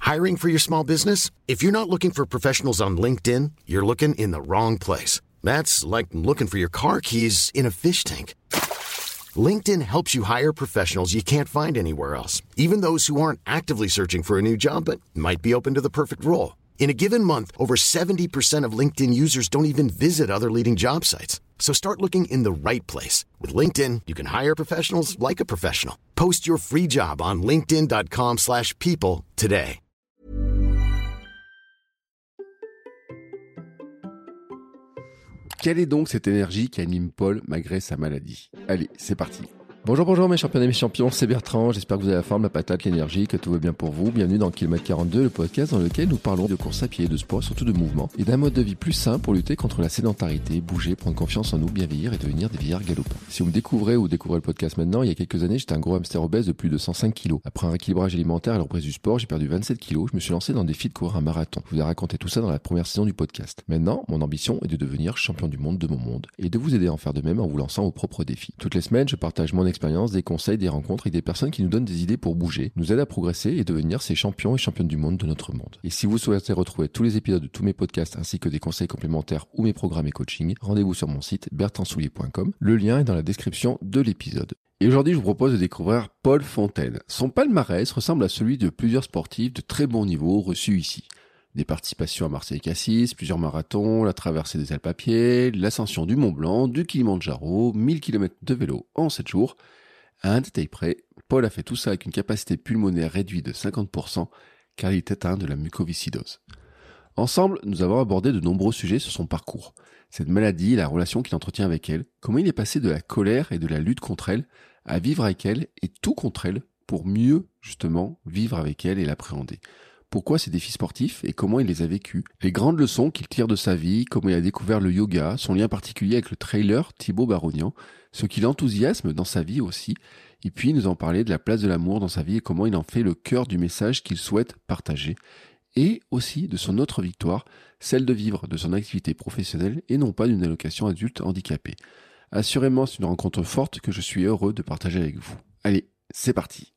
Hiring for your small business? If you're not looking for professionals on LinkedIn, you're looking in the wrong place. That's like looking for your car keys in a fish tank. LinkedIn helps you hire professionals you can't find anywhere else, even those who aren't actively searching for a new job but might be open to the perfect role. In a given month, over 70% of LinkedIn users don't even visit other leading job sites. So start looking in the right place. With LinkedIn, you can hire professionals like a professional. Post your free job on linkedin.com/people today. Quelle est donc cette énergie qui anime Paul malgré sa maladie? Allez, c'est parti. Bonjour mes champions et mes champions, c'est Bertrand, j'espère que vous avez la forme, la patate, l'énergie, que tout va bien pour vous. Bienvenue dans Kilomètre 42, le podcast dans lequel nous parlons de course à pied, de sport, surtout de mouvement, et d'un mode de vie plus sain pour lutter contre la sédentarité, bouger, prendre confiance en nous, bien vieillir et devenir des vieillards galopants. Si vous me découvrez ou découvrez le podcast maintenant, il y a quelques années, j'étais un gros hamster obèse de plus de 105 kilos. Après un rééquilibrage alimentaire et la reprise du sport, j'ai perdu 27 kilos, je me suis lancé dans le défi de courir un marathon. Je vous ai raconté tout ça dans la première saison du podcast. Maintenant, mon ambition est de devenir champion du monde de mon monde, et de vous aider à en faire de même en vous lançant vos propres défis. Toutes les semaines, je partage mon expérience, des conseils, des rencontres avec des personnes qui nous donnent des idées pour bouger, nous aident à progresser et devenir ces champions et championnes du monde de notre monde. Et si vous souhaitez retrouver tous les épisodes de tous mes podcasts ainsi que des conseils complémentaires ou mes programmes et coaching, rendez-vous sur mon site bertrandsoulier.com. Le lien est dans la description de l'épisode. Et aujourd'hui, je vous propose de découvrir Paul Fontaine. Son palmarès ressemble à celui de plusieurs sportifs de très bon niveau reçus ici. Des participations à Marseille-Cassis, plusieurs marathons, la traversée des Alpes à pied, l'ascension du Mont Blanc, du Kilimandjaro, 1000 km de vélo en 7 jours. À un détail près, Paul a fait tout ça avec une capacité pulmonaire réduite de 50% car il est atteint de la mucoviscidose. Ensemble, nous avons abordé de nombreux sujets sur son parcours, cette maladie et la relation qu'il entretient avec elle, comment il est passé de la colère et de la lutte contre elle à vivre avec elle et tout contre elle pour mieux, justement, vivre avec elle et l'appréhender. Pourquoi ces défis sportifs et comment il les a vécus, les grandes leçons qu'il tire de sa vie, comment il a découvert le yoga, son lien particulier avec le trailer Thibaut Barognan, ce qui l'enthousiasme dans sa vie aussi, et puis nous en parler de la place de l'amour dans sa vie et comment il en fait le cœur du message qu'il souhaite partager, et aussi de son autre victoire, celle de vivre de son activité professionnelle et non pas d'une allocation adulte handicapée. Assurément, c'est une rencontre forte que je suis heureux de partager avec vous. Allez, c'est parti.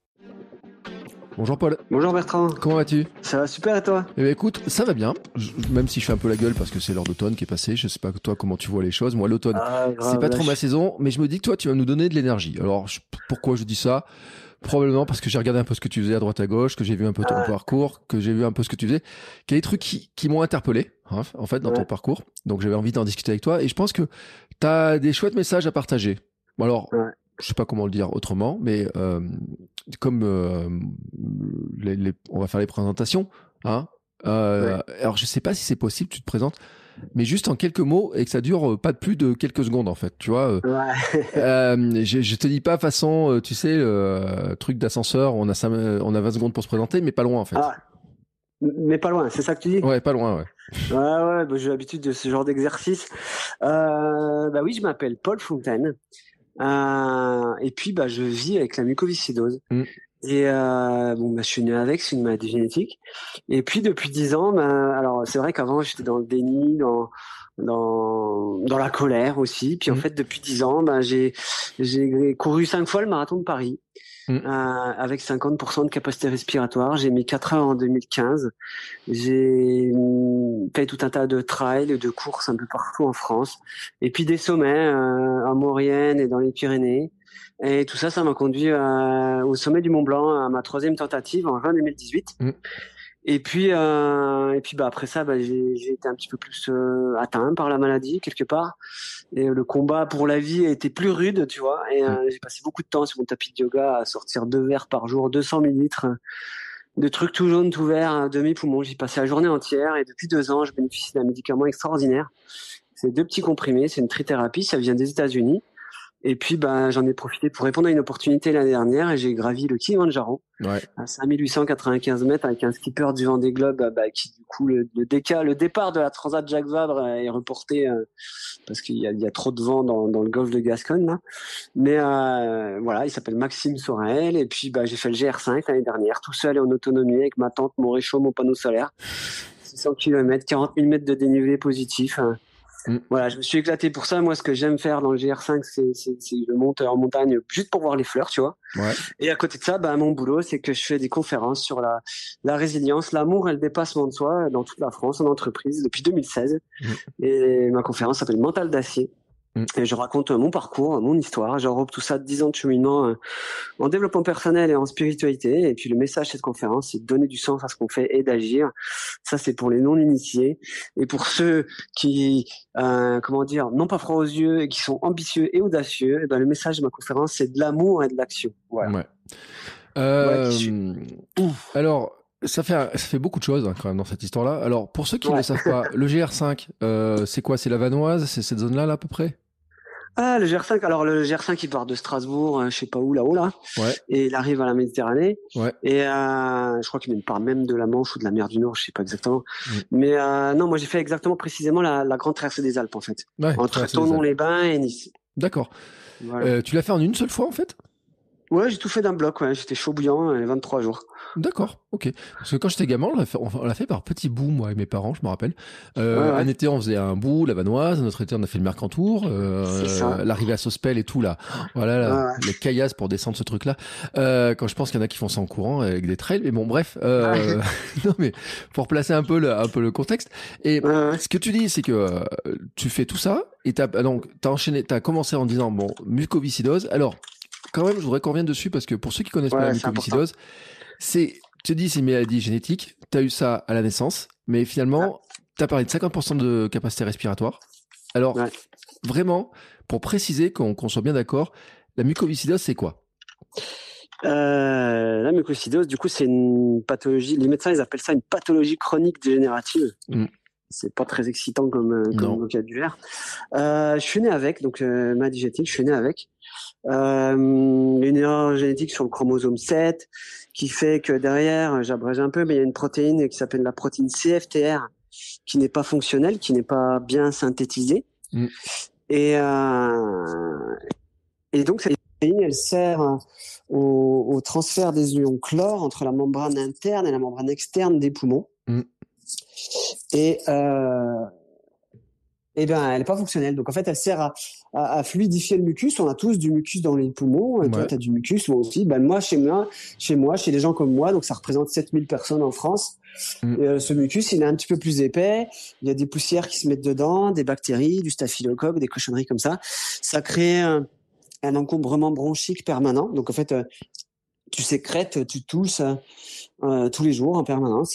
Bonjour Paul. Bonjour Bertrand. Comment vas-tu? Ça va super et toi? Eh bien écoute, ça va bien, même si je fais un peu la gueule parce que c'est l'heure d'automne qui est passée, je sais pas toi comment tu vois les choses, moi l'automne c'est pas trop ma saison, mais je me dis que toi tu vas nous donner de l'énergie. Alors pourquoi je dis ça? Probablement parce que j'ai regardé un peu ce que tu faisais à droite à gauche, que j'ai vu un peu ton parcours, que j'ai vu un peu ce que tu faisais, qu'il y a des trucs qui m'ont interpellé en fait dans ton parcours, donc j'avais envie d'en discuter avec toi et je pense que tu as des chouettes messages à partager. Alors je sais pas comment le dire autrement, mais comme on va faire les présentations, hein. Alors je sais pas si c'est possible, tu te présentes, mais juste en quelques mots et que ça dure pas de plus de quelques secondes en fait, tu vois. Je te dis pas façon, tu sais, truc d'ascenseur, on a 20 secondes pour se présenter, mais pas loin en fait. Mais pas loin, c'est ça que tu dis? Ouais, pas loin, ouais. Ouais, bah, j'ai l'habitude de ce genre d'exercice. Bah oui, je m'appelle Paul Fontaine. Et puis je vis avec la mucoviscidose. Et je suis né avec, c'est une maladie génétique. Et puis depuis 10 ans, alors c'est vrai qu'avant j'étais dans le déni, dans la colère aussi. Puis en fait depuis 10 ans, j'ai couru 5 fois le marathon de Paris. Avec 50% de capacité respiratoire. J'ai mis 4 heures en 2015. J'ai fait tout un tas de trails, de courses un peu partout en France. Et puis des sommets en Maurienne et dans les Pyrénées. Et tout ça m'a conduit au sommet du Mont Blanc, à ma 3e tentative en juin 2018. Et puis après ça, j'ai été un petit peu plus atteint par la maladie quelque part. Et le combat pour la vie a été plus rude, tu vois. Et j'ai passé beaucoup de temps sur mon tapis de yoga à sortir 2 verres par jour, 200 millilitres de trucs tout jaunes, tout verts, demi-poumon. J'y passais la journée entière. Et depuis 2 ans, je bénéficie d'un médicament extraordinaire. C'est 2 petits comprimés, c'est une trithérapie, ça vient des États-Unis. Et puis j'en ai profité pour répondre à une opportunité l'année dernière et j'ai gravi le Kilimandjaro à 5895 mètres avec un skipper du Vendée Globe qui du coup le départ de la Transat Jacques Vabre est reporté parce qu'il y a trop de vent dans le golfe de Gascogne là. Mais voilà, il s'appelle Maxime Sorel et puis j'ai fait le GR5 l'année dernière tout seul et en autonomie avec ma tente, mon réchaud, mon panneau solaire. 600 km, 40 000 mètres de dénivelé positif. Voilà, je me suis éclaté pour ça. Moi, ce que j'aime faire dans le GR5, c'est je monte en montagne juste pour voir les fleurs, tu vois. Ouais. Et à côté de ça, mon boulot, c'est que je fais des conférences sur la résilience, l'amour et le dépassement de soi dans toute la France, en entreprise, depuis 2016. Et ma conférence s'appelle Mental d'acier. Et je raconte mon parcours, mon histoire. J'enrobe tout ça de 10 ans de cheminement en développement personnel et en spiritualité. Et puis le message de cette conférence, c'est de donner du sens à ce qu'on fait et d'agir. Ça, c'est pour les non-initiés. Et pour ceux qui, n'ont pas froid aux yeux et qui sont ambitieux et audacieux, le message de ma conférence, c'est de l'amour et de l'action. Voilà. Alors, ça fait beaucoup de choses quand même dans cette histoire-là. Alors, pour ceux qui ne savent pas, le GR5, c'est quoi? C'est la Vanoise? C'est cette zone-là, à peu près? Le GR5. Alors, le GR5, il part de Strasbourg, je sais pas où, là-haut, là. Ouais. Et il arrive à la Méditerranée. Ouais. Et je crois qu'il part même de la Manche ou de la mer du Nord, je sais pas exactement. Mais non, moi, j'ai fait précisément la grande traversée des Alpes, en fait. Entre Thonon-les-Bains et Nice. D'accord. Voilà. Tu l'as fait en une seule fois, en fait? Ouais, j'ai tout fait d'un bloc, j'étais chaud bouillant, 23 jours. D'accord, ok. Parce que quand j'étais gamin, on l'a fait par petits bouts, moi et mes parents, je me rappelle. Un été, on faisait un bout, la Vanoise, un autre été, on a fait le Mercantour, l'arrivée à Sospel et tout, là. Voilà, les caillasses pour descendre ce truc-là. Quand je pense qu'il y en a qui font ça en courant avec des trails, mais bon, bref. Non, mais pour placer un peu le contexte. Et ce que tu dis, c'est que tu fais tout ça, et t'as enchaîné, t'as commencé en disant, bon, mucoviscidose. Alors, quand même, je voudrais qu'on revienne dessus parce que pour ceux qui connaissent pas la mucoviscidose, tu te dis c'est une maladie génétique, tu as eu ça à la naissance, mais finalement, tu as parlé de 50% de capacité respiratoire. Alors, vraiment, pour préciser, qu'on soit bien d'accord, la mucoviscidose, c'est quoi? La mucoviscidose, du coup, c'est une pathologie, les médecins, ils appellent ça une pathologie chronique dégénérative. C'est pas très excitant comme vocabulaire. Je suis né avec, donc maladie génétique, je suis né avec. Une erreur génétique sur le chromosome 7 qui fait que derrière, j'abrège un peu, mais il y a une protéine qui s'appelle la protéine CFTR qui n'est pas fonctionnelle, qui n'est pas bien synthétisée. Et donc cette protéine, elle sert au transfert des ions chlore entre la membrane interne et la membrane externe des poumons. Et elle n'est pas fonctionnelle. Donc, en fait, elle sert à fluidifier le mucus. On a tous du mucus dans les poumons. Et toi, tu as du mucus, moi aussi. Moi, chez des gens comme moi, donc ça représente 7000 personnes en France. Et, ce mucus, il est un petit peu plus épais. Il y a des poussières qui se mettent dedans, des bactéries, du staphylocoque, des cochonneries comme ça. Ça crée un encombrement bronchique permanent. Donc, en fait, tu sécrètes, tu tousses tous les jours en permanence.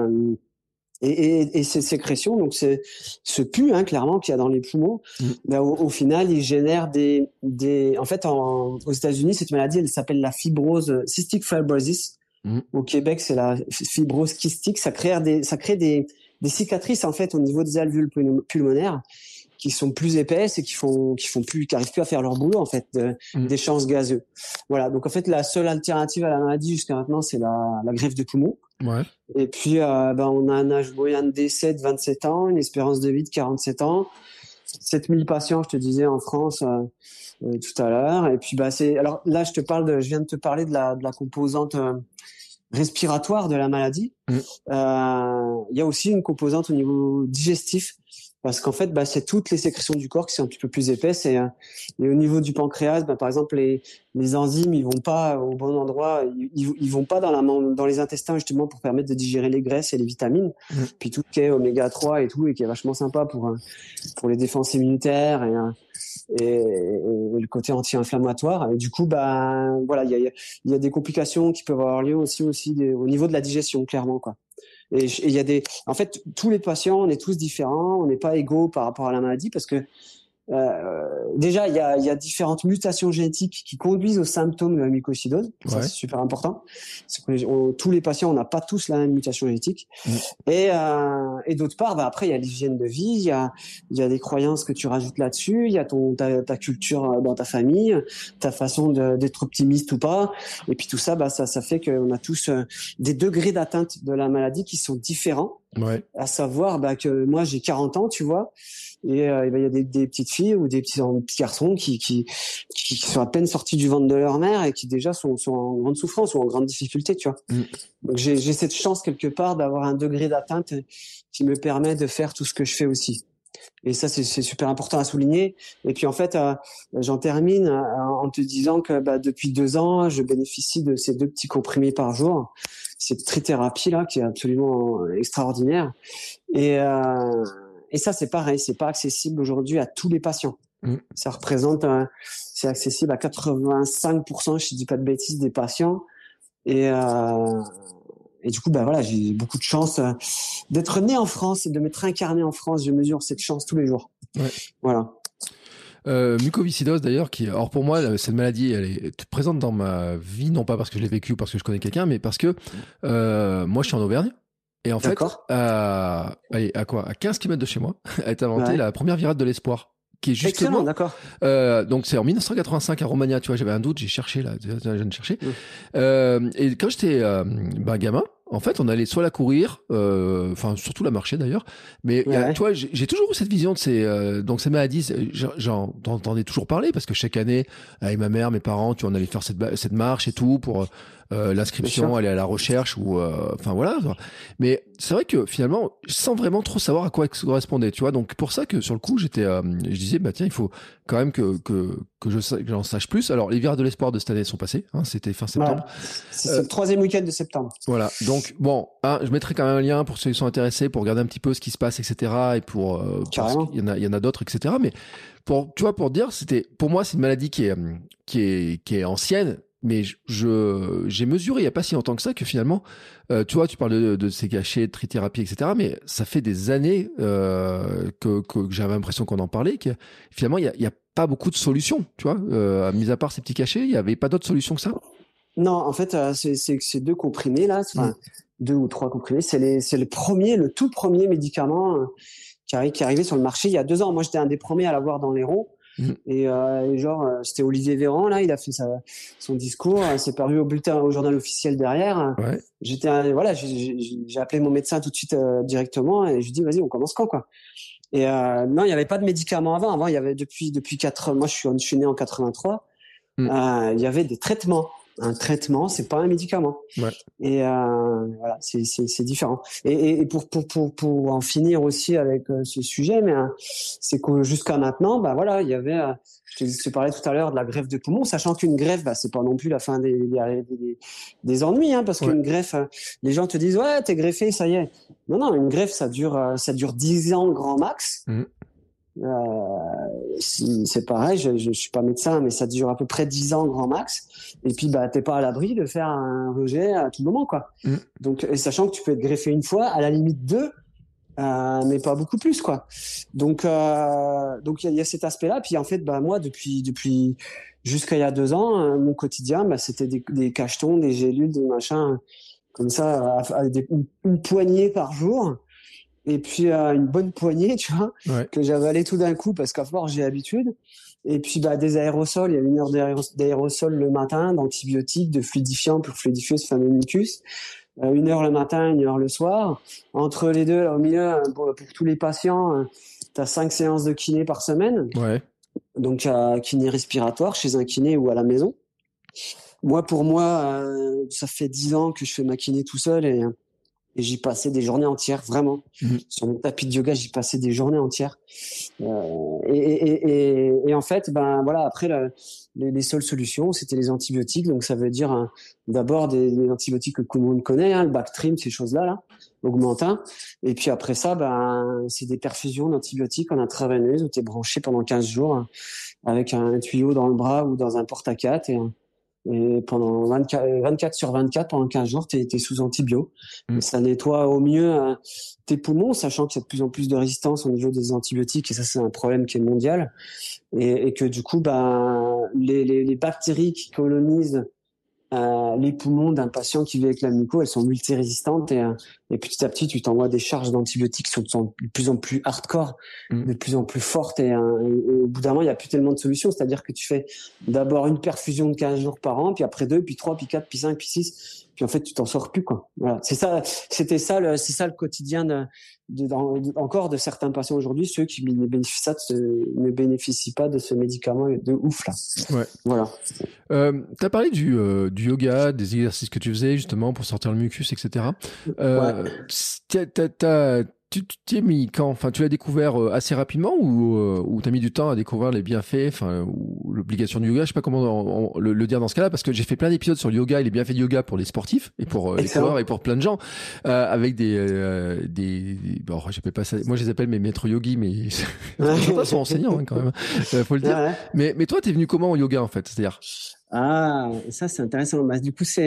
Et ces sécrétions, donc ce pus, clairement, qu'il y a dans les poumons, au final, il génère en fait, aux États-Unis, cette maladie, elle s'appelle la fibrose, cystic fibrosis. Au Québec, c'est la fibrose kystique. Ça crée des cicatrices, en fait, au niveau des alvéoles pulmonaires, qui sont plus épaisses et qui arrivent plus à faire leur boulot, en fait, d'échanges gazeux. Voilà. Donc, en fait, la seule alternative à la maladie jusqu'à maintenant, c'est la greffe de poumons. Et puis, on a un âge moyen de décès de 27 ans, une espérance de vie de 47 ans, 7000 patients, je te disais, en France, tout à l'heure. Et puis, alors là, je viens de te parler de la composante respiratoire de la maladie. Il y a aussi une composante au niveau digestif. Parce qu'en fait, c'est toutes les sécrétions du corps qui sont un petit peu plus épaisses et au niveau du pancréas, par exemple, les enzymes, ils vont pas au bon endroit, ils vont pas dans les intestins justement pour permettre de digérer les graisses et les vitamines. Puis tout ce qui est oméga 3 et tout et qui est vachement sympa pour les défenses immunitaires et le côté anti-inflammatoire. Et du coup, voilà, il y a des complications qui peuvent avoir lieu aussi au niveau de la digestion, clairement, quoi. Et en fait, tous les patients, on est tous différents, on n'est pas égaux par rapport à la maladie parce que déjà, il y a différentes mutations génétiques qui conduisent aux symptômes de la mucoviscidose. Ça, c'est super important. Tous les patients, on n'a pas tous la même mutation génétique. Et d'autre part, après, il y a l'hygiène de vie, il y a des croyances que tu rajoutes là-dessus, il y a ta culture dans ta famille, ta façon d'être optimiste ou pas. Et puis tout ça, ça fait qu'on a tous des degrés d'atteinte de la maladie qui sont différents. À savoir que moi, j'ai 40 ans, tu vois. Et il y a des petites filles ou des petits garçons qui sont à peine sortis du ventre de leur mère et qui déjà sont en grande souffrance ou en grande difficulté, tu vois. Donc j'ai cette chance quelque part d'avoir un degré d'atteinte qui me permet de faire tout ce que je fais aussi. Et ça, c'est super important à souligner. Et puis en fait, j'en termine en te disant que depuis 2 ans, je bénéficie de ces 2 petits comprimés par jour. Cette trithérapie là, qui est absolument extraordinaire. Et ça, c'est pareil, c'est pas accessible aujourd'hui à tous les patients. Ça représente, c'est accessible à 85%, je dis pas de bêtises, des patients. Et du coup, voilà, j'ai beaucoup de chance d'être né en France et de m'être incarné en France. Je mesure cette chance tous les jours. Ouais. Voilà. Mucoviscidose d'ailleurs, alors pour moi, cette maladie, elle est présente dans ma vie, non pas parce que je l'ai vécue, parce que je connais quelqu'un, mais parce que moi, je suis en Auvergne. Et en fait, à 15 km de chez moi, a été inventée la première virate de l'espoir. Qui est justement, d'accord. Donc c'est en 1985 à Romagna, tu vois, j'avais un doute, j'ai cherché là, je viens de chercher. Et quand j'étais gamin, en fait, on allait soit la courir, enfin surtout la marcher d'ailleurs, mais tu vois, j'ai toujours eu cette vision de ces maladies. J'en entendais toujours parler parce que chaque année, avec ma mère, mes parents, tu vois, on allait faire cette marche et tout pour l'inscription, aller à la recherche ou enfin voilà. Mais c'est vrai que finalement, sans vraiment trop savoir à quoi ça correspondait, tu vois. Donc pour ça que sur le coup, je disais tiens, il faut quand même que j'en sache plus. Alors les virates de l'espoir de cette année sont passées, hein, c'était fin septembre. C'est le 3e week-end de septembre. Voilà. Donc bon, je mettrai quand même un lien pour ceux qui sont intéressés pour regarder un petit peu ce qui se passe, etc. Et pour il y en a d'autres, etc. Mais pour dire, pour moi c'est une maladie qui est ancienne. Mais j'ai mesuré il y a pas si longtemps que ça que finalement, tu vois, tu parles de ces cachets, de trithérapie, etc. Mais ça fait des années que j'avais l'impression qu'on en parlait, que finalement il y a pas beaucoup de solutions, tu vois. Mis à part ces petits cachets, il y avait pas d'autres solutions que ça. Non, en fait, ces 2 comprimés là, 2 ou 3 comprimés, c'est le tout premier médicament qui est arrivé sur le marché il y a 2 ans. Moi, j'étais un des premiers à l'avoir dans l'Hérault. Et c'était Olivier Véran là, il a fait son discours, c'est paru au journal officiel derrière. J'ai appelé mon médecin tout de suite directement et je lui dis vas-y, on commence quand quoi. Et non, il y avait pas de médicaments avant, il y avait depuis 4 moi je suis né en 83. Il y avait des traitements. Un traitement, c'est pas un médicament. Et voilà, c'est différent. Et pour en finir aussi avec ce sujet, mais c'est que jusqu'à maintenant, voilà, il y avait, je te parlais tout à l'heure de la greffe de poumon, sachant qu'une greffe, c'est pas non plus la fin des ennuis, hein, parce qu'une greffe, les gens te disent ouais, t'es greffé, ça y est. Non, une greffe, ça dure 10 ans grand max. C'est pareil, je suis pas médecin, mais ça dure à peu près 10 ans grand max. Et puis t'es pas à l'abri de faire un rejet à tout moment quoi. Donc sachant que tu peux être greffé une fois, à la limite 2, mais pas beaucoup plus quoi. Donc il y a cet aspect-là. Puis en fait moi depuis jusqu'à il y a 2 ans, mon quotidien c'était des cachetons, des gélules, des machins comme ça, une poignée par jour. Et puis une bonne poignée, tu vois, que j'avalais tout d'un coup parce qu'à force j'ai l'habitude. Et puis des aérosols, il y a 1 heure d'aérosols le matin, d'antibiotiques, de fluidifiants pour fluidifier ce fameux mucus. 1 heure le matin, 1 heure le soir. Entre les deux, là, au milieu, pour tous les patients, t'as 5 séances de kiné par semaine. Donc kiné respiratoire chez un kiné ou à la maison. Pour moi, ça fait 10 ans que je fais ma kiné tout seul et j'y passais des journées entières, vraiment. Sur mon tapis de yoga, j'y passais des journées entières. Et en fait, voilà, après, les seules solutions, c'était les antibiotiques. Donc, ça veut dire d'abord des antibiotiques que tout le monde connaît, le Bactrim, ces choses-là, Augmentin. Et puis après ça, c'est des perfusions d'antibiotiques en intraveineuse où tu es branché pendant 15 jours avec un tuyau dans le bras ou dans un porte-à-4 et pendant 24 sur 24, pendant 15 jours, t'es sous antibio. Et ça nettoie au mieux tes poumons, sachant qu'il y a de plus en plus de résistance au niveau des antibiotiques, et ça, c'est un problème qui est mondial. Et que du coup, les bactéries qui colonisent les poumons d'un patient qui vit avec la muco, elles sont multirésistantes et petit à petit, tu t'envoies des charges d'antibiotiques qui sont de plus en plus hardcore, de plus en plus fortes et au bout d'un moment, il n'y a plus tellement de solutions. C'est-à-dire que tu fais d'abord une perfusion de 15 jours par an, puis après 2, puis 3, puis 4, puis 5, puis 6, puis en fait, tu t'en sors plus, quoi. Voilà. C'est ça le quotidien encore de certains patients aujourd'hui, ceux qui ne bénéficient pas de ce médicament de ouf, là. Voilà. T'as parlé du yoga, des exercices que tu faisais justement pour sortir le mucus, etc. Tu t'y es mis quand? Enfin, tu l'as découvert assez rapidement ou t'as mis du temps à découvrir les bienfaits, enfin, ou l'obligation du yoga? Je sais pas comment le dire dans ce cas-là, parce que j'ai fait plein d'épisodes sur le yoga et les bienfaits du yoga pour les sportifs et pour les coureurs et pour plein de gens, avec bon, j'appelle pas ça, moi je les appelle mes maîtres yogis, mais certains sont enseignants quand même, faut le dire. Ouais. Mais toi, t'es venu comment au yoga en fait? C'est-à-dire? Ah, ça c'est intéressant. Bah, du coup, c'est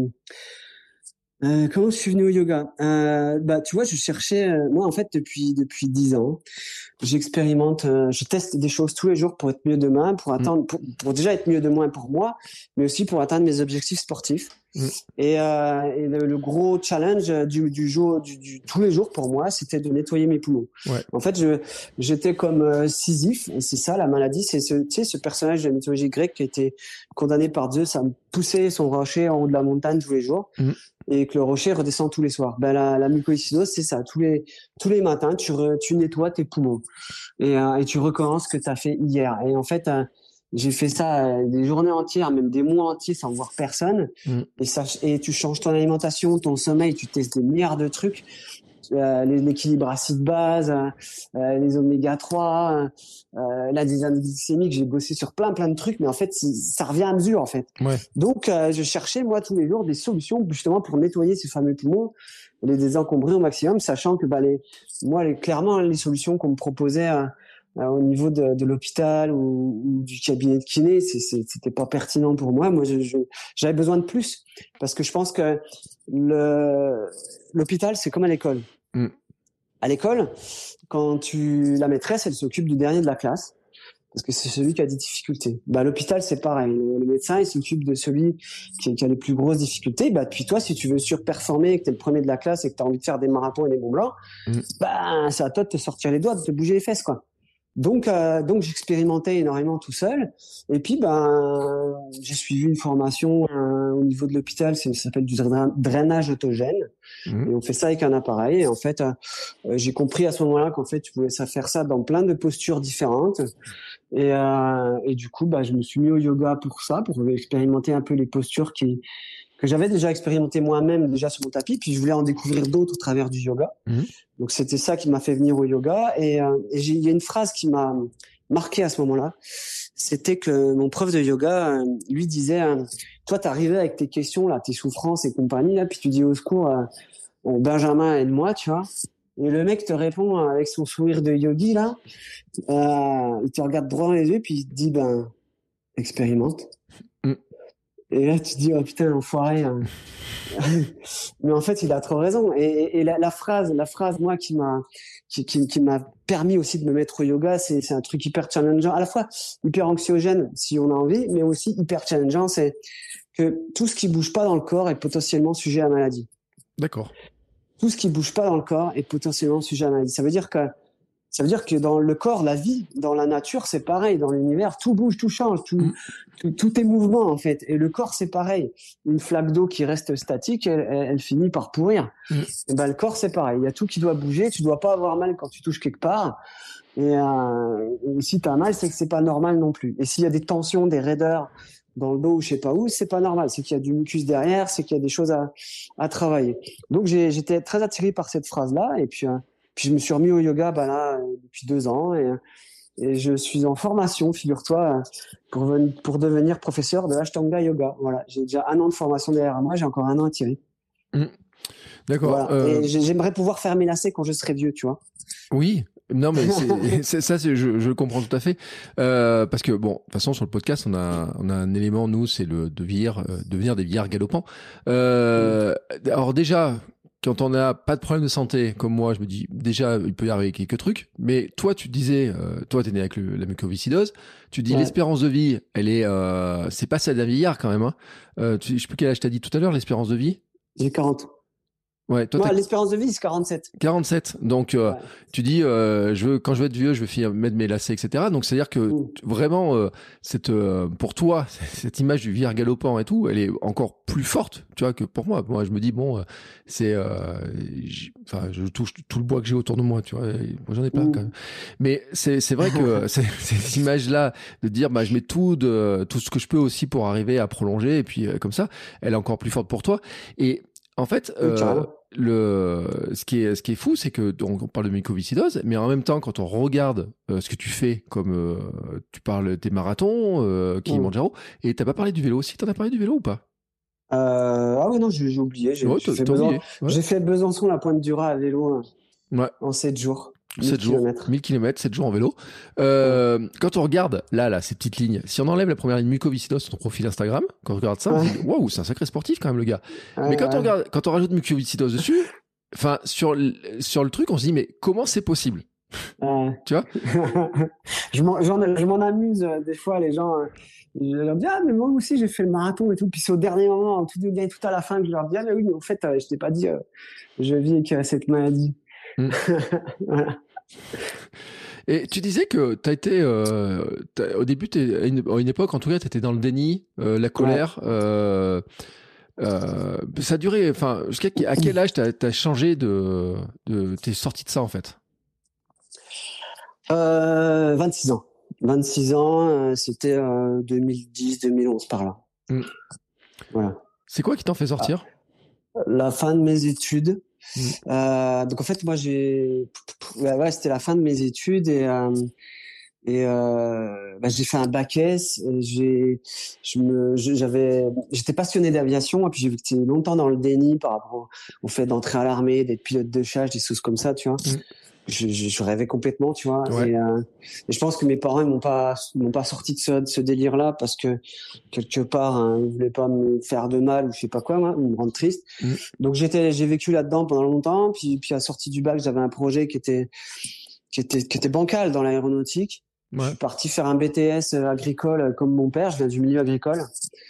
comment je suis venu au yoga? Tu vois, je cherchais, moi en fait depuis 10 ans, j'expérimente, je teste des choses tous les jours pour être mieux demain, pour atteindre, pour déjà être mieux demain pour moi, mais aussi pour atteindre mes objectifs sportifs. Et le gros challenge du jour, tous les jours pour moi, c'était de nettoyer mes poumons. Ouais. En fait, j'étais comme Sisyphe, et c'est ça la maladie, c'est ce personnage de la mythologie grecque qui a été condamné par Zeus à pousser son rocher en haut de la montagne tous les jours. Et que le rocher redescend tous les soirs. Ben la mucoviscidose, c'est ça. Tous les matins, tu nettoies tes poumons et tu recommences ce que tu as fait hier. Et en fait, j'ai fait ça des journées entières, même des mois entiers sans voir personne. Et tu changes ton alimentation, ton sommeil, tu testes des milliards de trucs. L'équilibre acide-base, les oméga 3, là des indices glycémiques, j'ai bossé sur plein de trucs, mais en fait ça revient à mesure en fait. Ouais. Donc je cherchais moi tous les jours des solutions justement pour nettoyer ces fameux poumons, les désencombrer au maximum, sachant que clairement les solutions qu'on me proposait au niveau de l'hôpital ou du cabinet de kiné, c'était pas pertinent pour moi. Moi j'avais besoin de plus, parce que je pense que l'hôpital c'est comme à l'école. À l'école, la maîtresse, elle s'occupe du dernier de la classe, parce que c'est celui qui a des difficultés. À l'hôpital, c'est pareil. Le médecin, il s'occupe de celui qui a les plus grosses difficultés. Puis toi, si tu veux surperformer, que t'es le premier de la classe et que t'as envie de faire des marathons et des Mont Blanc, c'est à toi de te sortir les doigts, de te bouger les fesses, quoi. Donc j'expérimentais énormément tout seul, et puis j'ai suivi une formation au niveau de l'hôpital, ça s'appelle du drainage autogène, et on fait ça avec un appareil. Et en fait, j'ai compris à ce moment-là qu'en fait tu pouvais faire ça dans plein de postures différentes, et du coup je me suis mis au yoga pour ça, pour expérimenter un peu les postures que j'avais déjà expérimenté moi-même déjà sur mon tapis, puis je voulais en découvrir d'autres au travers du yoga. Donc c'était ça qui m'a fait venir au yoga. Et il y a une phrase qui m'a marqué à ce moment-là, c'était que mon prof de yoga lui disait toi t'arrivais avec tes questions là, tes souffrances et compagnie là, puis tu dis au secours Benjamin aide-moi, tu vois. Et le mec te répond avec son sourire de yogi là, il te regarde droit dans les yeux puis il te dit expérimente. Et là, tu te dis, oh putain, l'enfoiré. Mais en fait, il a trop raison. Et la phrase, moi, qui m'a permis aussi de me mettre au yoga, c'est un truc hyper challengeant, à la fois hyper anxiogène, si on a envie, mais aussi hyper challengeant. C'est que tout ce qui bouge pas dans le corps est potentiellement sujet à maladie. D'accord. Tout ce qui bouge pas dans le corps est potentiellement sujet à maladie. Ça veut dire que dans le corps, la vie, dans la nature, c'est pareil. Dans l'univers, tout bouge, tout change, tout est mouvement, en fait. Et le corps, c'est pareil. Une flaque d'eau qui reste statique, elle finit par pourrir. Et le corps, c'est pareil. Il y a tout qui doit bouger. Tu dois pas avoir mal quand tu touches quelque part. Et si tu as mal, c'est que c'est pas normal non plus. Et s'il y a des tensions, des raideurs dans le dos ou je sais pas où, c'est pas normal. C'est qu'il y a du mucus derrière, c'est qu'il y a des choses à travailler. Donc, j'étais très attiré par cette phrase-là. Et puis je me suis remis au yoga depuis 2 ans, et je suis en formation, figure-toi, pour devenir professeur de Ashtanga Yoga. Voilà, j'ai déjà 1 an de formation derrière moi, j'ai encore 1 an à tirer. D'accord. Voilà. Et j'aimerais pouvoir faire mes lacets quand je serai vieux, tu vois. Oui. Non, mais je le comprends tout à fait. Parce que bon, de toute façon, sur le podcast, on a un élément, nous, c'est devenir des vieillards galopants. Alors déjà, quand on n'a pas de problème de santé, comme moi, je me dis, déjà, il peut y arriver quelques trucs. Mais toi, tu disais, toi, t'es né avec la mucoviscidose. Tu dis, l'espérance de vie, elle est, c'est pas celle d'un vieillard quand même, hein. Je sais plus quel âge t'as dit tout à l'heure, l'espérance de vie? J'ai 40. Ouais, toi, l'espérance de vie, c'est 47. 47. Donc, tu dis, quand je vais être vieux, je vais mettre mes lacets, etc. Donc, c'est-à-dire que vraiment, pour toi, cette image du vieillard galopant et tout, elle est encore plus forte, tu vois, que pour moi. Moi, je me dis, bon, je touche tout le bois que j'ai autour de moi, tu vois. Moi, j'en ai pas, quand même. Mais c'est vrai que cette image-là, de dire, je mets tout ce que je peux aussi pour arriver à prolonger, et puis, comme ça, elle est encore plus forte pour toi. Et En fait, ce qui est fou, c'est que donc, on parle de mucoviscidose, mais en même temps, quand on regarde ce que tu fais, comme tu parles des marathons, Kilimanjaro, et t'as pas parlé du vélo aussi. T'en as parlé du vélo ou pas? Ah oui, non, j'ai oublié. J'ai fait Besançon, la Pointe du Raz à vélo en 7 jours. 7 jours, 1000 km, 7 jours en vélo. Quand on regarde, là, ces petites lignes, si on enlève la première ligne mucoviscidose sur ton profil Instagram, quand on regarde ça, on se dit, waouh, c'est un sacré sportif quand même, le gars. Mais quand on rajoute mucoviscidose dessus, enfin, sur le truc, on se dit, mais comment c'est possible? Tu vois? Je m'en amuse, des fois, les gens, je leur dis, ah, mais moi aussi, j'ai fait le marathon et tout. Puis c'est au dernier moment, tout à la fin, que je leur dis, ah, mais oui, mais au fait, je t'ai pas dit, je vis avec cette maladie. Voilà. Et tu disais que tu as été, au début, à une époque, en tout cas, tu étais dans le déni, la colère. Ça a duré, enfin, à quel âge tu as changé t'es sorti de ça, en fait? 26 ans. 26 ans, c'était 2010-2011 par là. Voilà. C'est quoi qui t'en fait sortir? La fin de mes études. Donc en fait, moi c'était la fin de mes études et j'ai fait un bac S. J'étais passionné d'aviation et puis j'ai vécu longtemps dans le déni par rapport au fait d'entrer à l'armée, d'être pilote de chasse, des choses comme ça, tu vois. Je rêvais complètement, tu vois. Et je pense que mes parents m'ont pas sorti de ce délire-là parce que quelque part ils voulaient pas me faire de mal ou je sais pas quoi, moi, ou me rendre triste. Donc j'ai vécu là-dedans pendant longtemps. Puis à la sortie du bac, j'avais un projet qui était bancal dans l'aéronautique. Je suis parti faire un BTS agricole comme mon père. Je viens du milieu agricole.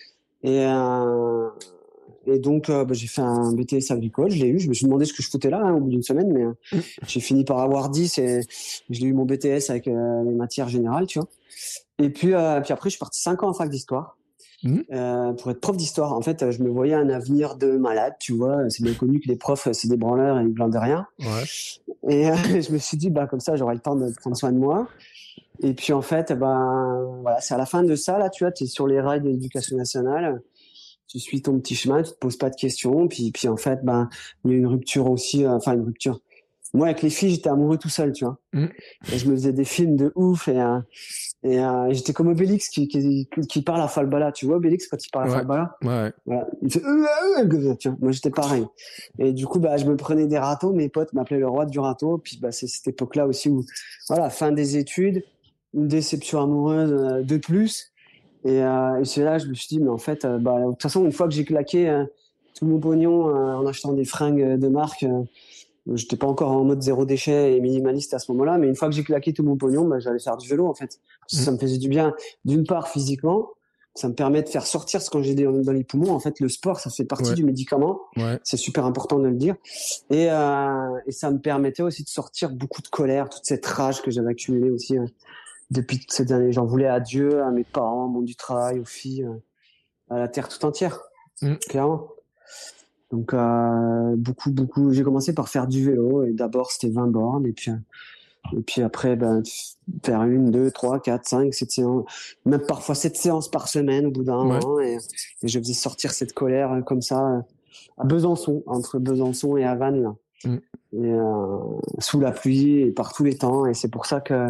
Et donc, j'ai fait un BTS agricole, je l'ai eu. Je me suis demandé ce que je foutais là au bout d'une semaine, mais j'ai fini par avoir 10 et je l'ai eu mon BTS avec les matières générales, tu vois. Et puis après, je suis parti 5 ans en fac d'histoire pour être prof d'histoire. En fait, je me voyais un avenir de malade, tu vois. C'est bien connu que les profs, c'est des branleurs et ils glandent rien. Et je me suis dit, comme ça, j'aurai le temps de prendre soin de moi. Et puis en fait, voilà, c'est à la fin de ça, là, tu vois, tu es sur les rails de l'éducation nationale. Tu suis ton petit chemin, tu te poses pas de questions, puis en fait, il y a une rupture aussi, une rupture. Moi, avec les filles, j'étais amoureux tout seul, tu vois. Et je me faisais des films de ouf et j'étais comme Obélix qui parle à Falbala. Tu vois Obélix quand il parle à Falbala? Voilà. Il fait tu vois. Moi, j'étais pareil. Et du coup, je me prenais des râteaux. Mes potes m'appelaient le roi du râteau. Puis c'est cette époque-là aussi où, voilà, fin des études, une déception amoureuse de plus. Et c'est là, je me suis dit, mais en fait, de toute façon, une fois que j'ai claqué tout mon pognon en achetant des fringues de marque, j'étais pas encore en mode zéro déchet et minimaliste à ce moment-là, mais une fois que j'ai claqué tout mon pognon, j'allais faire du vélo, en fait. Parce que ça me faisait du bien, d'une part, physiquement, ça me permet de faire sortir ce que j'ai dans les poumons. En fait, le sport, ça fait partie du médicament. C'est super important de le dire. Et ça me permettait aussi de sortir beaucoup de colère, toute cette rage que j'avais accumulée aussi. Depuis toutes ces années, j'en voulais à Dieu, à mes parents, au monde du travail, aux filles, à la terre tout entière, clairement. Donc, beaucoup. J'ai commencé par faire du vélo et d'abord c'était 20 bornes et puis après, faire 1, 2, 3, 4, 5, 7 séances, même parfois 7 séances par semaine au bout d'un moment et je faisais sortir cette colère comme ça à Besançon, entre Besançon et Havane, là. Et, sous la pluie et par tous les temps et c'est pour ça que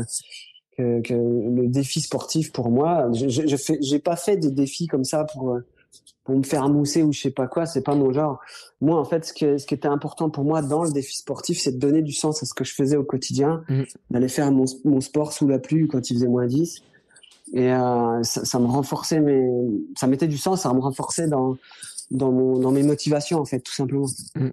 le défi sportif pour moi, j'ai pas fait des défis comme ça pour me faire mousser ou je sais pas quoi, c'est pas mon genre. Moi, en fait, ce qui était important pour moi dans le défi sportif, c'est de donner du sens à ce que je faisais au quotidien, d'aller faire mon sport sous la pluie quand il faisait -10. Et ça me renforçait, ça mettait du sens, ça me renforçait dans mes motivations, en fait, tout simplement.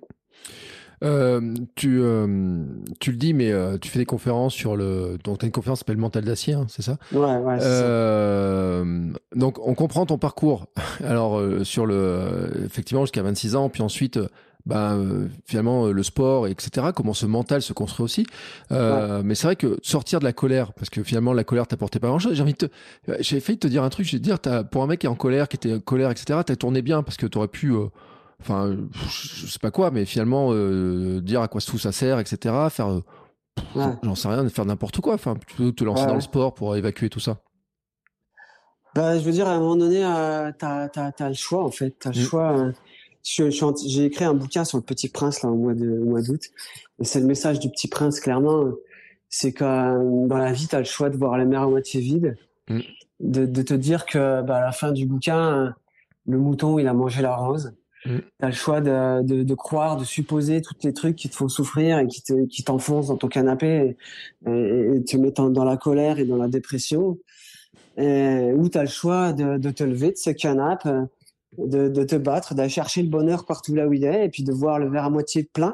Tu le dis, mais tu fais des conférences donc t'as une conférence qui s'appelle Mental d'acier, hein, c'est ça? Ouais, c'est ça. Donc on comprend ton parcours. Alors effectivement jusqu'à 26 ans, puis ensuite, finalement le sport, etc. Comment ce mental se construit aussi. Mais c'est vrai que sortir de la colère, parce que finalement la colère t'apportait pas grand-chose. J'ai failli te dire un truc. Je vais te dire, pour un mec qui est en colère, qui était en colère, etc. T'as tourné bien parce que t'aurais pu je sais pas quoi, mais finalement dire à quoi tout ça sert, etc. Faire, j'en sais rien, faire n'importe quoi. Enfin, plutôt te lancer dans le sport pour évacuer tout ça. Je veux dire, à un moment donné, t'as le choix, en fait. T'as le choix. j'ai écrit un bouquin sur le Petit Prince là au mois d'août. Et c'est le message du Petit Prince clairement. C'est que dans la vie, t'as le choix de voir la mer à moitié vide, de te dire que à la fin du bouquin, le mouton il a mangé la rose. T'as le choix de croire, de supposer tous les trucs qui te font souffrir et qui t'enfoncent dans ton canapé et te mettent dans la colère et dans la dépression. Ou t'as le choix de te lever de ce canapé, de te battre, d'aller chercher le bonheur partout là où il est et puis de voir le verre à moitié plein.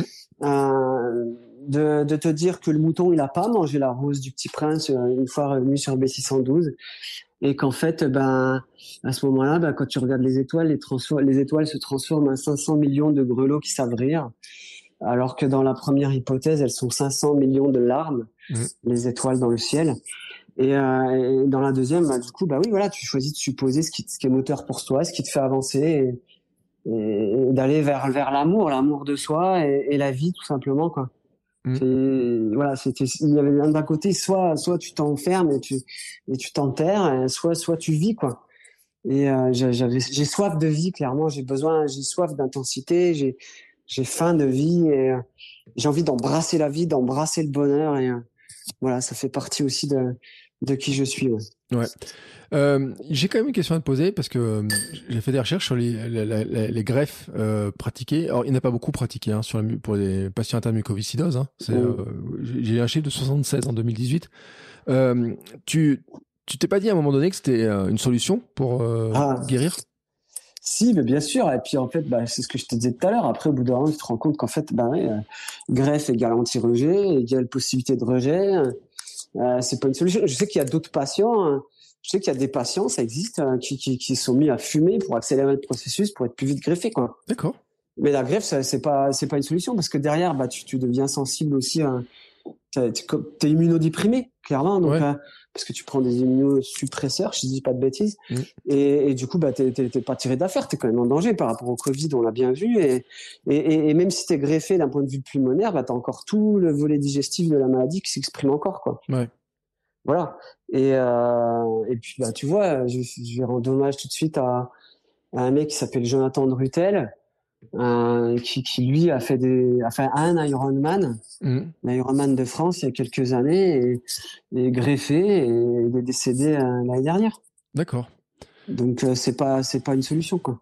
De te dire que le mouton il a pas mangé la rose du Petit Prince une fois revenu sur B612 et qu'en fait à ce moment-là quand tu regardes les étoiles les étoiles se transforment en 500 millions de grelots qui savent rire alors que dans la première hypothèse elles sont 500 millions de larmes les étoiles dans le ciel et dans la deuxième du coup oui voilà tu choisis de supposer ce qui est moteur pour toi, ce qui te fait avancer et d'aller vers l'amour de soi et la vie tout simplement quoi. Voilà, il y avait d'un côté soit tu t'enfermes et tu t'enterres, soit tu vis quoi. Et j'ai soif de vie clairement, j'ai soif d'intensité, j'ai faim de vie et j'ai envie d'embrasser la vie, d'embrasser le bonheur et voilà, ça fait partie aussi de qui je suis. Ouais. J'ai quand même une question à te poser parce que j'ai fait des recherches sur les greffes pratiquées. Alors, il n'y en a pas beaucoup pratiquées pour les patients atteints de mucoviscidose. J'ai un chiffre de 76 en 2018. Tu t'es pas dit à un moment donné que c'était une solution pour guérir? Si, mais bien sûr. Et puis en fait, c'est ce que je te disais tout à l'heure. Après, au bout d'un moment, tu te rends compte qu'en fait, greffe égale anti-rejet, égale possibilité de rejet. C'est pas une solution. Je sais qu'il y a d'autres patients. Je sais qu'il y a des patients, ça existe, qui sont mis à fumer pour accélérer le processus, pour être plus vite greffé, quoi. D'accord. Mais la greffe, c'est pas une solution parce que derrière, tu deviens sensible aussi. T'es immunodéprimé, clairement. Donc, parce que tu prends des immunosuppresseurs, je dis pas de bêtises. Et du coup, t'es pas tiré d'affaire. T'es quand même en danger par rapport au Covid, on l'a bien vu. Et même si t'es greffé d'un point de vue pulmonaire, t'as encore tout le volet digestif de la maladie qui s'exprime encore, quoi. Ouais. Voilà. Et puis tu vois, je vais rendre hommage tout de suite à un mec qui s'appelle Jonathan Drutel, qui lui a fait un Ironman, l'Ironman de France il y a quelques années et greffé et il est décédé l'année dernière. D'accord. Donc c'est pas une solution quoi.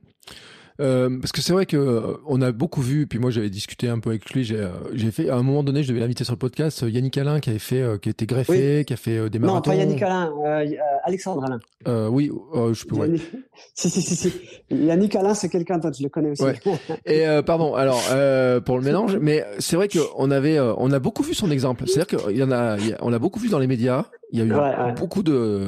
Parce que c'est vrai que on a beaucoup vu, puis moi j'avais discuté un peu avec lui, j'ai fait à un moment donné, je devais l'inviter sur le podcast, Yannick Alain qui était greffé, qui a fait des marathons. Non, pas Yannick Alain, Alexandre Alain. Oui, je peux. Ouais. Si. Yannick Alain, c'est quelqu'un d'autre, je le connais aussi. Ouais. Et pardon, alors pour le mélange, mais c'est vrai que on a beaucoup vu son exemple. C'est-à-dire on a beaucoup vu dans les médias. Il y a eu beaucoup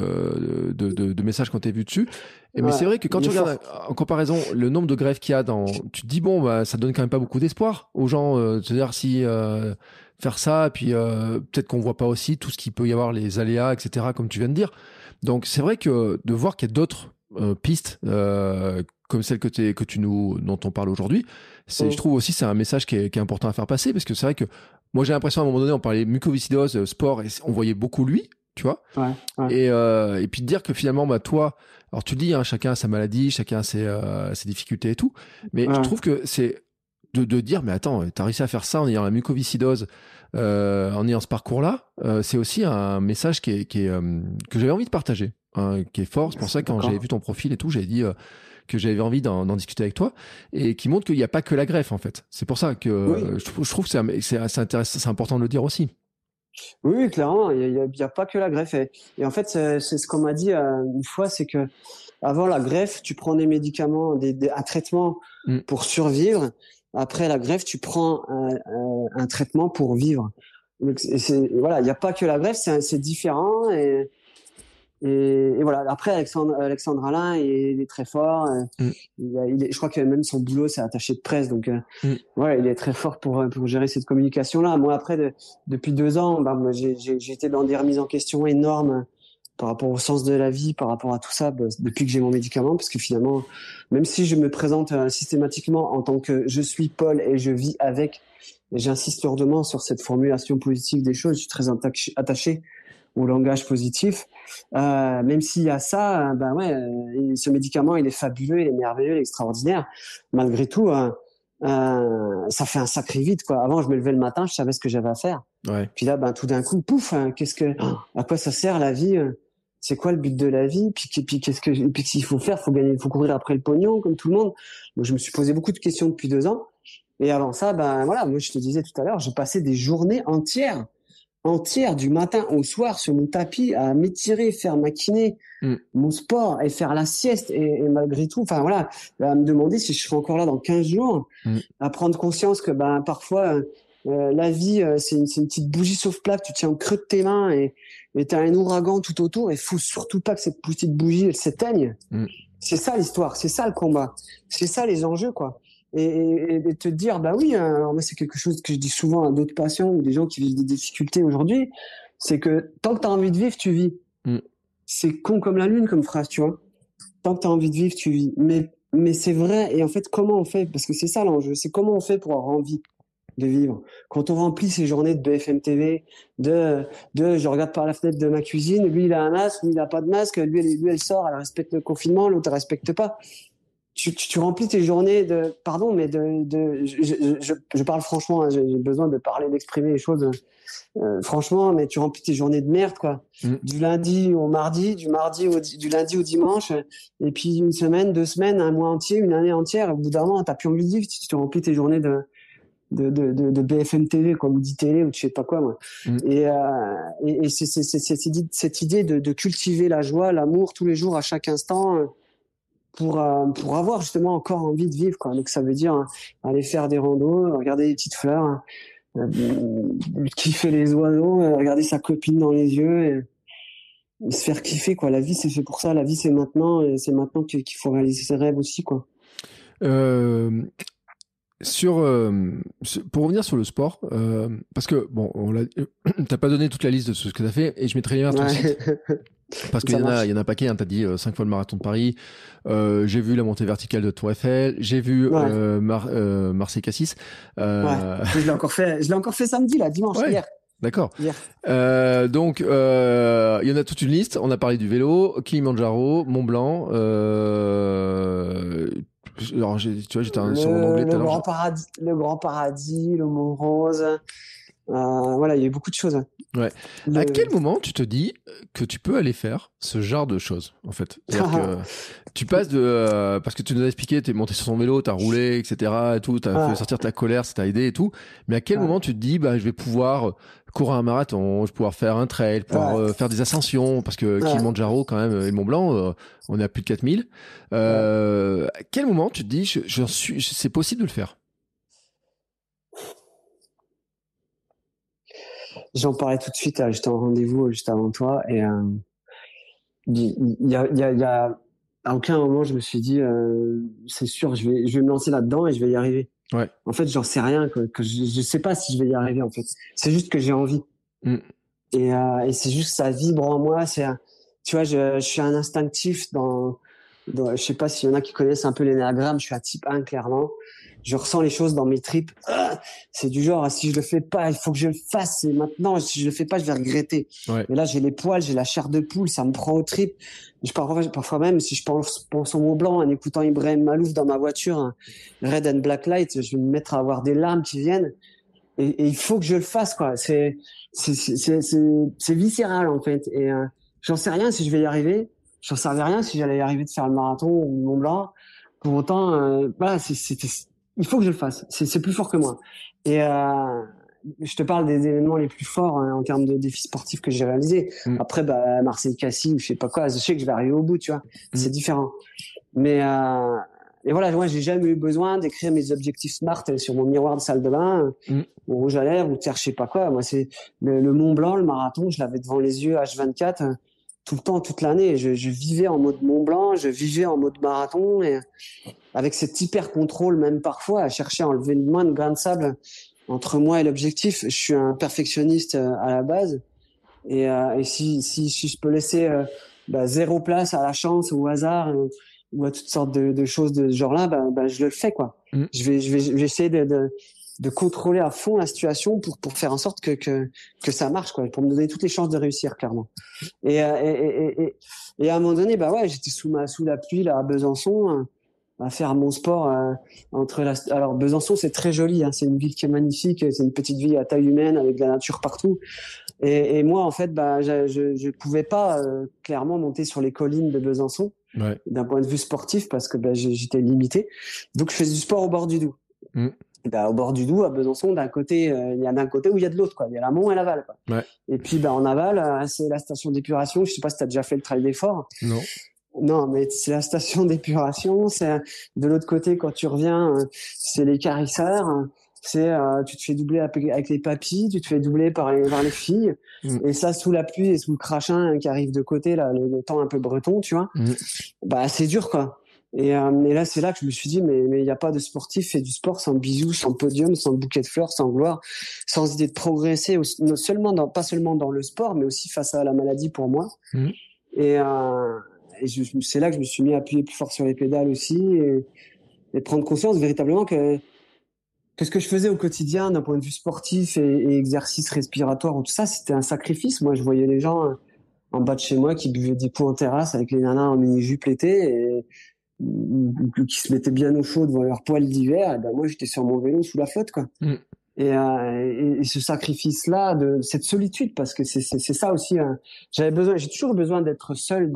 de messages qui ont été vus dessus. Mais c'est vrai que quand tu regardes en comparaison le nombre de greffes qu'il y a tu te dis ça donne quand même pas beaucoup d'espoir aux gens de se dire si faire ça, et puis peut-être qu'on voit pas aussi tout ce qu'il peut y avoir, les aléas, etc. comme tu viens de dire. Donc c'est vrai que de voir qu'il y a d'autres pistes comme celle dont on parle aujourd'hui, je trouve aussi c'est un message qui est important à faire passer parce que c'est vrai que moi j'ai l'impression à un moment donné on parlait mucoviscidose, sport et on voyait beaucoup lui. Tu vois, et puis de dire que finalement toi, alors tu le dis, chacun a sa maladie, chacun a ses difficultés et tout, mais je trouve que c'est de dire mais attends, t'as réussi à faire ça en ayant la mucoviscidose, en ayant ce parcours-là, c'est aussi un message que j'avais envie de partager, qui est fort. C'est pour ça que quand j'avais vu ton profil et tout, j'avais dit que j'avais envie d'en discuter avec toi et qui montre qu'il n'y a pas que la greffe en fait. C'est pour ça que je trouve que c'est assez intéressant, c'est important de le dire aussi. Oui, clairement, il y a pas que la greffe. Et en fait, c'est ce qu'on m'a dit une fois, c'est que avant la greffe, tu prends des médicaments, un traitement pour survivre. Après la greffe, tu prends un traitement pour vivre. Donc, voilà, il n'y a pas que la greffe, c'est différent. Et voilà. Après, Alexandre Alain, il est très fort. Je crois que même son boulot, c'est attaché de presse. Donc, voilà, il est très fort pour gérer cette communication-là. Moi, après, depuis 2 ans, moi, j'ai été dans des remises en question énormes par rapport au sens de la vie, par rapport à tout ça, depuis que j'ai mon médicament. Parce que finalement, même si je me présente systématiquement en tant que je suis Paul et je vis avec, et j'insiste lourdement sur cette formulation positive des choses, je suis très attaché au langage positif. Même s'il y a ça, ce médicament, il est fabuleux, il est merveilleux, il est extraordinaire. Malgré tout, ça fait un sacré vide, quoi. Avant, je me levais le matin, je savais ce que j'avais à faire. Ouais. Puis là, tout d'un coup, pouf, à quoi ça sert la vie? C'est quoi le but de la vie? Puis s'il faut faire, faut gagner, faut courir après le pognon, comme tout le monde. Donc, je me suis posé beaucoup de questions depuis 2 ans. Et avant ça, moi, je te disais tout à l'heure, j'ai passé des journées entières, du matin au soir, sur mon tapis, à m'étirer, faire ma kiné, mon sport, et faire la sieste. Et malgré tout, à me demander si je serai encore là dans 15 jours, à prendre conscience que, parfois, la vie, c'est une petite bougie sauve-plaque, tu tiens au creux de tes mains et t'as un ouragan tout autour, et faut surtout pas que cette petite bougie, elle s'éteigne. C'est ça l'histoire, c'est ça le combat, c'est ça les enjeux, quoi. Et te dire, alors moi, c'est quelque chose que je dis souvent à d'autres patients ou des gens qui vivent des difficultés aujourd'hui, c'est que tant que t'as envie de vivre, tu vis. C'est con comme la lune comme phrase, tu vois. Tant que t'as envie de vivre, tu vis. Mais c'est vrai, et en fait, comment on fait? Parce que c'est ça l'enjeu, c'est comment on fait pour avoir envie de vivre. Quand on remplit ses journées de BFM TV, je regarde par la fenêtre de ma cuisine, lui il a un masque, lui il a pas de masque, lui elle sort, elle respecte le confinement, l'autre elle respecte pas. Tu remplis tes journées je parle franchement, j'ai besoin de parler, d'exprimer les choses franchement, mais tu remplis tes journées de merde, quoi. Du lundi au mardi, du lundi au dimanche, et puis une semaine, 2 semaines, un mois entier, une année entière, au bout d'un moment, t'as plus envie de vivre, tu remplis tes journées de BFM TV, quoi, Midi Télé, ou je sais pas quoi, moi. Et c'est cette idée de cultiver la joie, l'amour tous les jours, à chaque instant, pour avoir justement encore envie de vivre, quoi. Donc ça veut dire aller faire des randos, regarder les petites fleurs, kiffer les oiseaux, regarder sa copine dans les yeux, et se faire kiffer, quoi. La vie, c'est fait pour ça. La vie, c'est maintenant, et c'est maintenant qu'il faut réaliser ses rêves aussi, quoi. Pour revenir sur le sport, parce que t'as pas donné toute la liste de ce que t'as fait, et je mettrai les liens sur ton site. Parce qu'il y en a un paquet, hein, t'as dit 5 fois le marathon de Paris, j'ai vu la montée verticale de Tour Eiffel, j'ai vu Marseille-Cassis. Je l'ai encore fait samedi, là, dimanche, hier. D'accord. Donc, il y en a toute une liste. On a parlé du vélo, Kilimanjaro, Mont Blanc. Alors, tu vois, j'étais sur mon anglais tout à l'heure. Le Grand Paradis, le Mont Rose. Il y a eu beaucoup de choses. Ouais. À quel moment tu te dis que tu peux aller faire ce genre de choses, en fait? C'est-à-dire que tu passes parce que tu nous as expliqué, t'es monté sur son vélo, t'as roulé, etc. et tout, t'as fait sortir ta colère, ça t'a aidé et tout. Mais à quel moment tu te dis, je vais pouvoir courir un marathon, je vais pouvoir faire un trail, pouvoir faire des ascensions, parce que Kilimanjaro, quand même, et le Mont Blanc, on est à plus de 4000. À quel moment tu te dis, c'est possible de le faire? J'en parlais tout de suite, j'étais en rendez-vous juste avant toi, et il y a à aucun moment je me suis dit c'est sûr, je vais me lancer là-dedans et je vais y arriver. En fait, j'en sais rien, que je sais pas si je vais y arriver, en fait. C'est juste que j'ai envie. Et c'est juste que ça vibre en moi. Tu vois, je suis un instinctif je sais pas s'il y en a qui connaissent un peu l'énéagramme, je suis un type 1, clairement. Je ressens les choses dans mes tripes. C'est du genre, si je le fais pas, il faut que je le fasse. Et maintenant, si je le fais pas, je vais regretter. Mais là, j'ai les poils, j'ai la chair de poule, ça me prend aux tripes. Parfois même, si je pense au Mont Blanc en écoutant Ibrahim Malouf dans ma voiture, Red and Black Light, je vais me mettre à avoir des larmes qui viennent. Et il faut que je le fasse, quoi. C'est viscéral, en fait. Et j'en sais rien si je vais y arriver. J'en savais rien si j'allais y arriver de faire le marathon ou le Mont Blanc. Pour autant, il faut que je le fasse. C'est plus fort que moi. Et je te parle des événements les plus forts en termes de défis sportifs que j'ai réalisés. Après, Marseille-Cassis ou je sais pas quoi, je sais que je vais arriver au bout, tu vois. C'est différent. Mais et voilà, moi, j'ai jamais eu besoin d'écrire mes objectifs SMART sur mon miroir de salle de bain, ou rouge à lèvres, ou de faire je sais pas quoi. Moi, c'est le Mont Blanc, le marathon, je l'avais devant les yeux H24 tout le temps, toute l'année. Je vivais en mode Mont Blanc, je vivais en mode marathon, et avec cet hyper contrôle, même parfois, à chercher à enlever le moins de grains de sable entre moi et l'objectif. Je suis un perfectionniste à la base, et si je peux laisser 0 place à la chance ou au hasard ou à toutes sortes de choses de ce genre-là, je le fais, quoi. Je vais essayer contrôler à fond la situation pour faire en sorte que ça marche, quoi, pour me donner toutes les chances de réussir, clairement. Et à un moment donné, bah ouais, j'étais sous la pluie là à Besançon, à faire mon sport alors Besançon, c'est très joli, hein, c'est une ville qui est magnifique, c'est une petite ville à taille humaine avec de la nature partout. Et moi, en fait, bah je pouvais pas clairement monter sur les collines de Besançon d'un point de vue sportif parce que bah, j'étais limité. Donc je faisais du sport au bord du Doubs. Et bah, au bord du Doubs, à Besançon, d'un côté, il y a d'un côté où il y a de l'autre, quoi. Il y a l'amont et l'aval, quoi. Et puis bah en aval, c'est la station d'épuration. Je sais pas si tu as déjà fait le trail d'effort. Non, mais c'est la station d'épuration. C'est de l'autre côté quand tu reviens, c'est l'équarrisseur. C'est tu te fais doubler avec les papis, tu te fais doubler par les filles, et ça sous la pluie et sous le crachin qui arrive de côté là, le temps un peu breton, tu vois. Bah c'est dur, quoi. Et là c'est là que je me suis dit mais il y a pas de sportif fait du sport sans bisous, sans podium, sans bouquet de fleurs, sans gloire, sans idée de progresser, pas seulement dans le sport, mais aussi face à la maladie pour moi. Et c'est là que je me suis mis à appuyer plus fort sur les pédales aussi et prendre conscience véritablement que ce que je faisais au quotidien d'un point de vue sportif et exercice respiratoire ou tout ça, c'était un sacrifice. Moi, je voyais les gens en bas de chez moi qui buvaient des coups en terrasse avec les nanas en mini-jupe l'été et qui se mettaient bien au chaud devant leur poêle d'hiver. Et ben moi, j'étais sur mon vélo sous la flotte, quoi. Et ce sacrifice-là, de cette solitude, parce que c'est ça aussi. J'ai toujours besoin d'être seul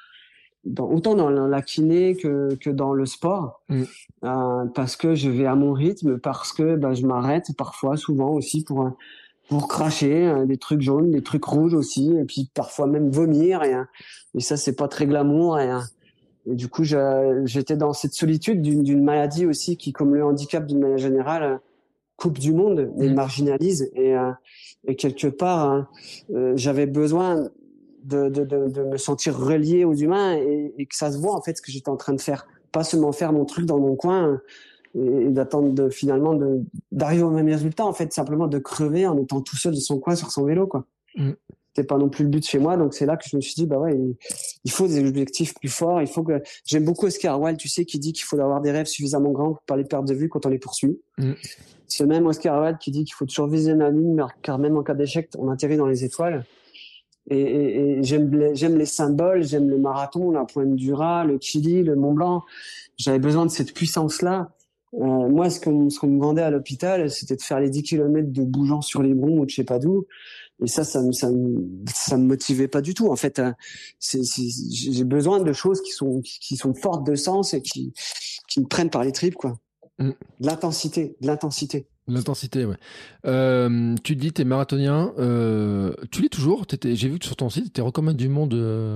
autant dans la kiné que dans le sport, parce que je vais à mon rythme, parce que je m'arrête parfois, souvent aussi pour cracher des trucs jaunes, des trucs rouges aussi, et puis parfois même vomir, et ça c'est pas très glamour, et du coup j'étais dans cette solitude d'une maladie aussi qui, comme le handicap d'une manière générale, coupe du monde et marginalise, et quelque part j'avais besoin de me sentir relié aux humains et que ça se voit en fait ce que j'étais en train de faire, pas seulement faire mon truc dans mon coin et d'attendre finalement d'arriver au même résultat, en fait, simplement de crever en étant tout seul de son coin sur son vélo, quoi. C'était pas non plus le but chez moi, donc c'est là que je me suis dit bah ouais, il faut des objectifs plus forts, il faut que j'aime beaucoup Oscar Wilde, tu sais, qui dit qu'il faut avoir des rêves suffisamment grands pour pas les perdre de vue quand on les poursuit. C'est même Oscar Wilde qui dit qu'il faut toujours viser la ligne, car même en cas d'échec, on atterrit dans les étoiles. Et j'aime les symboles, j'aime le marathon, la Pointe du Raz, le Kili, le Mont Blanc. J'avais besoin de cette puissance-là. Moi, ce qu'on me vendait à l'hôpital, c'était de faire les 10 km de bougeant sur les broncs ou de je sais pas d'où. Et ça me motivait pas du tout. En fait, j'ai besoin de choses qui sont fortes de sens et qui me prennent par les tripes, quoi. De l'intensité. L'intensité, ouais. Tu te dis, t'es marathonien. Tu l'es toujours. J'ai vu que sur ton site, t'étais recordman du monde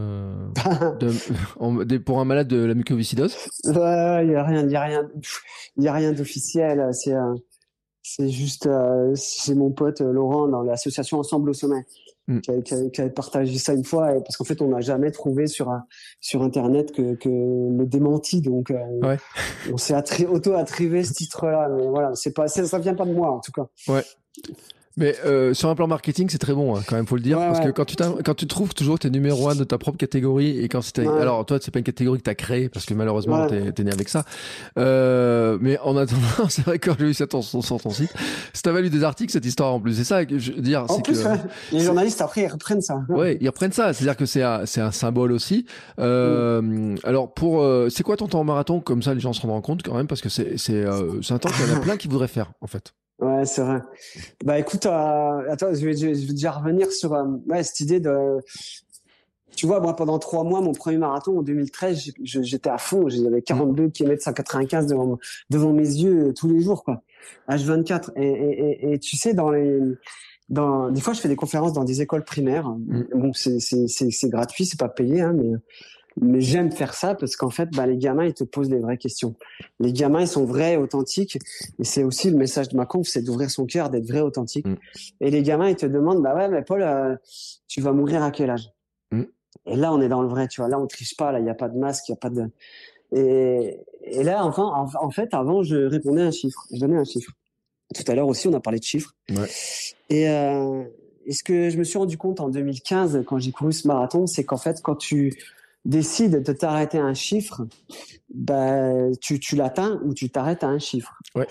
pour un malade de la mucoviscidose. Ouais, il y a rien d'officiel. C'est juste, c'est mon pote Laurent dans l'association Ensemble au Sommet qui avait partagé ça une fois, parce qu'en fait on n'a jamais trouvé sur internet que le démenti, donc on s'est auto-attribué ce titre-là, mais voilà, ça vient pas de moi en tout cas. Ouais. Mais sur un plan marketing, c'est très bon, hein, quand même, faut le dire, parce que quand tu trouves toujours que t'es numéro 1 de ta propre catégorie, et quand alors toi, c'est pas une catégorie que t'as créée, parce que malheureusement, t'es né avec ça. Mais en attendant, c'est vrai que quand j'ai vu ça sur ton site, ça t'a valu des articles, cette histoire en plus. C'est ça que je veux dire. En plus, les journalistes après ils reprennent ça. Ouais, ils reprennent ça. C'est-à-dire que c'est un symbole aussi. Alors c'est quoi ton temps en marathon, comme ça les gens se rendront compte quand même, parce que c'est un temps qu'il y en a plein qui voudraient faire en fait. Ouais, c'est vrai. Bah écoute, attends, je vais déjà revenir sur cette idée de. Tu vois, moi pendant 3 mois, mon premier marathon en 2013, j'étais à fond. J'avais 42 km 195 devant mes yeux tous les jours, quoi. H24. Et tu sais, des fois, je fais des conférences dans des écoles primaires. Bon, c'est gratuit, c'est pas payé, hein, mais j'aime faire ça parce qu'en fait, les gamins, ils te posent des vraies questions. Les gamins, ils sont vrais, authentiques. Et c'est aussi le message de ma conf, c'est d'ouvrir son cœur, d'être vrai, authentique. Et les gamins, ils te demandent, ouais, mais Paul, tu vas mourir à quel âge? Et là, on est dans le vrai, tu vois. Là, on triche pas, là, il n'y a pas de masque, il n'y a pas de... Et là, enfin, en fait, avant, je répondais à un chiffre. Je donnais un chiffre. Tout à l'heure aussi, on a parlé de chiffres. Ouais. Et ce que je me suis rendu compte en 2015, quand j'ai couru ce marathon, c'est qu'en fait, quand tu décides de t'arrêter à un chiffre, tu l'atteins ou tu t'arrêtes à un chiffre. Ouais.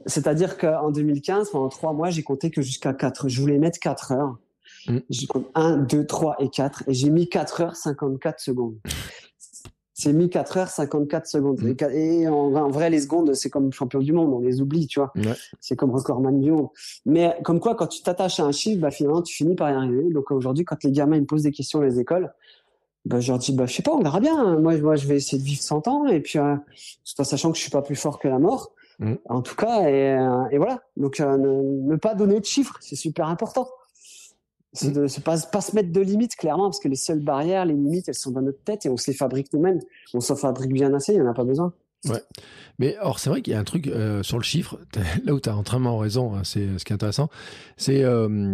C'est-à-dire qu'en 2015, pendant 3 mois, j'ai compté que jusqu'à 4. Je voulais mettre 4 heures. J'ai compté 1, 2, 3 et 4. Et j'ai mis 4 heures 54 secondes. J'ai mis 4 heures 54 secondes. Et en vrai, les secondes, c'est comme champion du monde. On les oublie, tu vois. Ouais. C'est comme recordman du monde. Mais comme quoi, quand tu t'attaches à un chiffre, bah, finalement, tu finis par y arriver. Donc aujourd'hui, quand les gamins ils me posent des questions dans les écoles, bah, je leur dis, bah, je sais pas, on verra bien. Moi, je vais essayer de vivre 100 ans. Et puis, tout en sachant que je suis pas plus fort que la mort. En tout cas, et voilà. Donc, ne pas donner de chiffres, c'est super important. C'est pas se mettre de limites, clairement, parce que les seules barrières, les limites, elles sont dans notre tête et on se les fabrique nous-mêmes. On s'en fabrique bien assez, il n'y en a pas besoin. Ouais. Mais alors, c'est vrai qu'il y a un truc sur le chiffre, là où tu as entièrement raison, hein, c'est ce qui est intéressant, c'est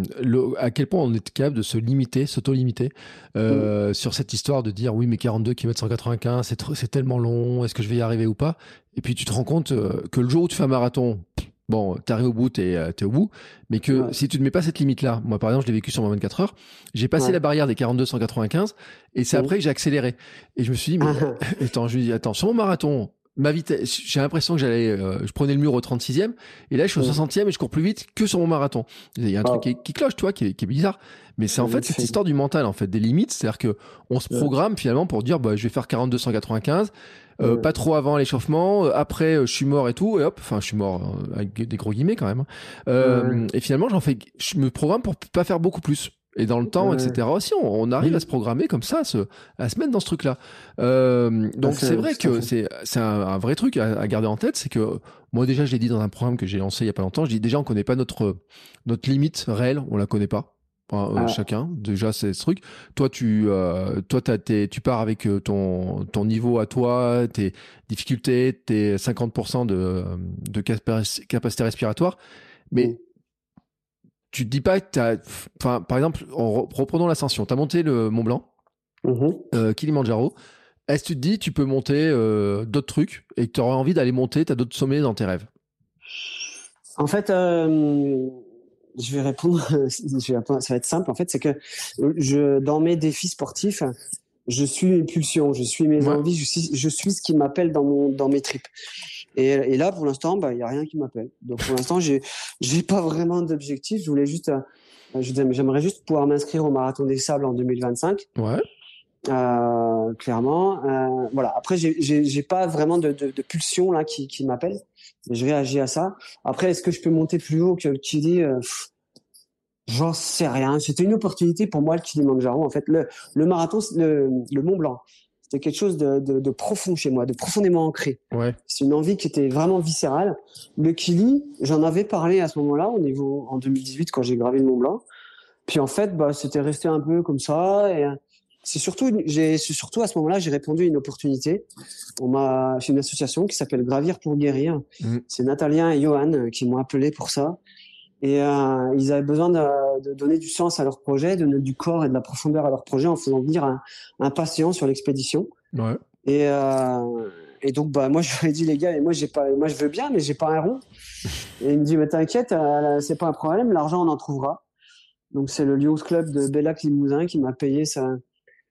à quel point on est capable de se limiter, s'auto-limiter sur cette histoire de dire oui, mais 42 km 195, c'est tellement long, est-ce que je vais y arriver ou pas? Et puis tu te rends compte que le jour où tu fais un marathon, bon, t'arrives au bout, t'es au bout, mais que si tu ne mets pas cette limite-là, moi par exemple, je l'ai vécu sur mon 24 heures, j'ai passé la barrière des 42-195 et c'est après que j'ai accéléré. Et je me suis dit, mais attends, sur mon marathon, ma vitesse, j'ai l'impression que je prenais le mur au 36e et là je suis au 60e et je cours plus vite que sur mon marathon. Il y a un truc qui cloche, tu vois, qui est bizarre. Mais c'est en fait cette histoire du mental, en fait, des limites, c'est-à-dire que on se programme finalement pour dire, bah, je vais faire 42-195. Pas trop avant l'échauffement, après je suis mort et tout, et hop, enfin je suis mort avec des gros guillemets quand même. Et finalement je me programme pour pas faire beaucoup plus. Et dans le temps, etc. aussi, on arrive à se programmer comme ça, à se mettre dans ce truc-là. Donc c'est vrai que c'est un vrai truc à garder en tête, c'est que moi déjà je l'ai dit dans un programme que j'ai lancé il y a pas longtemps, je dis déjà on connaît pas notre limite réelle, on la connaît pas. Chacun, déjà c'est ce truc. Toi tu pars avec ton niveau à toi, tes difficultés, tes 50% de capacité respiratoire, mais tu te dis pas que enfin par exemple, reprenons l'ascension, t'as monté le Mont Blanc, Kilimandjaro. Est-ce que tu te dis tu peux monter d'autres trucs et que tu auras envie d'aller monter, t'as d'autres sommets dans tes rêves? En fait, je vais répondre, ça va être simple. En fait, c'est que dans mes défis sportifs, je suis mes pulsions, je suis mes envies, je suis ce qui m'appelle dans mes tripes. Et là, pour l'instant, bah, y a rien qui m'appelle. Donc, pour l'instant, j'ai pas vraiment d'objectif. Je voulais juste, j'aimerais juste pouvoir m'inscrire au Marathon des Sables en 2025. Ouais. Clairement. Voilà. Après, j'ai pas vraiment de pulsion là qui m'appelle. Je réagis à ça. Après, est-ce que je peux monter plus haut que le Kili? J'en sais rien. C'était une opportunité pour moi, le Kilimandjaro. En fait, le marathon, le Mont Blanc, c'était quelque chose de profond chez moi, de profondément ancré. Ouais. C'est une envie qui était vraiment viscérale. Le Kili, j'en avais parlé à ce moment-là, en 2018, quand j'ai gravé le Mont Blanc. Puis en fait, bah, c'était resté un peu comme ça. Et c'est surtout à ce moment-là, j'ai répondu à une opportunité. C'est une association qui s'appelle Gravir pour guérir. C'est Natalien et Johan qui m'ont appelé pour ça. Et ils avaient besoin de donner du sens à leur projet, de donner du corps et de la profondeur à leur projet en faisant venir un patient sur l'expédition. Ouais. Et donc bah moi je leur ai dit les gars, moi je veux bien mais j'ai pas un rond. Et il me dit mais t'inquiète, c'est pas un problème, l'argent on en trouvera. Donc c'est le Lions Club de Bellac Limousin qui m'a payé ce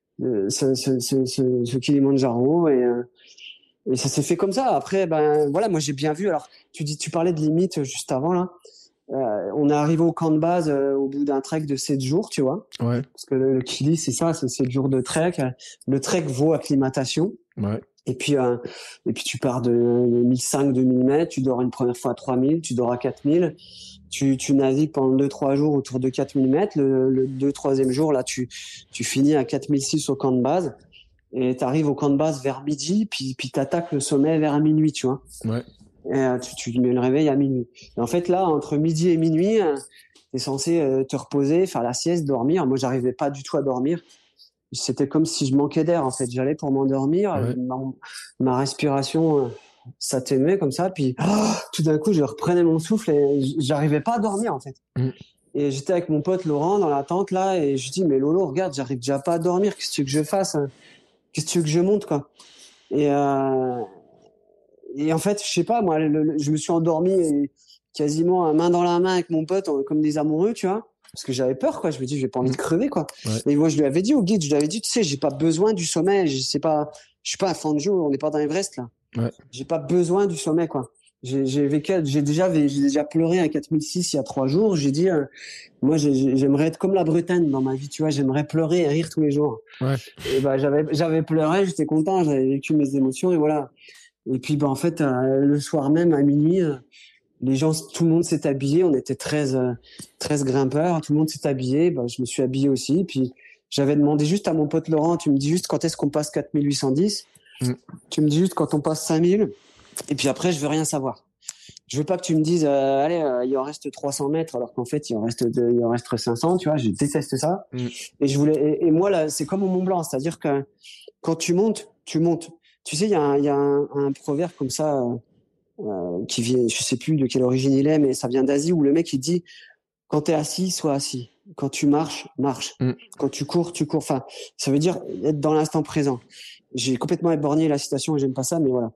Kilimandjaro et ça s'est fait comme ça. Après ben voilà, moi j'ai bien vu. Alors tu parlais de limites juste avant là. On est arrivé au camp de base au bout d'un trek de 7 jours, tu vois. Ouais. Parce que le Kili, c'est ça, c'est 7 jours de trek. Le trek vaut acclimatation. Ouais. Et puis tu pars de 1500, 2000 mètres, tu dors une première fois à 3000, tu dors à 4000. Tu navigues pendant 2-3 jours autour de 4000 mètres. Le 2-3e jour, là, tu finis à 4006 au camp de base. Et t'arrives au camp de base vers midi, puis t'attaques le sommet vers minuit, tu vois. Ouais. Et tu mets le réveil à minuit. Et en fait, là, entre midi et minuit, t'es censé te reposer, faire la sieste, dormir. Moi, j'arrivais pas du tout à dormir. C'était comme si je manquais d'air, en fait. J'allais pour m'endormir. Ouais. Ma respiration s'atténuait comme ça. Puis, tout d'un coup, je reprenais mon souffle et j'arrivais pas à dormir, en fait. Et j'étais avec mon pote Laurent dans la tente, là, et je dis, mais Lolo, regarde, j'arrive déjà pas à dormir. Qu'est-ce que tu veux que je fasse? Qu'est-ce que tu veux que je monte, quoi? Et en fait, je sais pas, moi, je me suis endormi quasiment à main dans la main avec mon pote, comme des amoureux, tu vois. Parce que j'avais peur, quoi. Je me dis, j'ai pas envie de crever, quoi. Ouais. Et moi, je lui avais dit au guide, tu sais, j'ai pas besoin du sommet. Je suis pas un fan de jeu, on n'est pas dans Everest, là. Ouais. J'ai pas besoin du sommet, quoi. J'ai déjà pleuré à 4006 il y a 3 jours. J'ai dit, moi, j'aimerais être comme la Bretagne dans ma vie, tu vois. J'aimerais pleurer et rire tous les jours. Ouais. Et bah, j'avais pleuré, j'étais content, j'avais vécu mes émotions et voilà. Et puis, bah, en fait, le soir même, à minuit, tout le monde s'est habillé. On était 13 grimpeurs. Tout le monde s'est habillé. Bah, je me suis habillé aussi. Puis, j'avais demandé juste à mon pote Laurent, tu me dis juste quand est-ce qu'on passe 4810. Tu me dis juste quand on passe 5000. Et puis après, je veux rien savoir. Je veux pas que tu me dises, allez, il en reste 300 mètres, alors qu'en fait, il en reste 500, tu vois. Je déteste ça. Et moi, là, c'est comme au Mont Blanc. C'est-à-dire que quand tu montes, tu montes. Tu sais, il y a un proverbe comme ça, qui vient, je sais plus de quelle origine il est, mais ça vient d'Asie, où le mec, il dit, quand t'es assis, sois assis. Quand tu marches, marche. Quand tu cours, tu cours. Enfin, ça veut dire être dans l'instant présent. J'ai complètement éborgné la citation et j'aime pas ça, mais voilà.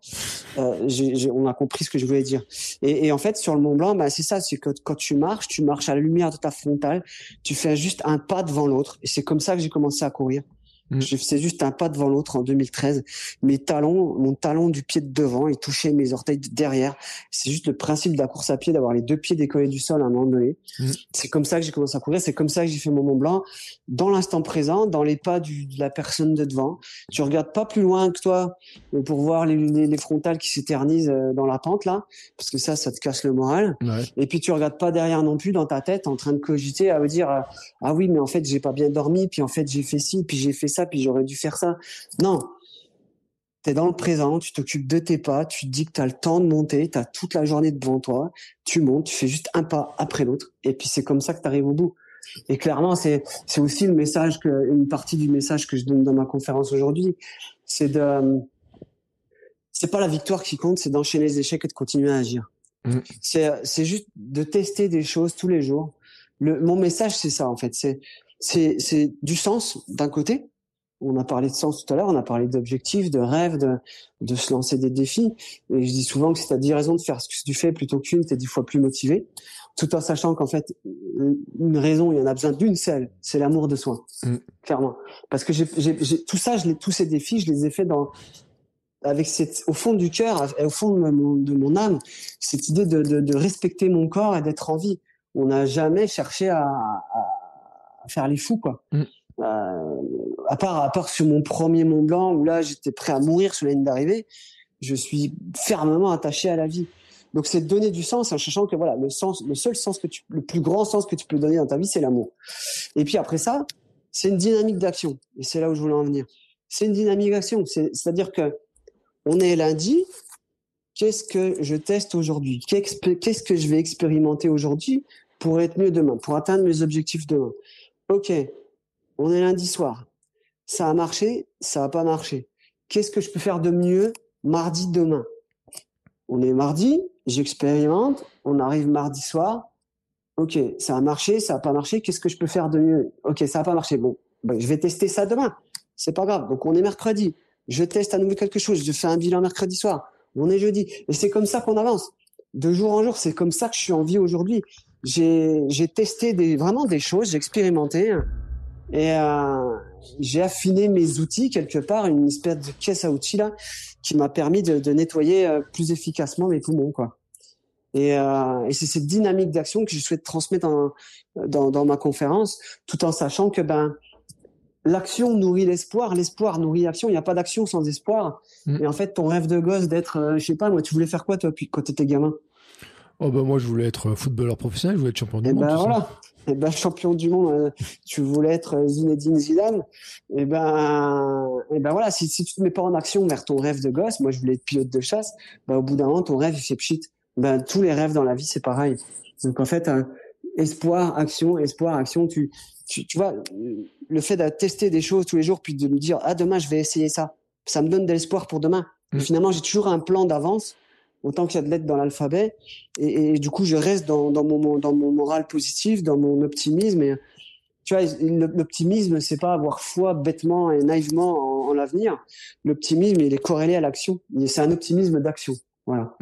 On a compris ce que je voulais dire. Et en fait, sur le Mont Blanc, bah, c'est ça, c'est que quand tu marches à la lumière de ta frontale, tu fais juste un pas devant l'autre. Et c'est comme ça que j'ai commencé à courir. C'est juste un pas devant l'autre en 2013. Mon talon du pied de devant, il touchait mes orteils de derrière. C'est juste le principe de la course à pied, d'avoir les 2 pieds décollés du sol à un moment donné. C'est comme ça que j'ai commencé à courir. C'est comme ça que j'ai fait mon Mont Blanc, dans l'instant présent, dans les pas de la personne de devant. Tu regardes pas plus loin que toi pour voir les frontales qui s'éternisent dans la pente là, parce que ça te casse le moral. Ouais. Et puis tu regardes pas derrière non plus dans ta tête en train de cogiter à me dire ah oui, mais en fait j'ai pas bien dormi, puis en fait j'ai fait ci, puis j'ai fait ça, puis j'aurais dû faire ça. Non, t'es dans le présent, tu t'occupes de tes pas, tu te dis que t'as le temps de monter, t'as toute la journée devant toi, tu montes, tu fais juste un pas après l'autre, et puis c'est comme ça que t'arrives au bout. Et clairement, c'est aussi une partie du message que je donne dans ma conférence aujourd'hui, c'est pas la victoire qui compte, c'est d'enchaîner les échecs et de continuer à agir. C'est juste de tester des choses tous les jours. Mon message, c'est ça en fait, c'est du sens d'un côté. On a parlé de sens tout à l'heure, on a parlé d'objectifs, de rêves, de se lancer des défis. Et je dis souvent que si tu as 10 raisons de faire ce que tu fais plutôt qu'une, tu es 10 fois plus motivé. Tout en sachant qu'en fait, une raison, il y en a besoin d'une seule, c'est l'amour de soi. Clairement. Parce que tous ces défis, je les ai faits avec au fond du cœur, au fond de mon âme, cette idée de respecter mon corps et d'être en vie. On n'a jamais cherché à faire les fous, quoi. À part sur mon premier Mont Blanc où là j'étais prêt à mourir sur la ligne d'arrivée, je suis fermement attaché à la vie. Donc c'est de donner du sens en sachant que voilà, le plus grand sens que tu peux donner dans ta vie, c'est l'amour. Et puis après ça, c'est une dynamique d'action. Et c'est là où je voulais en venir. C'est une dynamique d'action. C'est-à-dire que on est lundi. Qu'est-ce que je teste aujourd'hui? Qu'est-ce que je vais expérimenter aujourd'hui pour être mieux demain, pour atteindre mes objectifs demain? Ok. On est lundi soir. Ça a marché, ça a pas marché. Qu'est-ce que je peux faire de mieux mardi demain? On est mardi, j'expérimente, on arrive mardi soir. Ok, ça a marché, ça a pas marché. Qu'est-ce que je peux faire de mieux? Ok, ça a pas marché. Bon, je vais tester ça demain. C'est pas grave. Donc on est mercredi. Je teste à nouveau quelque chose. Je fais un bilan mercredi soir. On est jeudi. Et c'est comme ça qu'on avance. De jour en jour, c'est comme ça que je suis en vie aujourd'hui. J'ai testé vraiment des choses, j'ai expérimenté. Et j'ai affiné mes outils quelque part, une espèce de caisse à outils là, qui m'a permis de nettoyer plus efficacement mes poumons, quoi. Et c'est cette dynamique d'action que je souhaite transmettre dans ma conférence, tout en sachant que l'action nourrit l'espoir nourrit l'action. Il n'y a pas d'action sans espoir. Et en fait, ton rêve de gosse d'être, je sais pas, moi, tu voulais faire quoi toi quand t'étais gamin? Oh moi je voulais être footballeur professionnel, je voulais être champion du monde. Voilà. Champion du monde, tu voulais être Zinedine Zidane. Et voilà, si tu te mets pas en action vers ton rêve de gosse, moi je voulais être pilote de chasse, au bout d'un moment ton rêve il fait pchit. Tous les rêves dans la vie c'est pareil. Donc en fait, espoir, action, tu vois, le fait de tester des choses tous les jours puis de me dire demain je vais essayer ça me donne de l'espoir pour demain. Et finalement j'ai toujours un plan d'avance. Autant qu'il y a de lettres dans l'alphabet, et du coup je reste dans mon moral positif, dans mon optimisme. Et tu vois, l'optimisme c'est pas avoir foi bêtement et naïvement en l'avenir. L'optimisme il est corrélé à l'action. C'est un optimisme d'action. Voilà.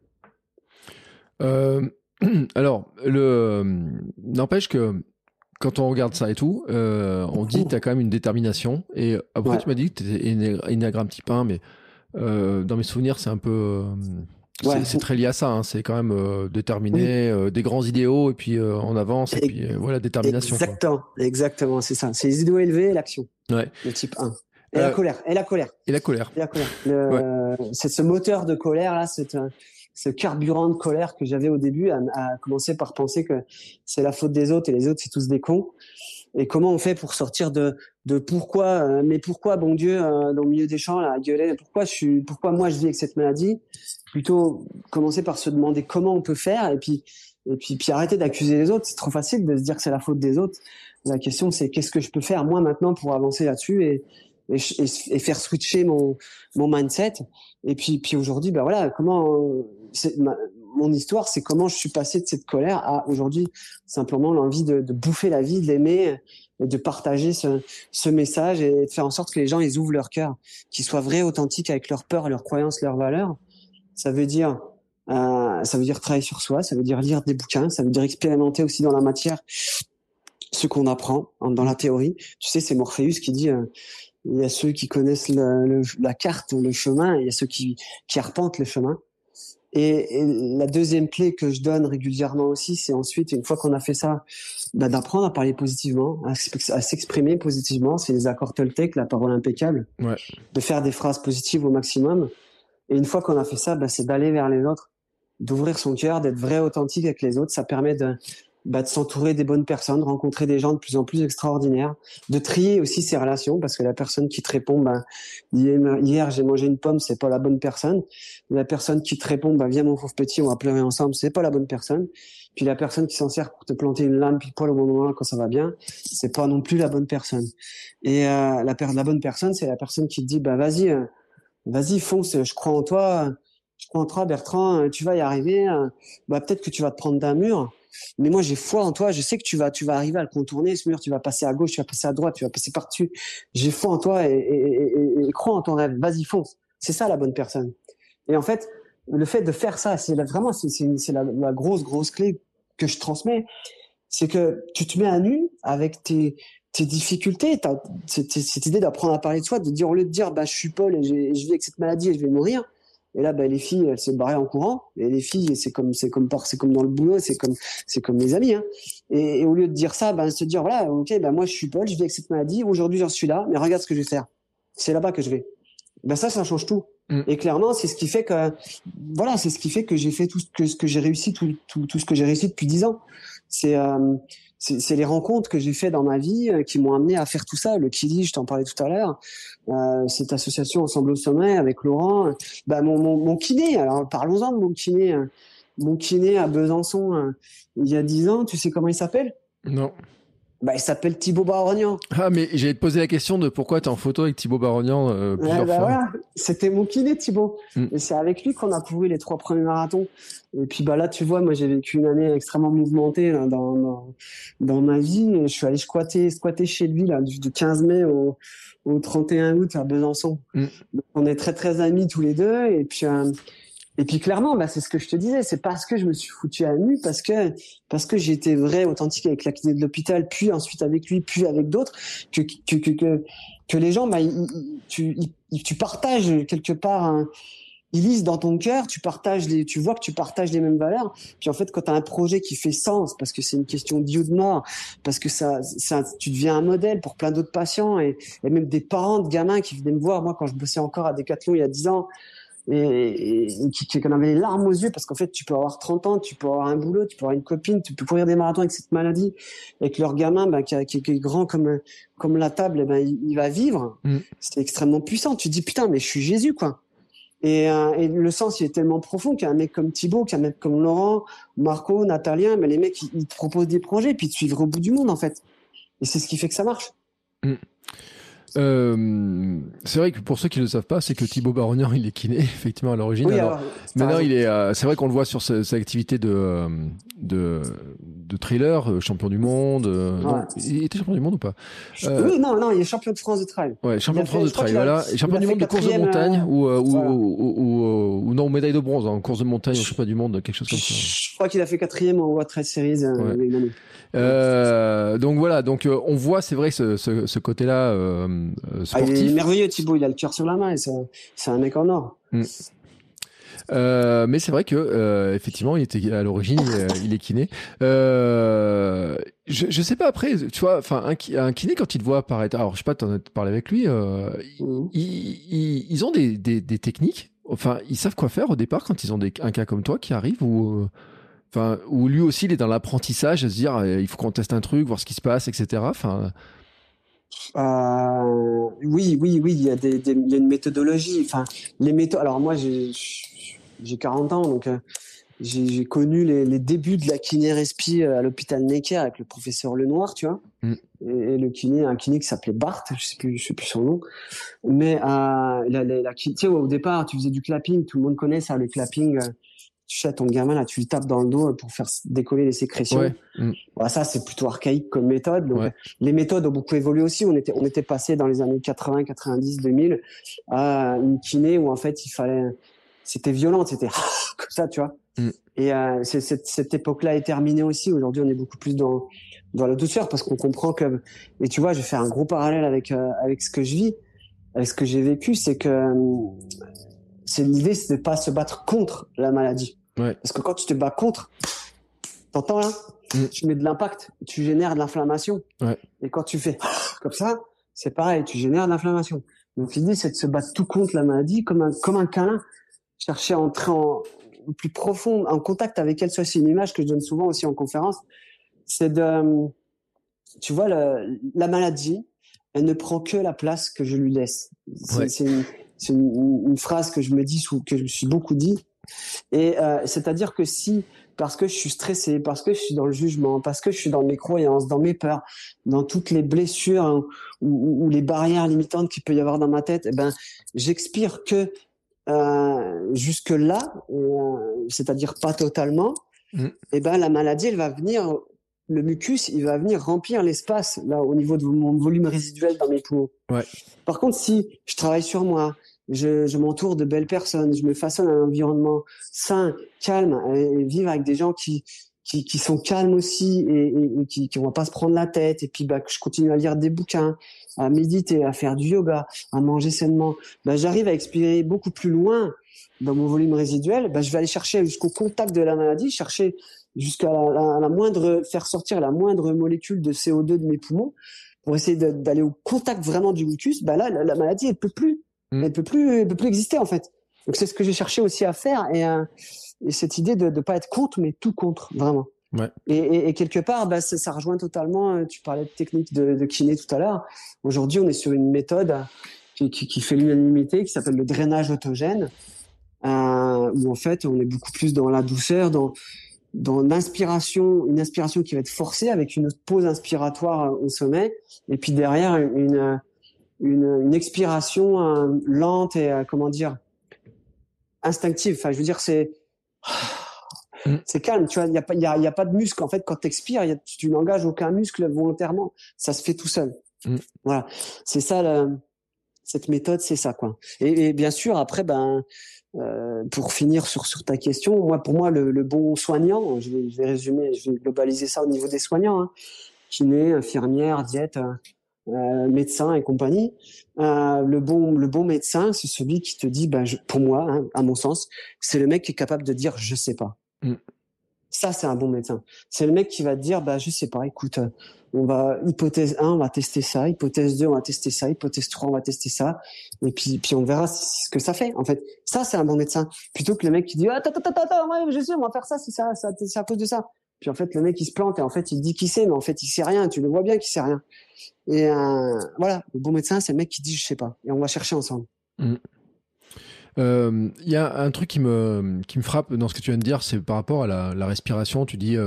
Alors n'empêche que quand on regarde ça et tout, on dit que tu as quand même une détermination. Et après tu m'as dit que tu étais Enneagramme type 1, mais dans mes souvenirs c'est un peu c'est très lié à ça. Hein. C'est quand même déterminé, des grands idéaux et puis on avance et puis voilà, détermination. Exactement, c'est ça. C'est les idéaux élevés et l'action. Ouais. Le type 1. Et la colère. C'est ce moteur de colère là, ce carburant de colère que j'avais au début, à commencer par penser que c'est la faute des autres et les autres c'est tous des cons. Et comment on fait pour sortir de pourquoi, mais pourquoi, bon Dieu, dans le milieu des champs, là, à gueuler, pourquoi moi je vis avec cette maladie? Plutôt commencer par se demander comment on peut faire, et puis arrêter d'accuser les autres. C'est trop facile de se dire que c'est la faute des autres. La question, c'est qu'est-ce que je peux faire moi maintenant pour avancer là-dessus et faire switcher mon mindset. Et puis aujourd'hui, ben voilà, mon histoire, c'est comment je suis passé de cette colère à aujourd'hui simplement l'envie de bouffer la vie, de l'aimer, et de partager ce message et de faire en sorte que les gens ils ouvrent leur cœur, qu'ils soient vrais, authentiques avec leurs peurs, leurs croyances, leurs valeurs. Ça veut dire travailler sur soi, ça veut dire lire des bouquins, ça veut dire expérimenter aussi dans la matière ce qu'on apprend dans la théorie. Tu sais, c'est Morpheus qui dit il y a ceux qui connaissent la carte, le chemin, et il y a ceux qui arpentent le chemin. Et la deuxième clé que je donne régulièrement aussi, c'est ensuite, une fois qu'on a fait ça, d'apprendre à parler positivement, à s'exprimer positivement. C'est les accords Toltec, la parole impeccable. Ouais. De faire des phrases positives au maximum. Et une fois qu'on a fait ça, c'est d'aller vers les autres, d'ouvrir son cœur, d'être vrai, authentique avec les autres. Ça permet de s'entourer des bonnes personnes, rencontrer des gens de plus en plus extraordinaires, de trier aussi ses relations, parce que la personne qui te répond, hier j'ai mangé une pomme, c'est pas la bonne personne. La personne qui te répond, viens mon pauvre petit, on va pleurer ensemble, c'est pas la bonne personne. Puis la personne qui s'en sert pour te planter une lame pile poil au bon moment quand ça va bien, c'est pas non plus la bonne personne. Et la bonne personne, c'est la personne qui te dit, vas-y fonce, je crois en toi Bertrand, tu vas y arriver, peut-être que tu vas te prendre d'un mur. Mais moi, j'ai foi en toi. Je sais que tu vas arriver à le contourner, ce mur. Tu vas passer à gauche, tu vas passer à droite, tu vas passer par-dessus. J'ai foi en toi et crois en ton rêve. Vas-y, fonce. C'est ça, la bonne personne. Et en fait, le fait de faire ça, c'est la grosse clé que je transmets. C'est que tu te mets à nu avec tes difficultés. Cette idée d'apprendre à parler de soi, de dire, au lieu de dire, je suis Paul et je vis avec cette maladie et je vais mourir. Et là, les filles, elles se barraient en courant. Et les filles, c'est comme dans le boulot, c'est comme les amis, hein. Et au lieu de dire ça, se dire, voilà, ok, moi, je suis Paul, je vis avec cette maladie. Aujourd'hui, j'en suis là, mais regarde ce que je vais faire. C'est là-bas que je vais. Ça change tout. Et clairement, c'est ce qui fait que j'ai fait tout ce que j'ai réussi, tout ce que j'ai réussi depuis 10 ans. C'est les rencontres que j'ai fait dans ma vie qui m'ont amené à faire tout ça. Le Kili, je t'en parlais tout à l'heure. Cette association Ensemble au sommet avec Laurent. Mon kiné, alors parlons-en de mon kiné. Mon kiné à Besançon, il y a 10 ans, tu sais comment il s'appelle? Non. Il s'appelle Thibaut Barognan. Ah, mais j'allais te poser la question de pourquoi tu es en photo avec Thibaut Barognan plusieurs fois. Voilà. C'était mon kiné, Thibaut. Et c'est avec lui qu'on a couru les 3 premiers marathons. Et puis là, tu vois, moi j'ai vécu une année extrêmement mouvementée là, dans ma vie. Et je suis allé squatter chez lui là, du 15 mai au 31 août à Besançon. Donc, on est très très amis tous les deux. Et puis clairement, c'est ce que je te disais, c'est parce que je me suis foutu à nu, parce que j'étais vrai, authentique avec la kiné de l'hôpital, puis ensuite avec lui, puis avec d'autres, que les gens, tu partages quelque part, ils lisent dans ton cœur, tu vois que tu partages les mêmes valeurs. Puis en fait, quand tu as un projet qui fait sens, parce que c'est une question de vie ou de mort, parce que tu deviens un modèle pour plein d'autres patients et même des parents de gamins qui venaient me voir, moi quand je bossais encore à Decathlon il y a 10 ans, et qui en avait les larmes aux yeux, parce qu'en fait tu peux avoir 30 ans, tu peux avoir un boulot, tu peux avoir une copine, tu peux courir des marathons avec cette maladie, et que leur gamin qui est grand comme la table, il va vivre. C'est extrêmement puissant. Tu te dis putain, mais je suis Jésus quoi. Et le sens il est tellement profond qu'un mec comme Thibaut, qu'un mec comme Laurent, Marco, Natalien, les mecs ils te proposent des projets puis ils te suivent au bout du monde en fait. Et c'est ce qui fait que ça marche. C'est vrai que pour ceux qui ne le savent pas, c'est que Thibaut Barognan, il est kiné effectivement à l'origine. Oui, maintenant, c'est vrai qu'on le voit sur sa activité de trailer, champion du monde. Non, il était champion du monde ou pas? Oui, non, il est champion de France de trail. Ouais, champion de France de trail, voilà. Et champion du monde de course de montagne ou non, médaille de bronze en course de montagne au championnat du monde, quelque chose comme ça. Je crois qu'il a fait 4e en World Trail Series. Donc voilà, on voit, c'est vrai, ce côté-là sportif. Il est merveilleux, Thibaut. Il a le cœur sur la main. Et c'est un mec en or. Mais c'est vrai que effectivement, il était à l'origine, il est kiné. Je sais pas après, tu vois, enfin un kiné quand il te voit apparaître, alors je sais pas, t'en as parlé avec lui, ils ont des techniques. Enfin, ils savent quoi faire au départ quand ils ont un cas comme toi qui arrive ou enfin où lui aussi il est dans l'apprentissage, à se dire il faut qu'on teste un truc, voir ce qui se passe, etc. Enfin. Oui, il y a il y a une méthodologie. Enfin, les méthodes. Alors moi, j'ai 40 ans, donc j'ai connu les débuts de la kiné-respi à l'hôpital Necker avec le professeur Lenoir, tu vois. Et un kiné qui s'appelait Bart, je sais plus son nom. Mais tu sais, au départ, tu faisais du clapping, tout le monde connaît ça, le clapping. Tu sais, ton gamin là, tu lui tapes dans le dos pour faire décoller les sécrétions. Ouais. Voilà, ça c'est plutôt archaïque comme méthode. Donc, ouais. Les méthodes ont beaucoup évolué aussi. On était passé dans les années 80, 90, 2000 à une kiné où en fait c'était violent, c'était comme ça, tu vois. Et cette époque-là est terminée aussi. Aujourd'hui, on est beaucoup plus dans la douceur parce qu'on comprend que. Et tu vois, je vais faire un gros parallèle avec ce que je vis, avec ce que j'ai vécu, c'est que l'idée, c'est de pas se battre contre la maladie. Ouais. Parce que quand tu te bats contre, t'entends là, tu mets de l'impact, tu génères de l'inflammation. Ouais. Et quand tu fais comme ça, c'est pareil, tu génères de l'inflammation. Donc l'idée, c'est de se battre tout contre la maladie comme un câlin, chercher à entrer en plus profond, en contact avec elle. Ça, c'est une image que je donne souvent aussi en conférence. C'est tu vois, la maladie, elle ne prend que la place que je lui laisse. C'est une phrase que je me dis, que je me suis beaucoup dit. Et c'est-à-dire que parce que je suis stressé, parce que je suis dans le jugement, parce que je suis dans mes croyances, dans mes peurs, dans toutes les blessures hein, ou les barrières limitantes qu'il peut y avoir dans ma tête, j'expire que jusque là, c'est-à-dire pas totalement. La maladie, elle va venir, le mucus, il va venir remplir l'espace là au niveau de mon volume résiduel dans mes poumons. Ouais. Par contre, si je travaille sur moi, je m'entoure de belles personnes, je me façonne un environnement sain, calme, et vivre avec des gens qui sont calmes aussi et qui vont pas se prendre la tête. Et puis, je continue à lire des bouquins, à méditer, à faire du yoga, à manger sainement. J'arrive à expirer beaucoup plus loin dans mon volume résiduel. Je vais aller chercher jusqu'au contact de la maladie, chercher jusqu'à faire sortir la moindre molécule de CO2 de mes poumons pour essayer d'aller au contact vraiment du mucus. Là, la maladie, elle peut plus exister en fait. Donc c'est ce que j'ai cherché aussi à faire et cette idée de pas être contre mais tout contre vraiment. Ouais. Et quelque part ça rejoint totalement. Tu parlais de technique de kiné tout à l'heure. Aujourd'hui on est sur une méthode qui fait l'unanimité qui s'appelle le drainage autogène où en fait on est beaucoup plus dans la douceur, dans l'inspiration, une inspiration qui va être forcée avec une pause inspiratoire au sommet et puis derrière une expiration lente et instinctive. Enfin, je veux dire, c'est calme. Tu vois, il y a pas de muscle en fait quand t'expires. Tu n'engages aucun muscle volontairement. Ça se fait tout seul. Voilà, c'est ça. Cette méthode, c'est ça quoi. Et bien sûr, après, pour finir sur ta question, pour moi, le bon soignant, je vais résumer, je vais globaliser ça au niveau des soignants, hein, kiné, infirmière, diète. Médecin et compagnie. Le bon médecin, c'est celui qui te dit, pour moi, hein, à mon sens, c'est le mec qui est capable de dire je sais pas. Ça, c'est un bon médecin. C'est le mec qui va te dire, je sais pas, écoute, hypothèse 1, on va tester ça, hypothèse 2, on va tester ça, hypothèse 3, on va tester ça, et puis on verra ce que ça fait, en fait. Ça, c'est un bon médecin. Plutôt que le mec qui dit, attends, je sais, on va faire ça, c'est à cause de ça. Puis en fait, le mec, il se plante et en fait, il dit qu'il sait, mais en fait, il sait rien. Tu le vois bien qu'il sait rien. Et voilà, le bon médecin, c'est le mec qui dit je sais pas. Et on va chercher ensemble. Il y a un truc qui me frappe dans ce que tu viens de dire, c'est par rapport à la respiration. Tu dis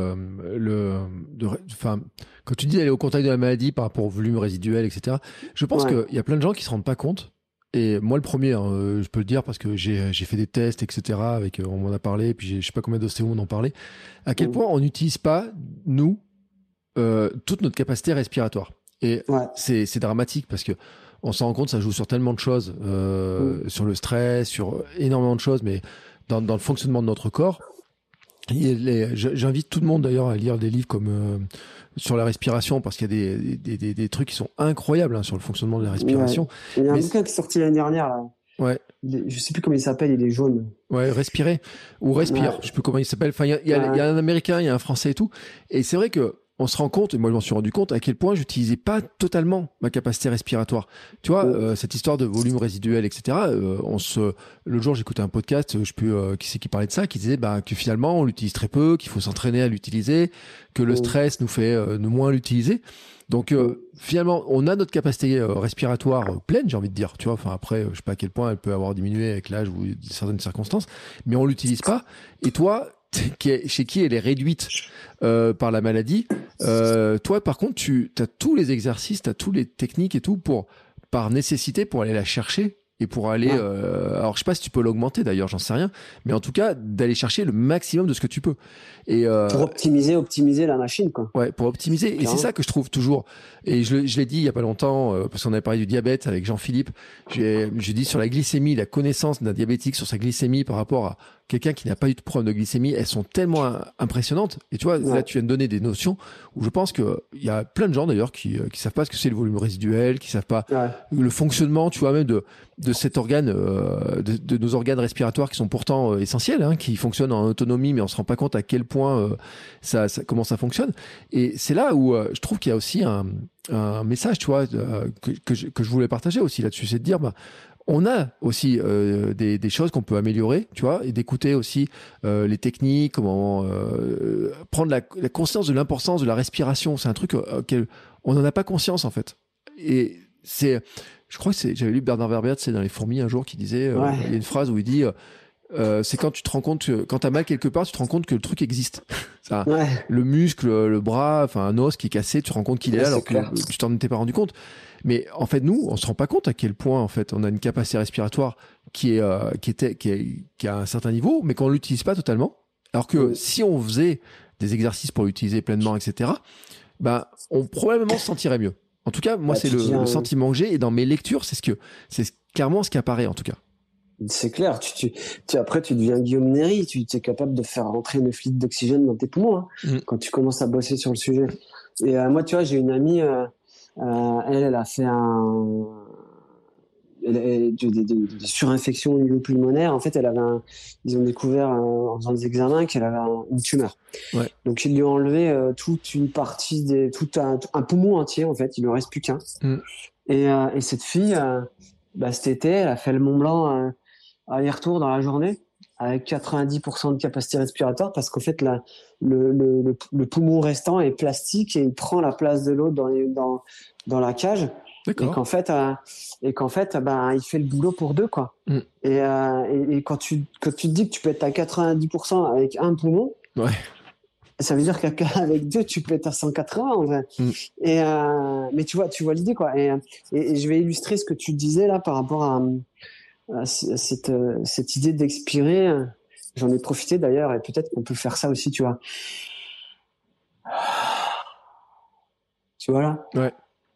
quand tu dis d'aller au contact de la maladie par rapport au volume résiduel, etc. Je pense qu'il y a plein de gens qui se rendent pas compte. Et moi, le premier, hein, je peux le dire parce que j'ai fait des tests, etc. On m'en a parlé, et puis je sais pas combien d'ostéos m'en ont parlé. À quel point on n'utilise pas nous toute notre capacité respiratoire. Et c'est dramatique parce que on s'en rend compte, ça joue sur tellement de choses, sur le stress, sur énormément de choses, mais dans le fonctionnement de notre corps. J'invite tout le monde d'ailleurs à lire des livres comme sur la respiration parce qu'il y a des trucs qui sont incroyables hein, sur le fonctionnement de la respiration. Il y a un bouquin qui est sorti l'année dernière là, Ouais. Je sais plus comment il s'appelle, il est jaune. Ouais, respirer ou respire. Ouais. Je sais plus comment il s'appelle. Enfin, il y a un Américain, il y a un Français et tout. Et c'est vrai que on se rend compte, et moi je m'en suis rendu compte, à quel point j'utilisais pas totalement ma capacité respiratoire. Tu vois, cette histoire de volume résiduel, etc. L'autre jour, j'écoutais un podcast, je sais plus qui c'est qui parlait de ça, qui disait que finalement on l'utilise très peu, qu'il faut s'entraîner à l'utiliser, que le stress nous fait ne moins l'utiliser. Donc finalement, on a notre capacité respiratoire pleine, j'ai envie de dire. Tu vois, enfin après, je sais pas à quel point elle peut avoir diminué avec l'âge ou certaines circonstances, mais on l'utilise pas. Et toi, chez qui elle est réduite par la maladie, toi par contre tu as tous les exercices, tu as toutes les techniques et tout par nécessité pour aller la chercher et pour aller alors je sais pas si tu peux l'augmenter d'ailleurs, j'en sais rien, mais en tout cas d'aller chercher le maximum de ce que tu peux et pour optimiser la machine, quoi. Ouais, pour optimiser. Et c'est ça que je trouve toujours. Et je l'ai dit il y a pas longtemps, parce qu'on avait parlé du diabète avec Jean-Philippe. J'ai dit sur la glycémie, la connaissance d'un diabétique sur sa glycémie par rapport à quelqu'un qui n'a pas eu de problème de glycémie, elles sont tellement impressionnantes. Et tu vois, là, tu viens de donner des notions où je pense que il y a plein de gens d'ailleurs qui savent pas ce que c'est le volume résiduel, qui savent pas le fonctionnement, tu vois, même de cet organe, de nos organes respiratoires qui sont pourtant essentiels, hein, qui fonctionnent en autonomie, mais on se rend pas compte à quel point comment ça fonctionne. Et c'est là où je trouve qu'il y a aussi un message, tu vois, que je voulais partager aussi là-dessus, c'est de dire, on a aussi des choses qu'on peut améliorer, tu vois, et d'écouter aussi les techniques, comment prendre la conscience de l'importance de la respiration. C'est un truc auquel on n'en a pas conscience en fait. Et je crois que j'avais lu Bernard Werber, c'est dans Les Fourmis un jour, qui disait, il y a une phrase où il dit c'est quand tu te rends compte que quand t'as mal quelque part, tu te rends compte que le truc existe. Ça, le muscle, le bras, enfin un os qui est cassé, tu te rends compte qu'il est là alors que tu t'en étais pas rendu compte. Mais en fait, nous, on se rend pas compte à quel point en fait on a une capacité respiratoire qui a un certain niveau, mais qu'on l'utilise pas totalement. Alors que si on faisait des exercices pour l'utiliser pleinement, etc., on probablement se sentirait mieux. En tout cas, moi, c'est le sentiment que j'ai, et dans mes lectures, c'est clairement ce qui apparaît en tout cas. C'est clair. Après, tu deviens Guillaume Néry. Tu es capable de faire rentrer 9 litres d'oxygène dans tes poumons quand tu commences à bosser sur le sujet. Et moi, tu vois, j'ai une amie, elle a fait des surinfections au niveau pulmonaire. En fait, ils ont découvert en faisant des examens qu'elle avait une tumeur. Ouais. Donc, ils lui ont enlevé toute une partie, tout un poumon entier, en fait. Il ne lui reste plus qu'un. Et cette fille, cet été, elle a fait le Mont Blanc aller-retour dans la journée avec 90% de capacité respiratoire parce qu'en fait le poumon restant est plastique et il prend la place de l'autre dans la cage. D'accord. Et qu'en fait il fait le boulot pour deux, quoi. Et quand tu te dis que tu peux être à 90% avec un poumon, ça veut dire qu'avec deux tu peux être à 180 en vrai. Mais tu vois l'idée, quoi. Et je vais illustrer ce que tu disais là par rapport à cette idée d'expirer. J'en ai profité d'ailleurs, et peut-être qu'on peut faire ça aussi, tu vois. Tu vois là ? Ouais.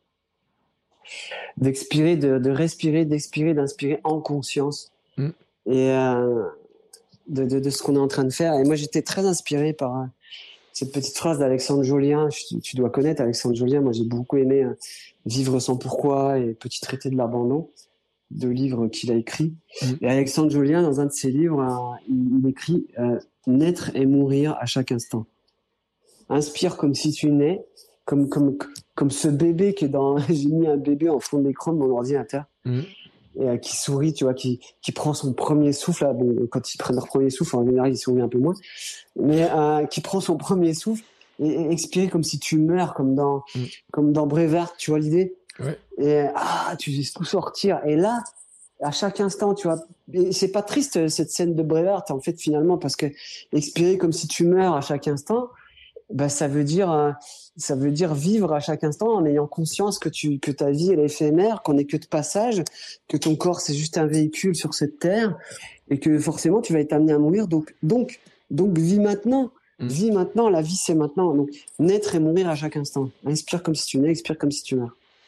D'expirer, de respirer, d'expirer, d'inspirer en conscience. Et de ce qu'on est en train de faire. Et moi, j'étais très inspiré par cette petite phrase d'Alexandre Jolien. Tu dois connaître Alexandre Jolien. Moi, j'ai beaucoup aimé Vivre sans pourquoi et Petit traité de l'abandon, 2 livres qu'il a écrits. Et Alexandre Jolien, dans un de ses livres, il écrit naître et mourir à chaque instant. Inspire comme si tu nais, comme ce bébé qui est dans. J'ai mis un bébé en fond de l'écran de mon ordinateur et qui sourit, tu vois, qui prend son premier souffle. Là, bon, quand ils prennent leur premier souffle, en général, ils sourient un peu moins, mais qui prend son premier souffle et expirer comme si tu meurs, comme dans Braveheart, tu vois l'idée. Ouais. Et tu laisses tout sortir. Et là, à chaque instant, tu vois, et c'est pas triste cette scène de Braveheart en fait finalement, parce que expirer comme si tu meurs à chaque instant, ça veut dire vivre à chaque instant en ayant conscience que ta vie elle est éphémère, qu'on n'est que de passage, que ton corps c'est juste un véhicule sur cette terre et que forcément tu vas être amené à mourir. Donc vis maintenant. Vis maintenant, la vie c'est maintenant. Donc naître et mourir à chaque instant. Inspire comme si tu nais, expire comme si tu meurs.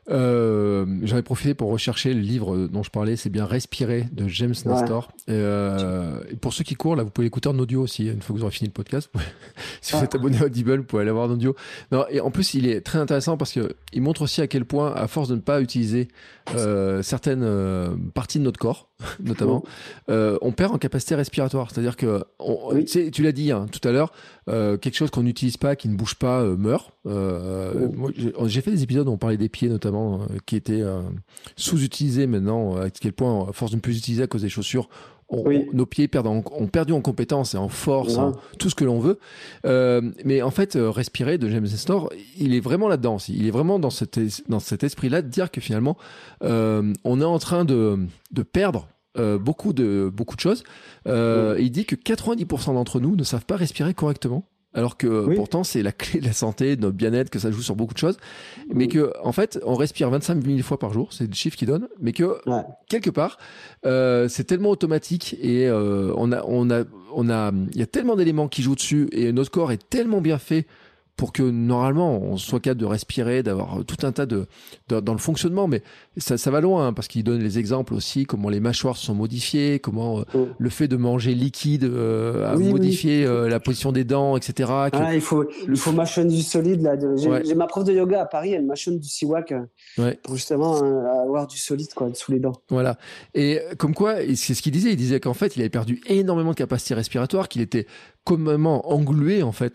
J'en ai profité pour rechercher le livre dont je parlais, c'est bien Respirer de James Nestor. Et pour ceux qui courent, là, vous pouvez l'écouter en audio aussi, une fois que vous aurez fini le podcast. Si vous êtes abonné à Audible, vous pouvez aller voir en audio. Non, et en plus, il est très intéressant parce qu'il montre aussi à quel point, à force de ne pas utiliser certaines parties de notre corps, notamment, on perd en capacité respiratoire. C'est-à-dire que, tu l'as dit tout à l'heure, quelque chose qu'on n'utilise pas, qui ne bouge pas, meurt. Moi, j'ai fait des épisodes où on parlait des pieds notamment, qui étaient sous-utilisés maintenant, à quel point, à force de ne plus utiliser à cause des chaussures, nos pieds ont perdu en compétence et en force, en tout ce que l'on veut. Mais en fait, Respirer de James Nestor, il est vraiment là-dedans aussi. Il est vraiment dans cet esprit-là de dire que finalement, on est en train de perdre beaucoup de choses. Il dit que 90% d'entre nous ne savent pas respirer correctement. Alors que pourtant c'est la clé de la santé, de notre bien-être, que ça joue sur beaucoup de choses, mais que en fait on respire 25 000 fois par jour, c'est le chiffre qu'il donne, mais que quelque part c'est tellement automatique et il y a tellement d'éléments qui jouent dessus et notre corps est tellement bien fait pour que normalement on soit capable de respirer, d'avoir tout un tas dans le fonctionnement, mais ça va loin parce qu'il donne les exemples aussi, comment les mâchoires se sont modifiées, comment le fait de manger liquide a modifié la position des dents, etc. Il faut mâchonner du solide là. J'ai ma prof de yoga à Paris, elle mâchonne du siwak pour justement avoir du solide sous les dents. Voilà. Et comme quoi, c'est ce qu'il disait. Il disait qu'en fait, il avait perdu énormément de capacité respiratoire, qu'il était complètement englué en fait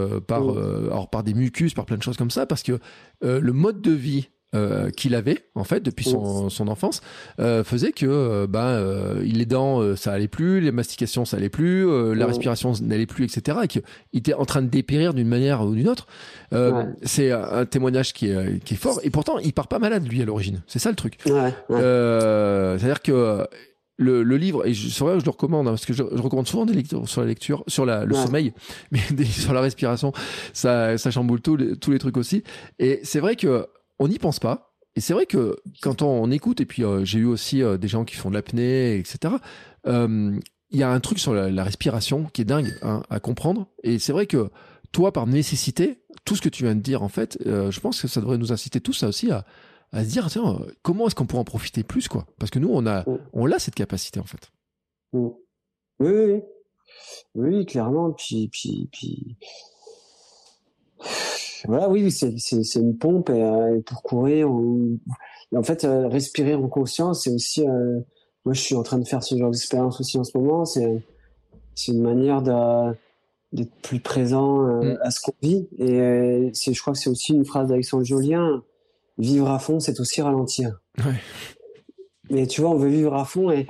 par des mucus, par plein de choses comme ça, parce que le mode de vie qu'il avait en fait depuis son enfance faisait que les dents ça allait plus, les mastications ça allait plus, la respiration n'allait plus, etc. Et qu'il était en train de dépérir d'une manière ou d'une autre. C'est un témoignage qui est fort, et pourtant il part pas malade lui à l'origine. C'est ça le truc. C'est-à-dire que le livre, et c'est vrai que je le recommande, parce que je recommande souvent des lectures sur la lecture, sur le sommeil, mais sur la respiration, ça chamboule tous les trucs aussi. Et c'est vrai que on n'y pense pas. Et c'est vrai que quand on écoute, et puis j'ai eu aussi des gens qui font de l'apnée, etc. Il y a un truc sur la respiration qui est dingue à comprendre. Et c'est vrai que toi, par nécessité, tout ce que tu viens de dire, en fait, je pense que ça devrait nous inciter tous aussi à se dire, tiens, comment est-ce qu'on pourrait en profiter plus, quoi? Parce que nous, on a cette capacité, en fait. Oui, clairement. Puis... Voilà, c'est une pompe et pour courir. Et en fait, respirer en conscience, c'est aussi... moi, je suis en train de faire ce genre d'expérience aussi en ce moment. C'est une manière d'être plus présent à ce qu'on vit. Et je crois que c'est aussi une phrase d'Alexandre Jolien. Vivre à fond, c'est aussi ralentir. Mais tu vois, on veut vivre à fond et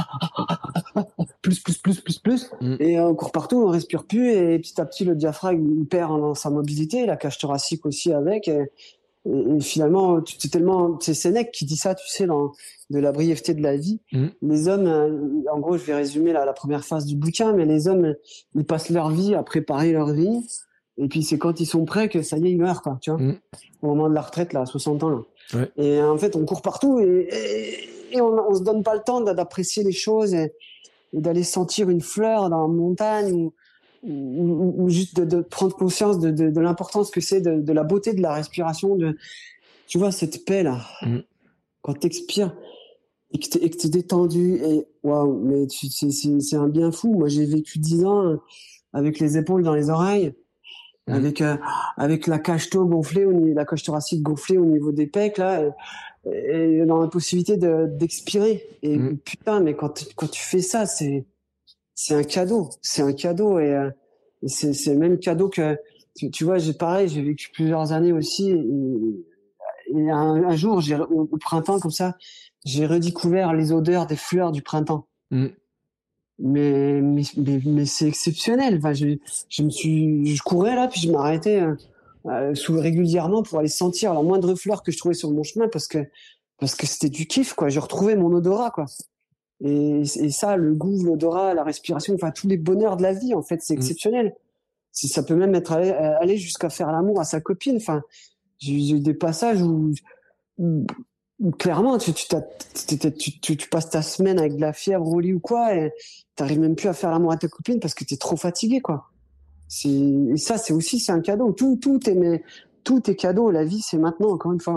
plus. Et on court partout, on respire plus, et petit à petit, le diaphragme il perd dans sa mobilité, la cage thoracique aussi avec. Et finalement, c'est Sénèque qui dit ça, tu sais, de la brièveté de la vie. Les hommes, en gros, je vais résumer la première phase du bouquin, mais les hommes, ils passent leur vie à préparer leur vie. Et puis, c'est quand ils sont prêts que ça y est, ils meurent, quoi, tu vois. Au moment de la retraite, là, à 60 ans, là. Et en fait, on court partout et on se donne pas le temps d'apprécier les choses et d'aller sentir une fleur dans la montagne ou juste de prendre conscience de l'importance que c'est de la beauté de la respiration, tu vois, cette paix, là. Quand t'expires et que t'es détendu et waouh, mais c'est un bien fou. Moi, j'ai vécu 10 ans avec les épaules dans les oreilles. Avec la cage gonflée, la cage thoracique gonflée au niveau des pecs là, et dans la possibilité d'expirer. Et putain, mais quand tu fais ça, c'est un cadeau, et c'est le même cadeau que tu vois. J'ai vécu plusieurs années aussi, et un jour, au printemps comme ça, j'ai redécouvert les odeurs des fleurs du printemps. Mais c'est exceptionnel. Enfin, je courais là, puis je m'arrêtais régulièrement pour aller sentir la moindre fleur que je trouvais sur mon chemin, parce que c'était du kiff, quoi. Je retrouvais mon odorat, quoi. Et ça, le goût, l'odorat, la respiration, enfin tous les bonheurs de la vie, en fait, c'est exceptionnel. Ça peut même être aller jusqu'à faire l'amour à sa copine. Enfin, j'ai eu des passages où clairement, tu passes ta semaine avec de la fièvre au lit ou quoi, et t'arrives même plus à faire l'amour à ta copine parce que t'es trop fatigué, quoi. Et ça, c'est un cadeau. Tout est cadeau. La vie, c'est maintenant, encore une fois.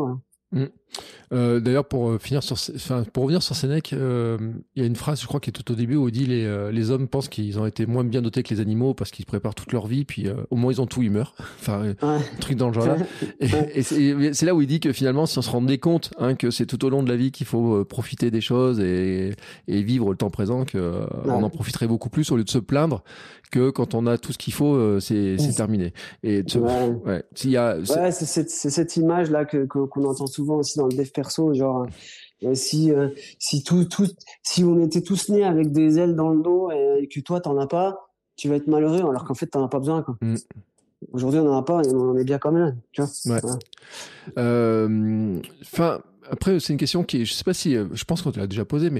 D'ailleurs, pour revenir sur Sénèque, il y a une phrase, je crois, qui est tout au début où il dit les hommes pensent qu'ils ont été moins bien dotés que les animaux parce qu'ils préparent toute leur vie, puis au moins ils ont tout, ils meurent. Enfin, un truc dans le genre là. Et c'est là où il dit que finalement, si on se rendait compte que c'est tout au long de la vie qu'il faut profiter des choses et vivre le temps présent, on en profiterait beaucoup plus au lieu de se plaindre que quand on a tout ce qu'il faut, c'est terminé. Et c'est cette image là qu'on entend souvent aussi dans le dev perso, genre si on était tous nés avec des ailes dans le dos et que toi t'en as pas, tu vas être malheureux, alors qu'en fait t'en as pas besoin, quoi. Aujourd'hui on en a pas et on est bien comme là, tu vois. Enfin, après c'est une question qui, je sais pas si, je pense qu'on te l'a déjà posée, mais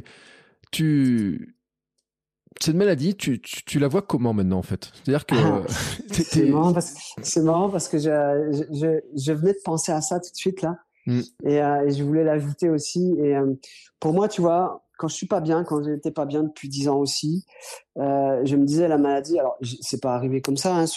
cette maladie, tu la vois comment maintenant, en fait? C'est-à-dire que c'est marrant parce que je venais de penser à ça tout de suite là, et je voulais l'ajouter aussi. Et pour moi, tu vois, quand je suis pas bien, quand j'étais pas bien depuis 10 ans aussi, je me disais la maladie. Alors, c'est pas arrivé comme ça,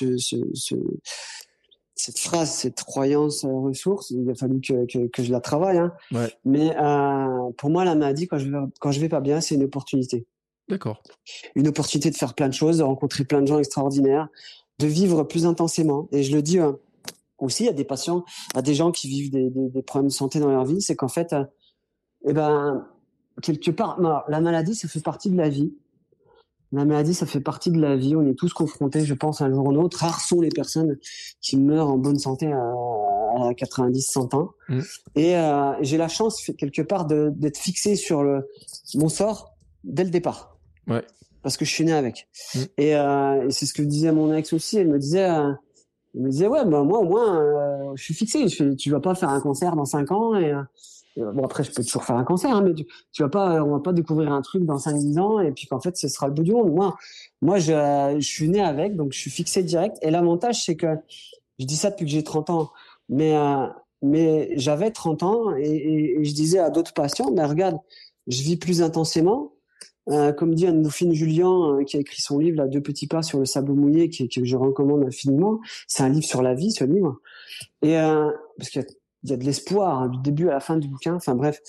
cette phrase, cette croyance ressource. Il a fallu que je la travaille, Ouais. Mais pour moi, la maladie, quand je vais pas bien, c'est une opportunité. D'accord. Une opportunité de faire plein de choses, de rencontrer plein de gens extraordinaires, de vivre plus intensément. Et je le dis aussi à des patients, à des gens qui vivent des problèmes de santé dans leur vie, c'est qu'en fait, quelque part, la maladie, ça fait partie de la vie. La maladie, ça fait partie de la vie. On est tous confrontés, je pense, un jour ou un autre. Rares sont les personnes qui meurent en bonne santé à 90, 100 ans. Et j'ai la chance, quelque part, d'être fixé sur mon sort dès le départ. Ouais. Parce que je suis né avec. Et c'est ce que disait mon ex aussi. Elle me disait ouais, bah moi au moins je suis fixé. Tu vas pas faire un concert dans 5 ans et bon après je peux toujours faire un concert, mais tu vas pas, on va pas découvrir un truc dans 5-10 ans et puis qu'en fait ce sera le bout du monde. Moi je suis né avec, donc je suis fixé direct. Et l'avantage c'est que je dis ça depuis que j'ai 30 ans, mais j'avais 30 ans et je disais à d'autres patients, mais regarde, je vis plus intensément. Comme dit Anne-Dauphine Julien, qui a écrit son livre, là, 2 petits pas sur le sable mouillé, que je recommande infiniment. C'est un livre sur la vie, ce livre. Et parce qu'il y a de l'espoir, du début à la fin du bouquin. Enfin bref,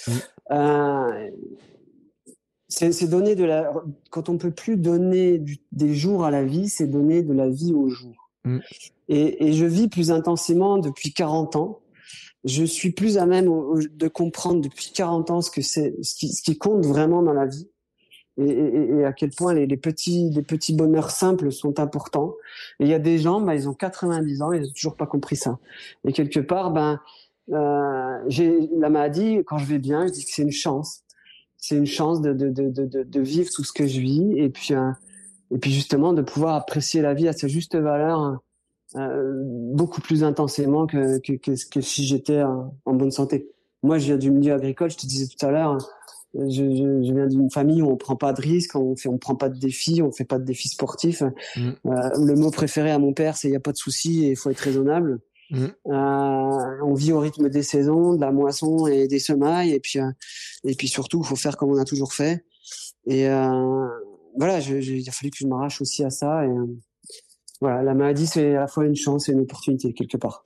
c'est donner quand on peut plus donner des jours à la vie, c'est donner de la vie aux jours. Et je vis plus intensément depuis 40 ans. Je suis plus à même de comprendre depuis 40 ans ce qui compte vraiment dans la vie. Et à quel point les petits bonheurs simples sont importants. Et il y a des gens, ils ont 90 ans, ils n'ont toujours pas compris ça. Et quelque part, j'ai la maladie, quand je vais bien, je dis que c'est une chance. C'est une chance de vivre tout ce que je vis, et puis justement de pouvoir apprécier la vie à sa juste valeur, beaucoup plus intensément que si j'étais en bonne santé. Moi, je viens du milieu agricole, je te disais tout à l'heure. Je viens d'une famille où on prend pas de risques, on prend pas de défis, on fait pas de défis sportifs. Le mot préféré à mon père, c'est il y a pas de souci et il faut être raisonnable. On vit au rythme des saisons, de la moisson et des semailles, et puis surtout, il faut faire comme on a toujours fait. Et voilà, il a fallu que je m'arrache aussi à ça. Et voilà, la maladie, c'est à la fois une chance et une opportunité quelque part.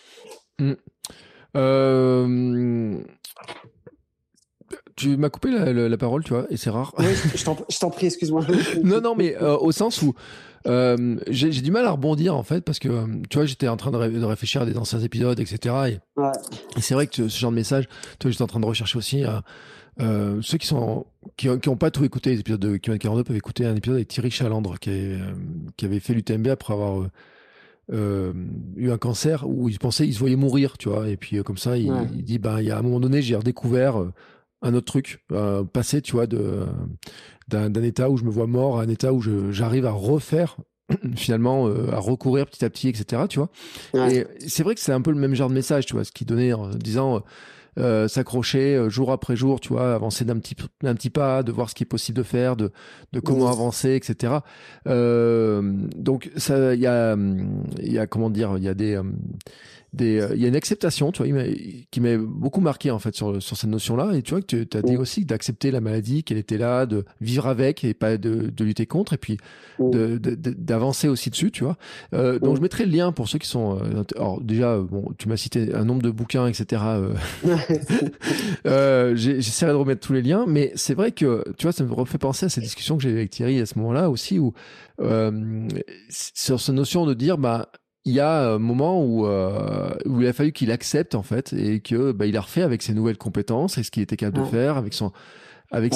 Tu m'as coupé la parole, tu vois, et c'est rare. Oui, je t'en prie, excuse-moi. Non, mais au sens où j'ai du mal à rebondir, en fait, parce que, tu vois, j'étais en train de réfléchir à des anciens épisodes, etc. Et c'est vrai que ce genre de message, tu vois, j'étais en train de rechercher aussi ceux qui ont pas tout écouté, les épisodes de Kilomètre 42 peuvent écouter un épisode avec Thierry Chalandre, qui avait fait l'UTMB après avoir eu un cancer où il se voyait mourir, tu vois, et puis comme ça, il dit, il y a un moment donné, j'ai redécouvert un autre truc, passer, tu vois, d'un état où je me vois mort à un état où j'arrive à refaire, finalement, à recourir petit à petit, etc., tu vois. Et c'est vrai que c'est un peu le même genre de message, tu vois, ce qu'il donnait en disant s'accrocher jour après jour, tu vois, avancer d'un petit pas, de voir ce qui est possible de faire, de comment avancer, etc. Donc ça, il y a comment dire, il y a il y a une acceptation, tu vois, qui m'a beaucoup marqué en fait sur cette notion-là. Et tu vois que tu as dit aussi d'accepter la maladie, qu'elle était là, de vivre avec et pas de lutter contre, et puis d'avancer aussi dessus, tu vois. Donc je mettrai le lien pour ceux qui sont. Alors déjà, bon, tu m'as cité un nombre de bouquins, etc. J'essaierai de remettre tous les liens, mais c'est vrai que, tu vois, ça me refait penser à cette discussion que j'ai eu avec Thierry à ce moment-là aussi, où sur cette notion de dire, bah, il y a un moment où il a fallu qu'il accepte, en fait, et que bah, il a refait avec ses nouvelles compétences et ce qu'il était capable de faire, avec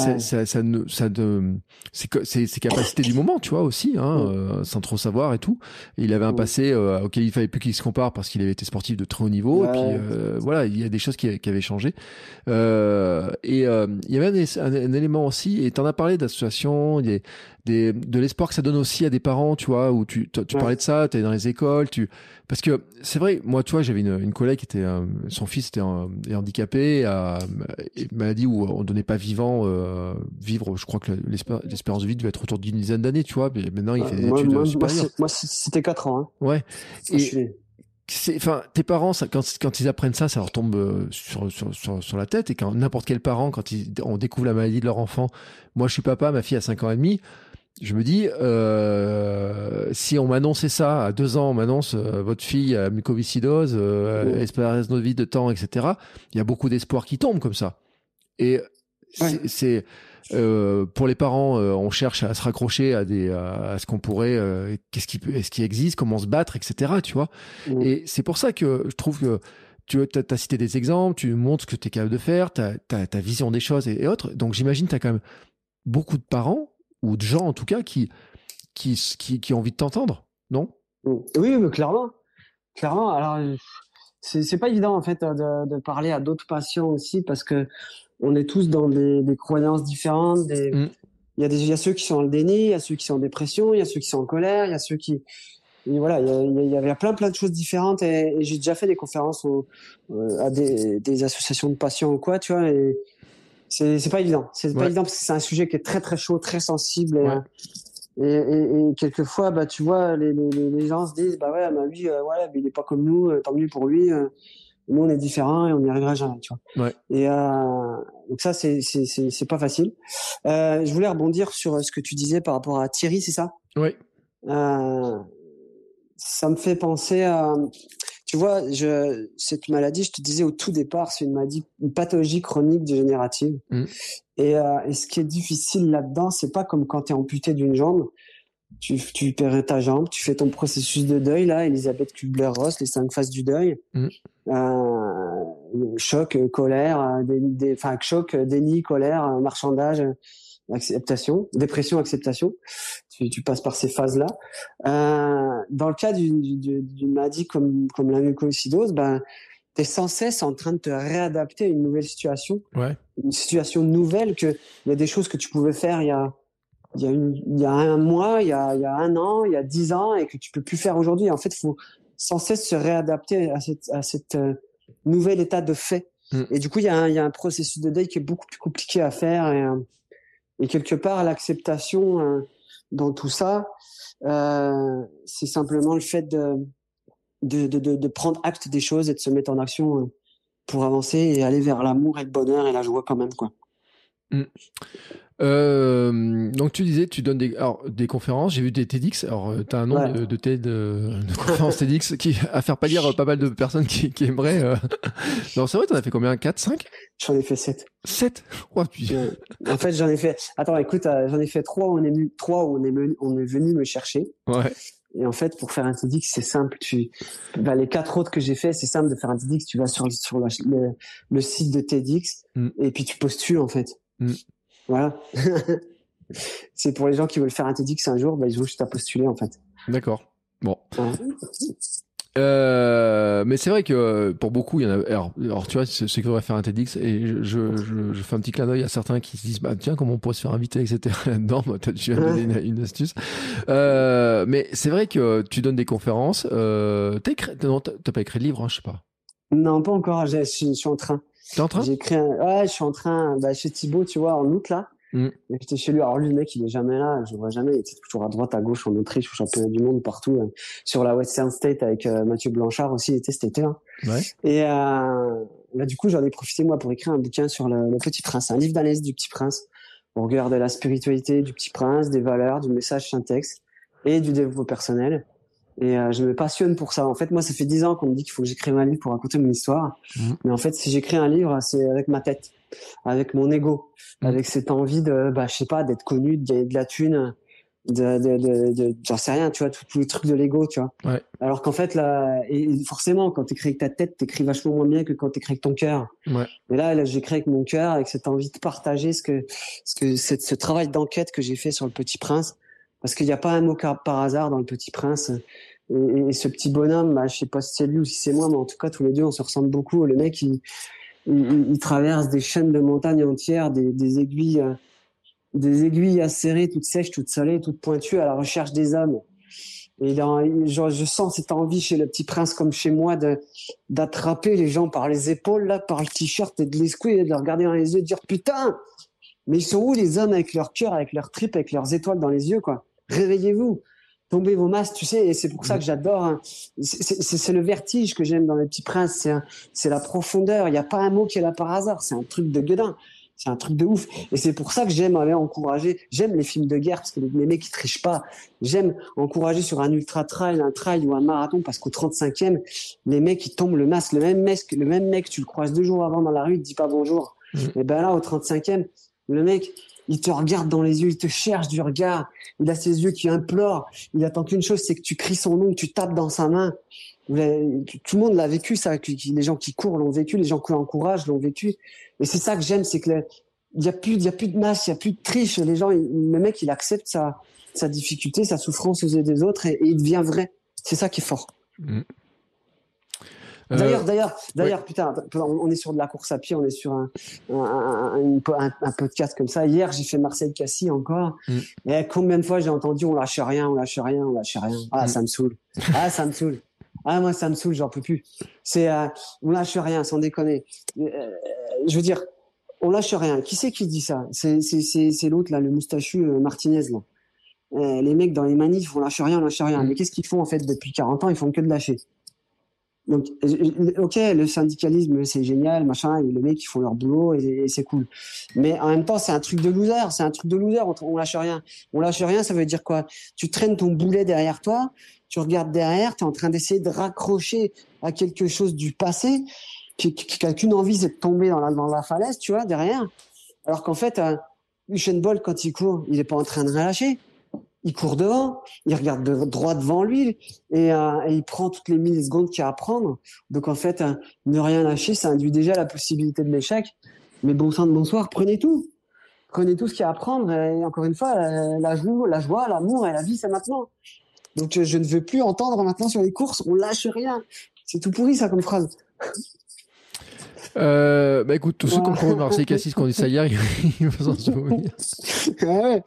ses capacités du moment, tu vois, aussi, sans trop savoir et tout. Et il avait un passé auquel il fallait plus qu'il se compare parce qu'il avait été sportif de très haut niveau. Et puis, voilà, il y a des choses qui avaient changé. Il y avait un élément aussi, et tu en as parlé d'associations, de l'espoir que ça donne aussi à des parents, tu vois, où tu parlais de ça, tu es dans les écoles, parce que c'est vrai, moi, tu vois, j'avais une collègue qui était, son fils était handicapé, une maladie où on donnait pas vivre, je crois que l'espérance de vie devait être autour d'une dizaine d'années, tu vois, mais maintenant il fait des études supérieures. Moi, c'était 4 ans. Hein. Ouais. Enfin, tes parents, quand ils apprennent ça, ça leur tombe sur la tête. Et quand n'importe quel parent, quand on découvre la maladie de leur enfant, moi je suis papa, ma fille a 5 ans et demi, je me dis, si on m'annonçait ça à 2 ans, on m'annonce votre fille a mucoviscidose, espérance de vie de temps, etc. Il y a beaucoup d'espoir qui tombe comme ça. Et c'est pour les parents, on cherche à se raccrocher à ce qu'on pourrait, est-ce qui existe, comment se battre, etc. Tu vois. Et c'est pour ça que je trouve que tu as cité des exemples, tu montres ce que tu es capable de faire, ta vision des choses et autres. Donc j'imagine que tu as quand même beaucoup de parents ou de gens en tout cas qui ont envie de t'entendre, non? Oui, mais clairement. Alors c'est pas évident en fait de parler à d'autres patients aussi parce que on est tous dans des croyances différentes. Il y a ceux qui sont en déni, il y a ceux qui sont en dépression, il y a ceux qui sont en colère, il y a ceux qui et voilà, il y avait plein de choses différentes et j'ai déjà fait des conférences à des associations de patients ou quoi, tu vois. Et c'est pas évident. C'est pas évident parce que c'est un sujet qui est très très chaud, très sensible. Et quelquefois, bah, tu vois, les gens se disent, bah ouais, bah lui, mais il est pas comme nous, tant mieux pour lui. Nous, on est différents et on n'y arrivera jamais, tu vois. Ouais. Et donc ça, c'est pas facile. Je voulais rebondir sur ce que tu disais par rapport à Thierry, c'est ça? Oui. Ça me fait penser à, tu vois, cette maladie, je te disais au tout départ, c'est une pathologie chronique dégénérative. Et ce qui est difficile là-dedans, c'est pas comme quand tu es amputé d'une jambe. Tu perds ta jambe, tu fais ton processus de deuil, là, Elisabeth Kubler-Ross, les 5 phases du deuil. Choc, colère, choc, déni, colère, marchandage, acceptation, dépression, acceptation. Tu passes par ces phases-là. Dans le cas d'une maladie comme la mucoviscidose, ben, t'es sans cesse en train de te réadapter à une nouvelle situation. Une situation nouvelle il y a des choses que tu pouvais faire il y a un mois, il y a 1 an, il y a 10 ans et que tu peux plus faire aujourd'hui. En fait, il faut sans cesse se réadapter à cette nouvel état de fait. Et du coup, il y a un processus de deuil qui est beaucoup plus compliqué à faire et quelque part, l'acceptation dans tout ça, c'est simplement le fait de prendre acte des choses et de se mettre en action pour avancer et aller vers l'amour et le bonheur et la joie quand même, quoi. Donc tu disais, tu donnes des conférences, j'ai vu des TEDx, alors tu as un nom de conférences TEDx qui à faire pâlir pas mal de personnes qui aimeraient. Non, c'est vrai, t'en as fait combien? 4, 5? J'en ai fait 7. 7? Oh, en fait, j'en ai fait, attends, écoute, j'en ai fait 3 où on est venu me chercher. Ouais. Et en fait, pour faire un TEDx, c'est simple. Les 4 autres que j'ai fait, c'est simple de faire un TEDx. Tu vas sur le site de TEDx et puis tu postules, en fait. Voilà. C'est pour les gens qui veulent faire un TEDx un jour, ils ont juste à postuler, en fait. D'accord. Bon. Mais c'est vrai que pour beaucoup, il y en a. Alors tu vois, ceux qui voudraient faire un TEDx, et je fais un petit clin d'œil à certains qui se disent, bah tiens, comment on pourrait se faire inviter, etc. Là-dedans, tu viens de donner une astuce. Mais c'est vrai que tu donnes des conférences. Non, t'as pas écrit de livre, je sais pas. Non, pas encore. Je suis en train. T'es en train? J'ai écrit je suis en train, chez Thibaut, tu vois, en août, là. J'étais chez lui. Alors lui, le mec, il est jamais là. Je le vois jamais. Il était toujours à droite, à gauche, en Autriche, au championnat du monde, partout. Sur la Western State avec Mathieu Blanchard aussi. Il était cet été, là. Ouais. Et du coup, j'en ai profité, moi, pour écrire un bouquin sur le Petit Prince. Un livre d'analyse du Petit Prince. On regarde la spiritualité du Petit Prince, des valeurs, du message syntaxe et du développement personnel. Et je me passionne pour ça. En fait, moi, ça fait 10 ans qu'on me dit qu'il faut que j'écrive un livre pour raconter mon histoire. Mais en fait, si j'écris un livre, c'est avec ma tête, avec mon ego, avec cette envie de, je sais pas, d'être connu, de gagner de la thune, j'en sais rien, tu vois, tous les trucs de l'ego, tu vois. Ouais. Alors qu'en fait, là, et forcément, quand t'écris avec ta tête, t'écris vachement moins bien que quand t'écris avec ton cœur. Ouais. Mais là, j'écris avec mon cœur, avec cette envie de partager ce travail d'enquête que j'ai fait sur le Petit Prince. Parce qu'il n'y a pas un mot par hasard dans le Petit Prince. Et ce petit bonhomme, je sais pas si c'est lui ou si c'est moi, mais en tout cas, tous les deux, on se ressemble beaucoup. Le mec, il traverse des chaînes de montagnes entières, des aiguilles acérées, toutes sèches, toutes salées, toutes pointues, à la recherche des hommes. Et je sens cette envie chez le Petit Prince, comme chez moi, d'attraper les gens par les épaules, là, par le t-shirt, et de les secouer, et de les regarder dans les yeux, de dire putain, mais ils sont où les hommes avec leur cœur, avec leurs tripes, avec leurs étoiles dans les yeux, quoi. Réveillez-vous, tombez vos masques, tu sais, et c'est pour ça que j'adore. Hein. C'est le vertige que j'aime dans le Petit Prince, c'est la profondeur. Il n'y a pas un mot qui est là par hasard, c'est un truc de gueudin. C'est un truc de ouf. Et c'est pour ça que j'aime aller encourager. J'aime les films de guerre parce que les mecs, ils trichent pas. J'aime encourager sur un ultra trail, un trail ou un marathon parce qu'au 35e, les mecs, ils tombent le masque. Le même mec, tu le croises 2 jours avant dans la rue, il te dit pas bonjour. Et ben là, au 35e, le mec, il te regarde dans les yeux, il te cherche du regard. Il a ses yeux qui implorent. Il attend qu'une chose, c'est que tu cries son nom, que tu tapes dans sa main. Tout le monde l'a vécu, ça. Les gens qui courent l'ont vécu, les gens qui l'encouragent l'ont vécu. Et c'est ça que j'aime, c'est que il y a plus de masse, il y a plus de triche. Les gens, le mec, il accepte sa difficulté, sa souffrance aux yeux des autres et il devient vrai. C'est ça qui est fort. D'ailleurs, ouais. Putain, on est sur de la course à pied, on est sur un podcast comme ça. Hier, j'ai fait Marseille-Cassis encore. Et combien de fois j'ai entendu on lâche rien. Ah, ça me saoule. Ah, moi, ça me saoule, j'en peux plus. On lâche rien, sans déconner. Je veux dire, on lâche rien. Qui c'est qui dit ça? C'est l'autre, là, le moustachu Martinez, là. Les mecs dans les manifs, on lâche rien. Mais qu'est-ce qu'ils font, en fait, depuis 40 ans? Ils font que de lâcher. Donc, ok, le syndicalisme, c'est génial, machin, et les mecs, ils font leur boulot et c'est cool. Mais en même temps, c'est un truc de loser, on lâche rien. On lâche rien, ça veut dire quoi? Tu traînes ton boulet derrière toi, tu regardes derrière, t'es en train d'essayer de raccrocher à quelque chose du passé, qui a qu'une envie, c'est de tomber dans la falaise, tu vois, derrière. Alors qu'en fait, Usain Bolt, quand il court, il est pas en train de relâcher. Il court devant, il regarde droit devant lui et il prend toutes les millisecondes qu'il y a à prendre. Donc en fait, ne rien lâcher, ça induit déjà la possibilité de l'échec. Mais bon sang de bonsoir, prenez tout ce qu'il y a à prendre. Et encore une fois, la joie, l'amour et la vie, c'est maintenant. Donc je ne veux plus entendre maintenant sur les courses, on lâche rien. C'est tout pourri ça comme phrase. Écoute, tous ceux qui ont couru Marseille-Cassis, qui ont dit ça hier, ils vont s'en souvenir. Ouais.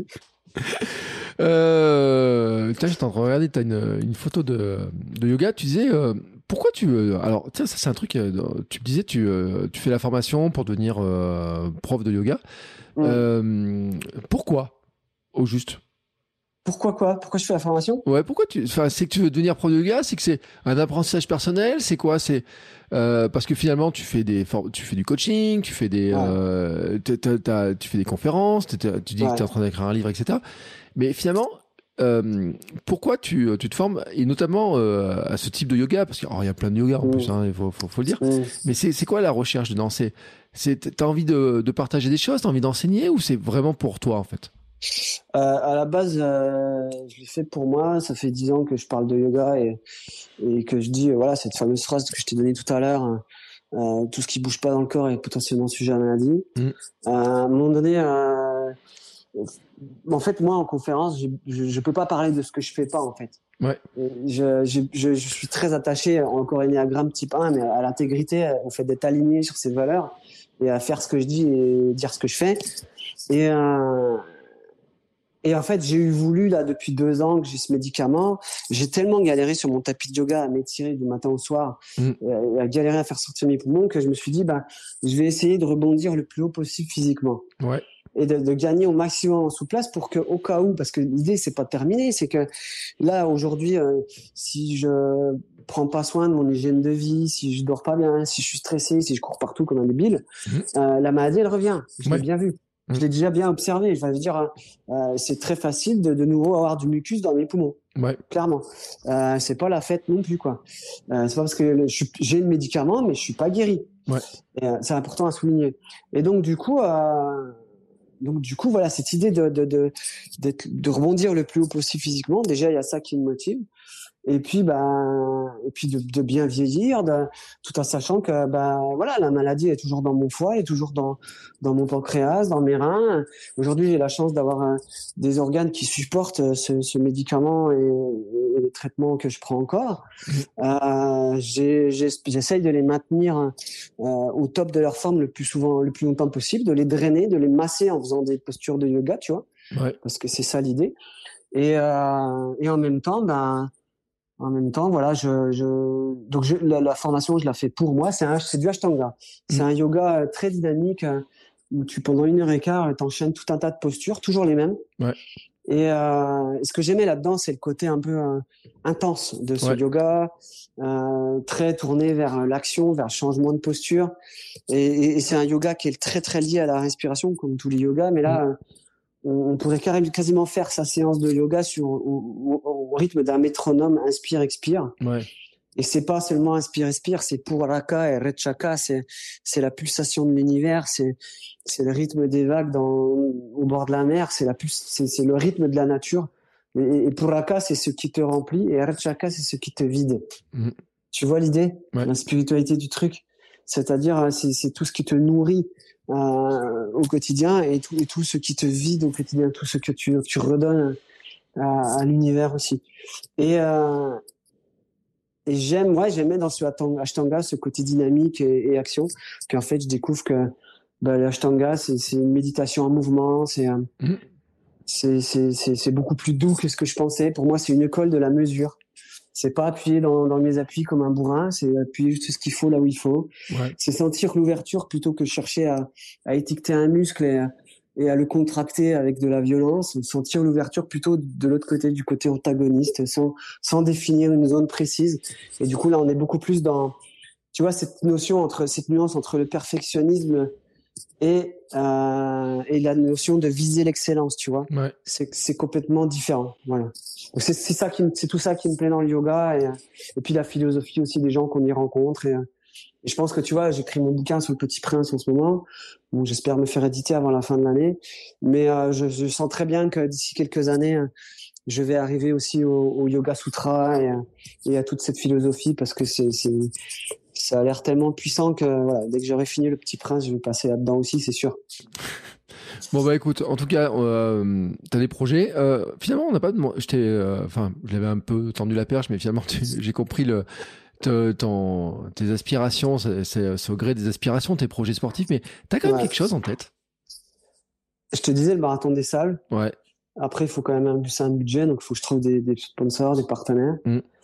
J'étais en train de regarder, t'as une photo de yoga. Tu disais pourquoi alors tiens, ça c'est un truc, tu me disais tu fais la formation pour devenir prof de yoga. Pourquoi au juste? Pourquoi je fais la formation? Ouais, c'est que tu veux devenir prof de yoga, c'est que c'est un apprentissage personnel, c'est quoi? C'est parce que finalement tu fais du coaching, tu fais des tu fais des conférences, tu dis que tu es en train d'écrire un livre, etc. Mais finalement, pourquoi tu te formes, et notamment à ce type de yoga, parce qu'il y a plein de yoga en plus, hein, il faut le dire. Mais c'est quoi la recherche dedans? T'as envie de partager des choses, t'as envie d'enseigner, ou c'est vraiment pour toi en fait? À la base, je l'ai fait pour moi. Ça fait 10 ans que je parle de yoga et que je dis voilà, cette fameuse phrase que je t'ai donnée tout à l'heure. Tout ce qui bouge pas dans le corps est potentiellement sujet à la maladie. À un moment donné, en fait, moi en conférence, je peux pas parler de ce que je fais pas en fait. Ouais. Je suis très attaché encore Ennéagramme type 1, mais à l'intégrité, au fait d'être aligné sur ses valeurs et à faire ce que je dis et dire ce que je fais. Et en fait, j'ai voulu, là, depuis 2 ans que j'ai ce médicament. J'ai tellement galéré sur mon tapis de yoga à m'étirer du matin au soir, et à galérer à faire sortir mes poumons, que je me suis dit, je vais essayer de rebondir le plus haut possible physiquement. Ouais. Et de gagner au maximum en souplesse pour que, au cas où, parce que l'idée, c'est pas de terminer, c'est que là, aujourd'hui, si je prends pas soin de mon hygiène de vie, si je dors pas bien, si je suis stressé, si je cours partout comme un débile, la maladie, elle revient. Je l'ai bien vu. Je l'ai déjà bien observé. Je veux dire, c'est très facile de nouveau avoir du mucus dans mes poumons. Ouais. Clairement. C'est pas la fête non plus, quoi. C'est pas parce que j'ai le médicament, mais je suis pas guéri. Ouais. Et, c'est important à souligner. Et donc, du coup, voilà, cette idée de rebondir le plus haut possible physiquement. Déjà, il y a ça qui me motive. Et puis, de bien vieillir, tout en sachant que, voilà, la maladie est toujours dans mon foie, est toujours dans mon pancréas, dans mes reins. Aujourd'hui, j'ai la chance d'avoir des organes qui supportent ce médicament et les traitements que je prends encore. J'essaye de les maintenir au top de leur forme le plus longtemps possible, de les drainer, de les masser en faisant des postures de yoga, tu vois, parce que c'est ça l'idée. Et en même temps, voilà, la formation, je la fais pour moi. C'est du Ashtanga. C'est un yoga très dynamique où pendant 1h15, t'enchaînes tout un tas de postures, toujours les mêmes. Ouais. Et ce que j'aimais là-dedans, c'est le côté un peu intense de ce yoga, très tourné vers l'action, vers le changement de posture. Et c'est un yoga qui est très très lié à la respiration, comme tous les yogas. Mais là, on pourrait quasiment faire sa séance de yoga au rythme d'un métronome, inspire-expire. Ouais. Et c'est pas seulement inspire-expire, c'est Puraka et Rechaka, c'est la pulsation de l'univers, c'est le rythme des vagues au bord de la mer, c'est le rythme de la nature. Et Puraka, c'est ce qui te remplit, et Rechaka, c'est ce qui te vide. Tu vois l'idée? La spiritualité du truc. C'est-à-dire, c'est tout ce qui te nourrit au quotidien et tout ce qui te vide au quotidien, tout ce que tu redonnes à l'univers aussi. Et j'aimais dans ce Ashtanga ce côté dynamique et action, qu'en fait je découvre que l'Ashtanga c'est une méditation en mouvement, c'est beaucoup plus doux que ce que je pensais. Pour moi, c'est une école de la mesure. C'est pas appuyer dans mes appuis comme un bourrin, c'est appuyer juste ce qu'il faut là où il faut. C'est sentir l'ouverture plutôt que chercher à étiqueter un muscle et à le contracter avec de la violence. Sentir l'ouverture plutôt de l'autre côté, du côté antagoniste, sans définir une zone précise. Et du coup, là, on est beaucoup plus dans, tu vois, cette nuance entre le perfectionnisme et la notion de viser l'excellence, tu vois. C'est complètement différent. Voilà. Donc c'est tout ça qui me plaît dans le yoga et puis la philosophie aussi des gens qu'on y rencontre et je pense que tu vois, j'écris mon bouquin sur le Petit Prince en ce moment. Bon, j'espère me faire éditer avant la fin de l'année, mais je sens très bien que d'ici quelques années, je vais arriver aussi au Yoga Sutra et à toute cette philosophie parce que ça a l'air tellement puissant que voilà, dès que j'aurai fini le Petit Prince, je vais passer là-dedans aussi, c'est sûr. Bon écoute, en tout cas, t'as des projets. Finalement, on n'a pas demandé. Je l'avais un peu tendu la perche, mais finalement, j'ai compris tes aspirations. C'est au gré des aspirations, tes projets sportifs, mais t'as quand même quelque chose en tête. Je te disais le marathon des sables. Ouais. Après, il faut quand même un budget, donc il faut que je trouve des sponsors, des partenaires.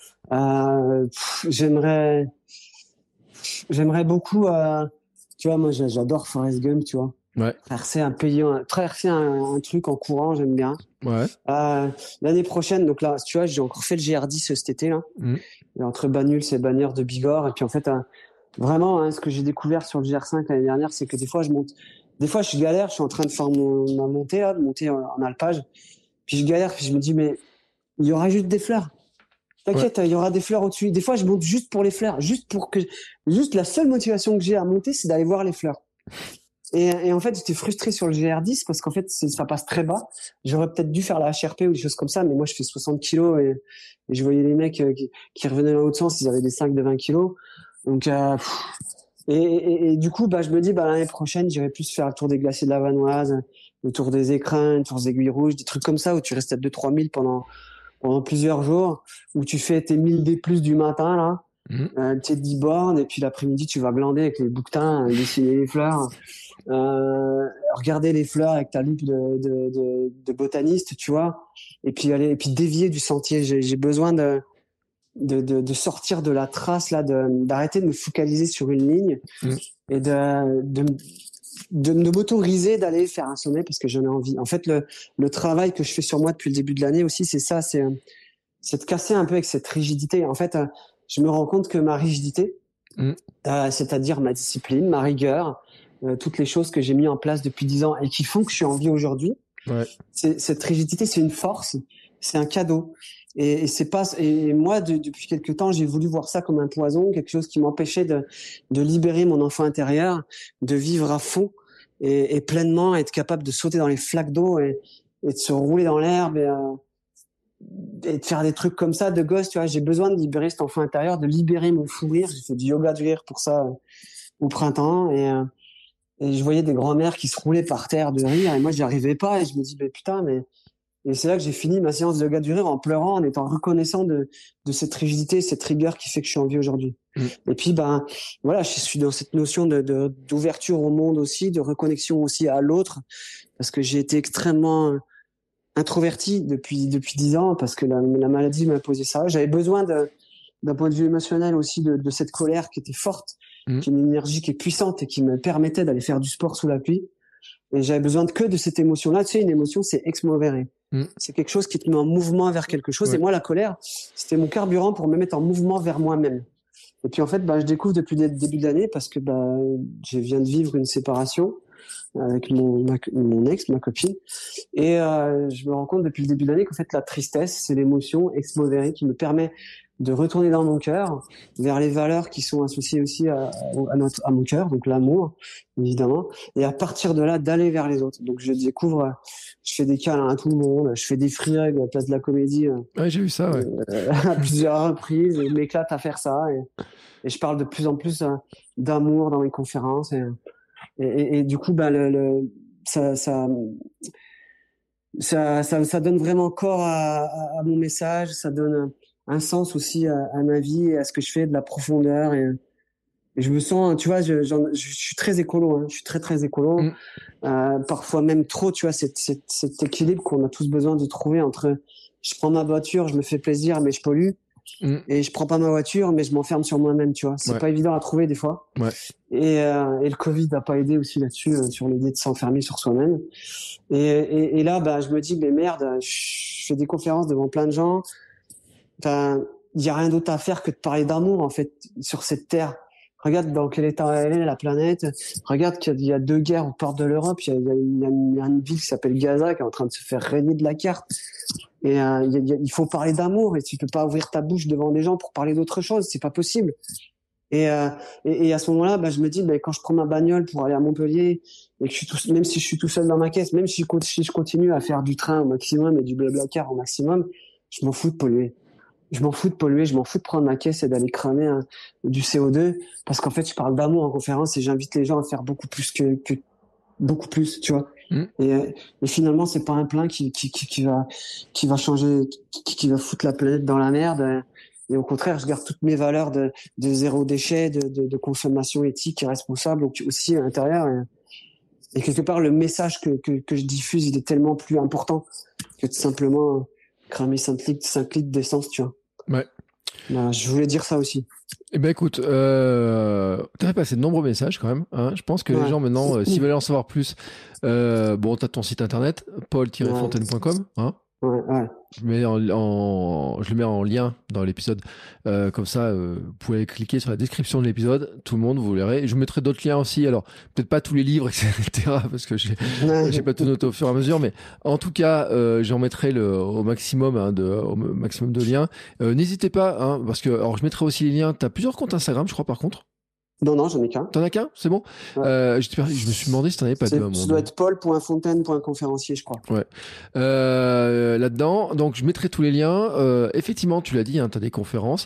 J'aimerais beaucoup, tu vois, moi j'adore Forrest Gump, tu vois. Traverser un truc en courant, j'aime bien. L'année prochaine, donc là, tu vois, j'ai encore fait le GR10 cet été là. Entre Banyuls et Bagnères de Bigorre. Et puis en fait, vraiment, ce que j'ai découvert sur le GR5 l'année dernière, c'est que des fois je galère, je suis en train de faire ma montée là, de monter en alpage. Puis je galère, puis je me dis mais il y aura juste des fleurs. T'inquiète, il y aura des fleurs au-dessus. Des fois, je monte juste pour les fleurs, juste la seule motivation que j'ai à monter, c'est d'aller voir les fleurs. Et en fait, j'étais frustré sur le GR10 parce qu'en fait, ça passe très bas. J'aurais peut-être dû faire la HRP ou des choses comme ça, mais moi, je fais 60 kilos et je voyais les mecs qui revenaient dans l'autre sens, ils avaient des sacs de 20 kilos. Donc, et du coup, je me dis, l'année prochaine, j'irai plus faire le tour des glaciers de la Vanoise, le tour des écrins, le tour des aiguilles rouges, des trucs comme ça où tu restes à 2-3 000 pendant plusieurs jours, où tu fais tes 1000 D+ du matin, là, tes 10 bornes, et puis l'après-midi, tu vas glander avec les bouquetins, dessiner les fleurs, regarder les fleurs avec ta loupe de botaniste, tu vois, et puis dévier du sentier. J'ai besoin de sortir de la trace, là, d'arrêter de me focaliser sur une ligne et de m'autoriser d'aller faire un sommet parce que j'en ai envie. En fait, le travail que je fais sur moi depuis le début de l'année aussi, c'est ça, c'est de casser un peu avec cette rigidité. En fait, je me rends compte que ma rigidité, c'est-à-dire ma discipline, ma rigueur, toutes les choses que j'ai mis en place depuis 10 ans et qui font que je suis en vie aujourd'hui. Ouais. Cette rigidité, c'est une force, c'est un cadeau. Et c'est pas. Et moi, depuis quelque temps, j'ai voulu voir ça comme un poison, quelque chose qui m'empêchait de libérer mon enfant intérieur, de vivre à fond et pleinement, être capable de sauter dans les flaques d'eau et de se rouler dans l'herbe et de faire des trucs comme ça de gosse. Tu vois, j'ai besoin de libérer cet enfant intérieur, de libérer mon fou rire. J'ai fait du yoga du rire pour ça au printemps et je voyais des grands-mères qui se roulaient par terre de rire et moi j'y arrivais pas et je me dis putain mais et c'est là que j'ai fini ma séance de yoga du rire en pleurant, en étant reconnaissant de cette rigidité, cette rigueur qui fait que je suis en vie aujourd'hui. Et puis voilà, je suis dans cette notion d'ouverture au monde aussi, de reconnexion aussi à l'autre, parce que j'ai été extrêmement introverti depuis 10 ans, parce que la maladie m'a posé ça. J'avais besoin d'un point de vue émotionnel aussi de cette colère qui était forte, qui est une énergie qui est puissante et qui me permettait d'aller faire du sport sous la pluie. Et j'avais besoin que de cette émotion-là. Tu sais, une émotion, c'est ex movere. C'est quelque chose qui te met en mouvement vers quelque chose. Ouais. Et moi, la colère, c'était mon carburant pour me mettre en mouvement vers moi-même. Et puis, en fait, je découvre depuis le début de l'année parce que je viens de vivre une séparation avec mon ex, ma copine. Et je me rends compte depuis le début de l'année qu'en fait, la tristesse, c'est l'émotion ex movere qui me permet de retourner dans mon cœur, vers les valeurs qui sont associées aussi à mon cœur, donc l'amour, évidemment, et à partir de là, d'aller vers les autres. Donc je découvre, je fais des câlins à tout le monde, je fais des free hugs à la place de la comédie. Ouais, j'ai vu ça, ouais. À plusieurs reprises, et je m'éclate à faire ça, et je parle de plus en plus d'amour dans mes conférences, et du coup, ça donne vraiment corps à mon message, ça donne un sens aussi à ma vie et à ce que je fais, de la profondeur et je me sens, tu vois, je suis très écolo, hein, je suis très très écolo, parfois même trop, tu vois, cet équilibre qu'on a tous besoin de trouver entre je prends ma voiture, je me fais plaisir mais je pollue et je prends pas ma voiture mais je m'enferme sur moi-même, tu vois, c'est pas évident à trouver des fois. Et le Covid n'a pas aidé aussi là-dessus, sur l'idée de s'enfermer sur soi-même et là je me dis mais merde, je fais des conférences devant plein de gens. Enfin, il y a rien d'autre à faire que de parler d'amour, en fait, sur cette terre. Regarde dans quel état elle est, la planète. Regarde qu'il y a 2 guerres aux portes de l'Europe. Il y a une ville qui s'appelle Gaza qui est en train de se faire régner de la carte. Et il faut parler d'amour. Et tu peux pas ouvrir ta bouche devant des gens pour parler d'autre chose. C'est pas possible. Et à ce moment-là, je me dis, quand je prends ma bagnole pour aller à Montpellier et que même si je suis tout seul dans ma caisse, même si je continue à faire du train au maximum et du blablacar au maximum, je m'en fous de polluer. Je m'en fous de polluer, je m'en fous de prendre ma caisse et d'aller cramer du CO2 parce qu'en fait, je parle d'amour en conférence et j'invite les gens à faire beaucoup plus que beaucoup plus, tu vois. Et finalement, c'est pas un plein qui va changer, qui va foutre la planète dans la merde. Et au contraire, je garde toutes mes valeurs de zéro déchet, de consommation éthique et responsable aussi à l'intérieur. Et quelque part, le message que je diffuse, il est tellement plus important que de simplement cramer 5 litres d'essence, tu vois. Ouais. Je voulais dire ça aussi. Eh ben écoute, t'as fait passer de nombreux messages quand même. Hein. Je pense que les gens maintenant, s'ils veulent en savoir plus, t'as ton site internet, paul-fontaine.com. Hein. Je le mets en lien dans l'épisode. Comme ça, vous pouvez cliquer sur la description de l'épisode. Tout le monde, vous verrez. Et je mettrai d'autres liens aussi. Alors, peut-être pas tous les livres, etc. Parce que j'ai pas tout noté au fur et à mesure. Mais en tout cas, j'en mettrai au maximum, au maximum de liens. N'hésitez pas, parce que, alors, je mettrai aussi les liens. T'as plusieurs comptes Instagram, je crois, par contre. Non, j'en ai qu'un. T'en as qu'un? C'est bon? Je me suis demandé si t'en avais pas deux. Ça doit être paul.fontaine.conférencier, je crois. Ouais. Là-dedans, donc je mettrai tous les liens. Effectivement, tu l'as dit, t'as des conférences.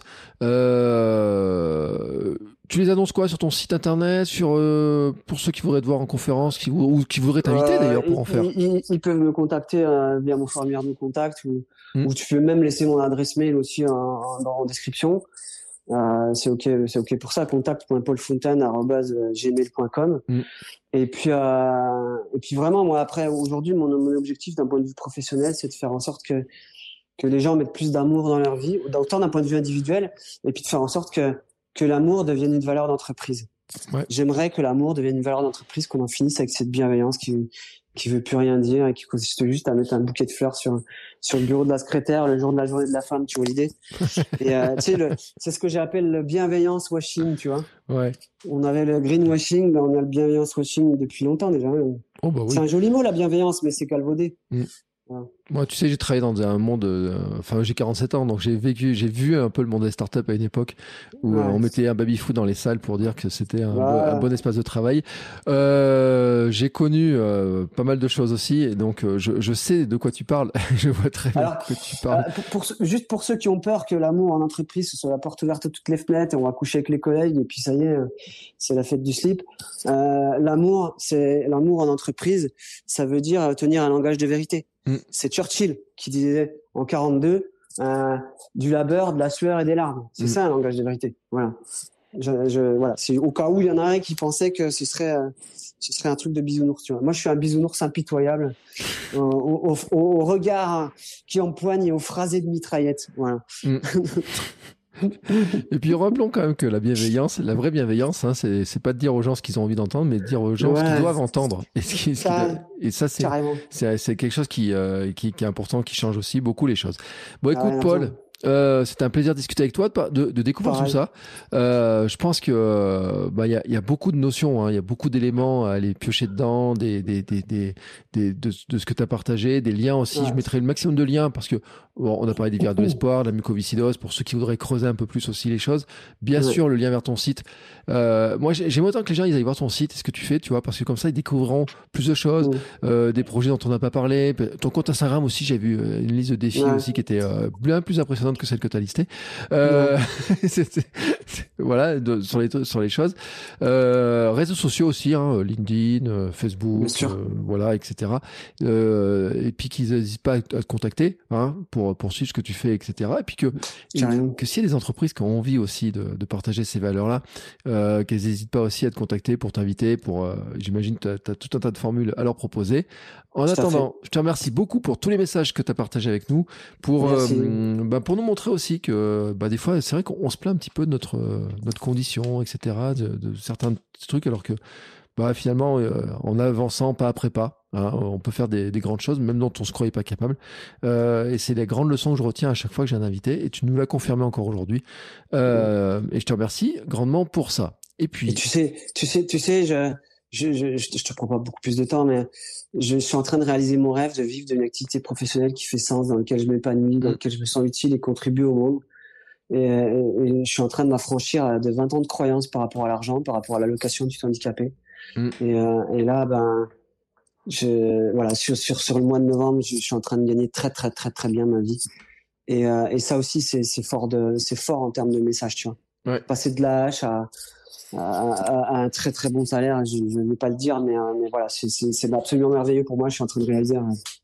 Tu les annonces quoi sur ton site internet, pour ceux qui voudraient te voir en conférence, ou qui voudraient t'inviter d'ailleurs pour en faire? Ils peuvent me contacter via mon formulaire de contact ou tu peux même laisser mon adresse mail aussi en description. C'est ok pour ça, contact.paulfontaine@gmail.com. Et puis vraiment, moi après, aujourd'hui, mon objectif d'un point de vue professionnel, c'est de faire en sorte que les gens mettent plus d'amour dans leur vie, autant d'un point de vue individuel, et puis de faire en sorte que l'amour devienne une valeur d'entreprise. J'aimerais que l'amour devienne une valeur d'entreprise, qu'on en finisse avec cette bienveillance qui qui veut plus rien dire et qui consiste juste à mettre un bouquet de fleurs sur le bureau de la secrétaire le jour de la journée de la femme, tu vois l'idée. Et tu sais, c'est ce que j'appelle le bienveillance washing, tu vois. Ouais. On avait le greenwashing, on a le bienveillance washing depuis longtemps déjà. Oh bah oui. C'est un joli mot, la bienveillance, mais c'est galvaudé. Voilà. Moi, tu sais, j'ai travaillé dans un monde. Enfin, j'ai 47 ans, donc j'ai vu un peu le monde des startups à une époque où on mettait un baby-foot dans les salles pour dire que c'était un bon espace de travail. J'ai connu pas mal de choses aussi, et donc je sais de quoi tu parles. Je vois très bien que tu parles. Juste pour ceux qui ont peur que l'amour en entreprise ce soit la porte ouverte à toutes les fenêtres et on va coucher avec les collègues et puis ça y est, c'est la fête du slip. L'amour en entreprise, ça veut dire tenir un langage de vérité. C'est Churchill qui disait en 42 du labeur, de la sueur et des larmes. C'est ça un langage de vérité. Voilà. Voilà. C'est au cas où il y en a un qui pensait que ce serait un truc de bisounours. Tu vois. Moi, je suis un bisounours impitoyable au regard qui empoigne et aux phrasés de mitraillette. Voilà. Et puis rappelons quand même que la bienveillance, la vraie bienveillance, hein, c'est pas de dire aux gens ce qu'ils ont envie d'entendre, mais de dire aux gens ce qu'ils doivent entendre. Et ça c'est quelque chose qui est important, qui change aussi beaucoup les choses. Bon, écoute, Paul. C'était un plaisir de discuter avec toi, de découvrir tout ça. Je pense que y a beaucoup de notions, hein, il y a beaucoup d'éléments à aller piocher dedans, de ce que tu as partagé, des liens aussi. Je mettrai le maximum de liens parce que on a parlé des virages de l'espoir, de la mucoviscidose, pour ceux qui voudraient creuser un peu plus aussi les choses. Bien sûr, le lien vers ton site. Moi, j'aime autant que les gens ils aillent voir ton site et ce que tu fais, tu vois, parce que comme ça ils découvriront plus de choses, des projets dont on n'a pas parlé. Ton compte Instagram aussi, j'ai vu une liste de défis aussi qui était bien plus impressionnante que celle que tu as listée. Voilà, sur les choses. Réseaux sociaux aussi, hein, LinkedIn, Facebook, voilà, etc. Et puis qu'ils n'hésitent pas à te contacter, hein, pour suivre ce que tu fais, etc. Et puis que s'il y a des entreprises qui ont envie aussi de partager ces valeurs-là, qu'elles n'hésitent pas aussi à te contacter pour t'inviter, j'imagine que tu as tout un tas de formules à leur proposer. En attendant, je te remercie beaucoup pour tous les messages que tu as partagés avec nous, pour nous montrer aussi que des fois, c'est vrai qu'on se plaint un petit peu de notre condition, etc., de certains trucs, alors que finalement, en avançant pas après pas, hein, on peut faire des grandes choses, même dont on se croyait pas capable. Et c'est les grandes leçons que je retiens à chaque fois que j'ai un invité, et tu nous l'as confirmé encore aujourd'hui. Et je te remercie grandement pour ça. Et puis, et tu sais, je te prends pas beaucoup plus de temps, mais je suis en train de réaliser mon rêve de vivre d'une activité professionnelle qui fait sens, dans laquelle je m'épanouis, dans laquelle je me sens utile et contribue au monde. Et je suis en train de m'affranchir de 20 ans de croyances par rapport à l'argent, par rapport à l'allocation du handicapé. Et là, sur le mois de novembre, je suis en train de gagner très, très, très, très bien ma vie. Et ça aussi, c'est fort en termes de message, tu vois. Ouais. Passer de la hache à un très, très bon salaire, je ne vais pas le dire, mais voilà, c'est absolument merveilleux pour moi. Je suis en train de réaliser.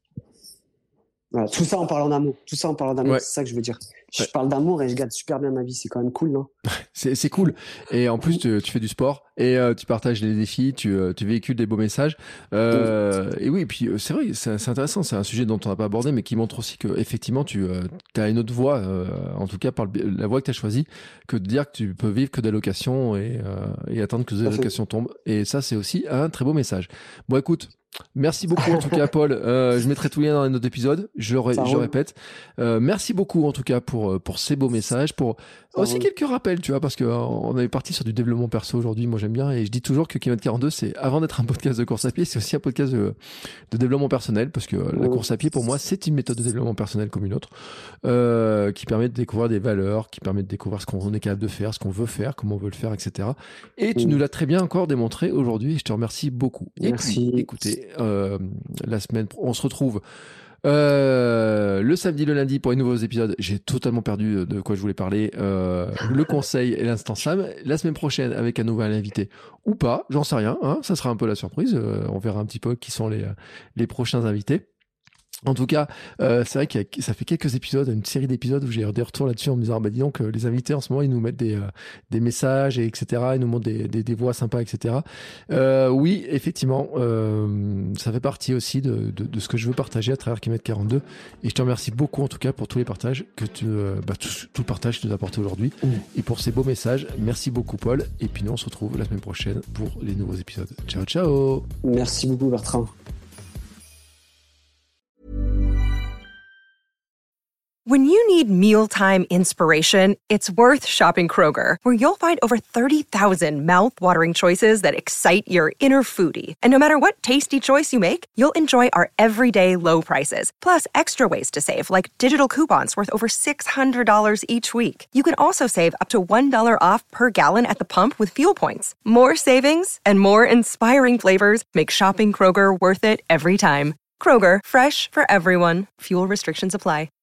Voilà, tout ça en parlant d'amour. C'est ça que je veux dire. Je parle d'amour et je gagne super bien ma vie. C'est quand même cool, non? C'est cool. Et en plus, tu fais du sport et tu partages les défis, tu véhicules des beaux messages. Et oui, et puis c'est vrai, c'est intéressant. C'est un sujet dont on n'a pas abordé, mais qui montre aussi que effectivement, tu as une autre voie, en tout cas par la voie que tu as choisie, que de dire que tu peux vivre que d'allocations et attendre que les allocations tombent. Et ça, c'est aussi un très beau message. Bon, écoute. Merci beaucoup en tout cas, Paul. Je mettrai tout lien dans les notes d'épisode. Je répète. Merci beaucoup en tout cas pour ces beaux messages, pour aussi quelques rappels, tu vois, parce que on avait parti sur du développement perso aujourd'hui. Moi j'aime bien et je dis toujours que Kilomètre 42, c'est avant d'être un podcast de course à pied, c'est aussi un podcast de développement personnel, parce que la course à pied pour moi c'est une méthode de développement personnel comme une autre, qui permet de découvrir des valeurs, qui permet de découvrir ce qu'on est capable de faire, ce qu'on veut faire, comment on veut le faire, etc. Et tu nous l'as très bien encore démontré aujourd'hui. Et je te remercie beaucoup. Merci. Et puis, écoutez. La semaine, on se retrouve le samedi, le lundi pour les nouveaux épisodes. J'ai totalement perdu de quoi je voulais parler. Le conseil et l'instant Sam. La semaine prochaine avec un nouvel invité ou pas, j'en sais rien. Hein, ça sera un peu la surprise. On verra un petit peu qui sont les prochains invités. En tout cas, c'est vrai que ça fait quelques épisodes, une série d'épisodes où j'ai des retours là-dessus en me disant, dis donc, les invités en ce moment, ils nous mettent des messages, et etc. Ils nous montrent des voix sympas, etc. Oui, effectivement, ça fait partie aussi de ce que je veux partager à travers Kilomètre 42. Et je te remercie beaucoup, en tout cas, pour tous les partages que tout le partage que tu nous as apporté aujourd'hui et pour ces beaux messages. Merci beaucoup, Paul. Et puis nous, on se retrouve la semaine prochaine pour les nouveaux épisodes. Ciao, ciao. Merci beaucoup, Bertrand. When you need mealtime inspiration, it's worth shopping Kroger, where you'll find over 30,000 mouth-watering choices that excite your inner foodie. And no matter what tasty choice you make, you'll enjoy our everyday low prices, plus extra ways to save, like digital coupons worth over $600 each week. You can also save up to $1 off per gallon at the pump with fuel points. More savings and more inspiring flavors make shopping Kroger worth it every time. Kroger, fresh for everyone. Fuel restrictions apply.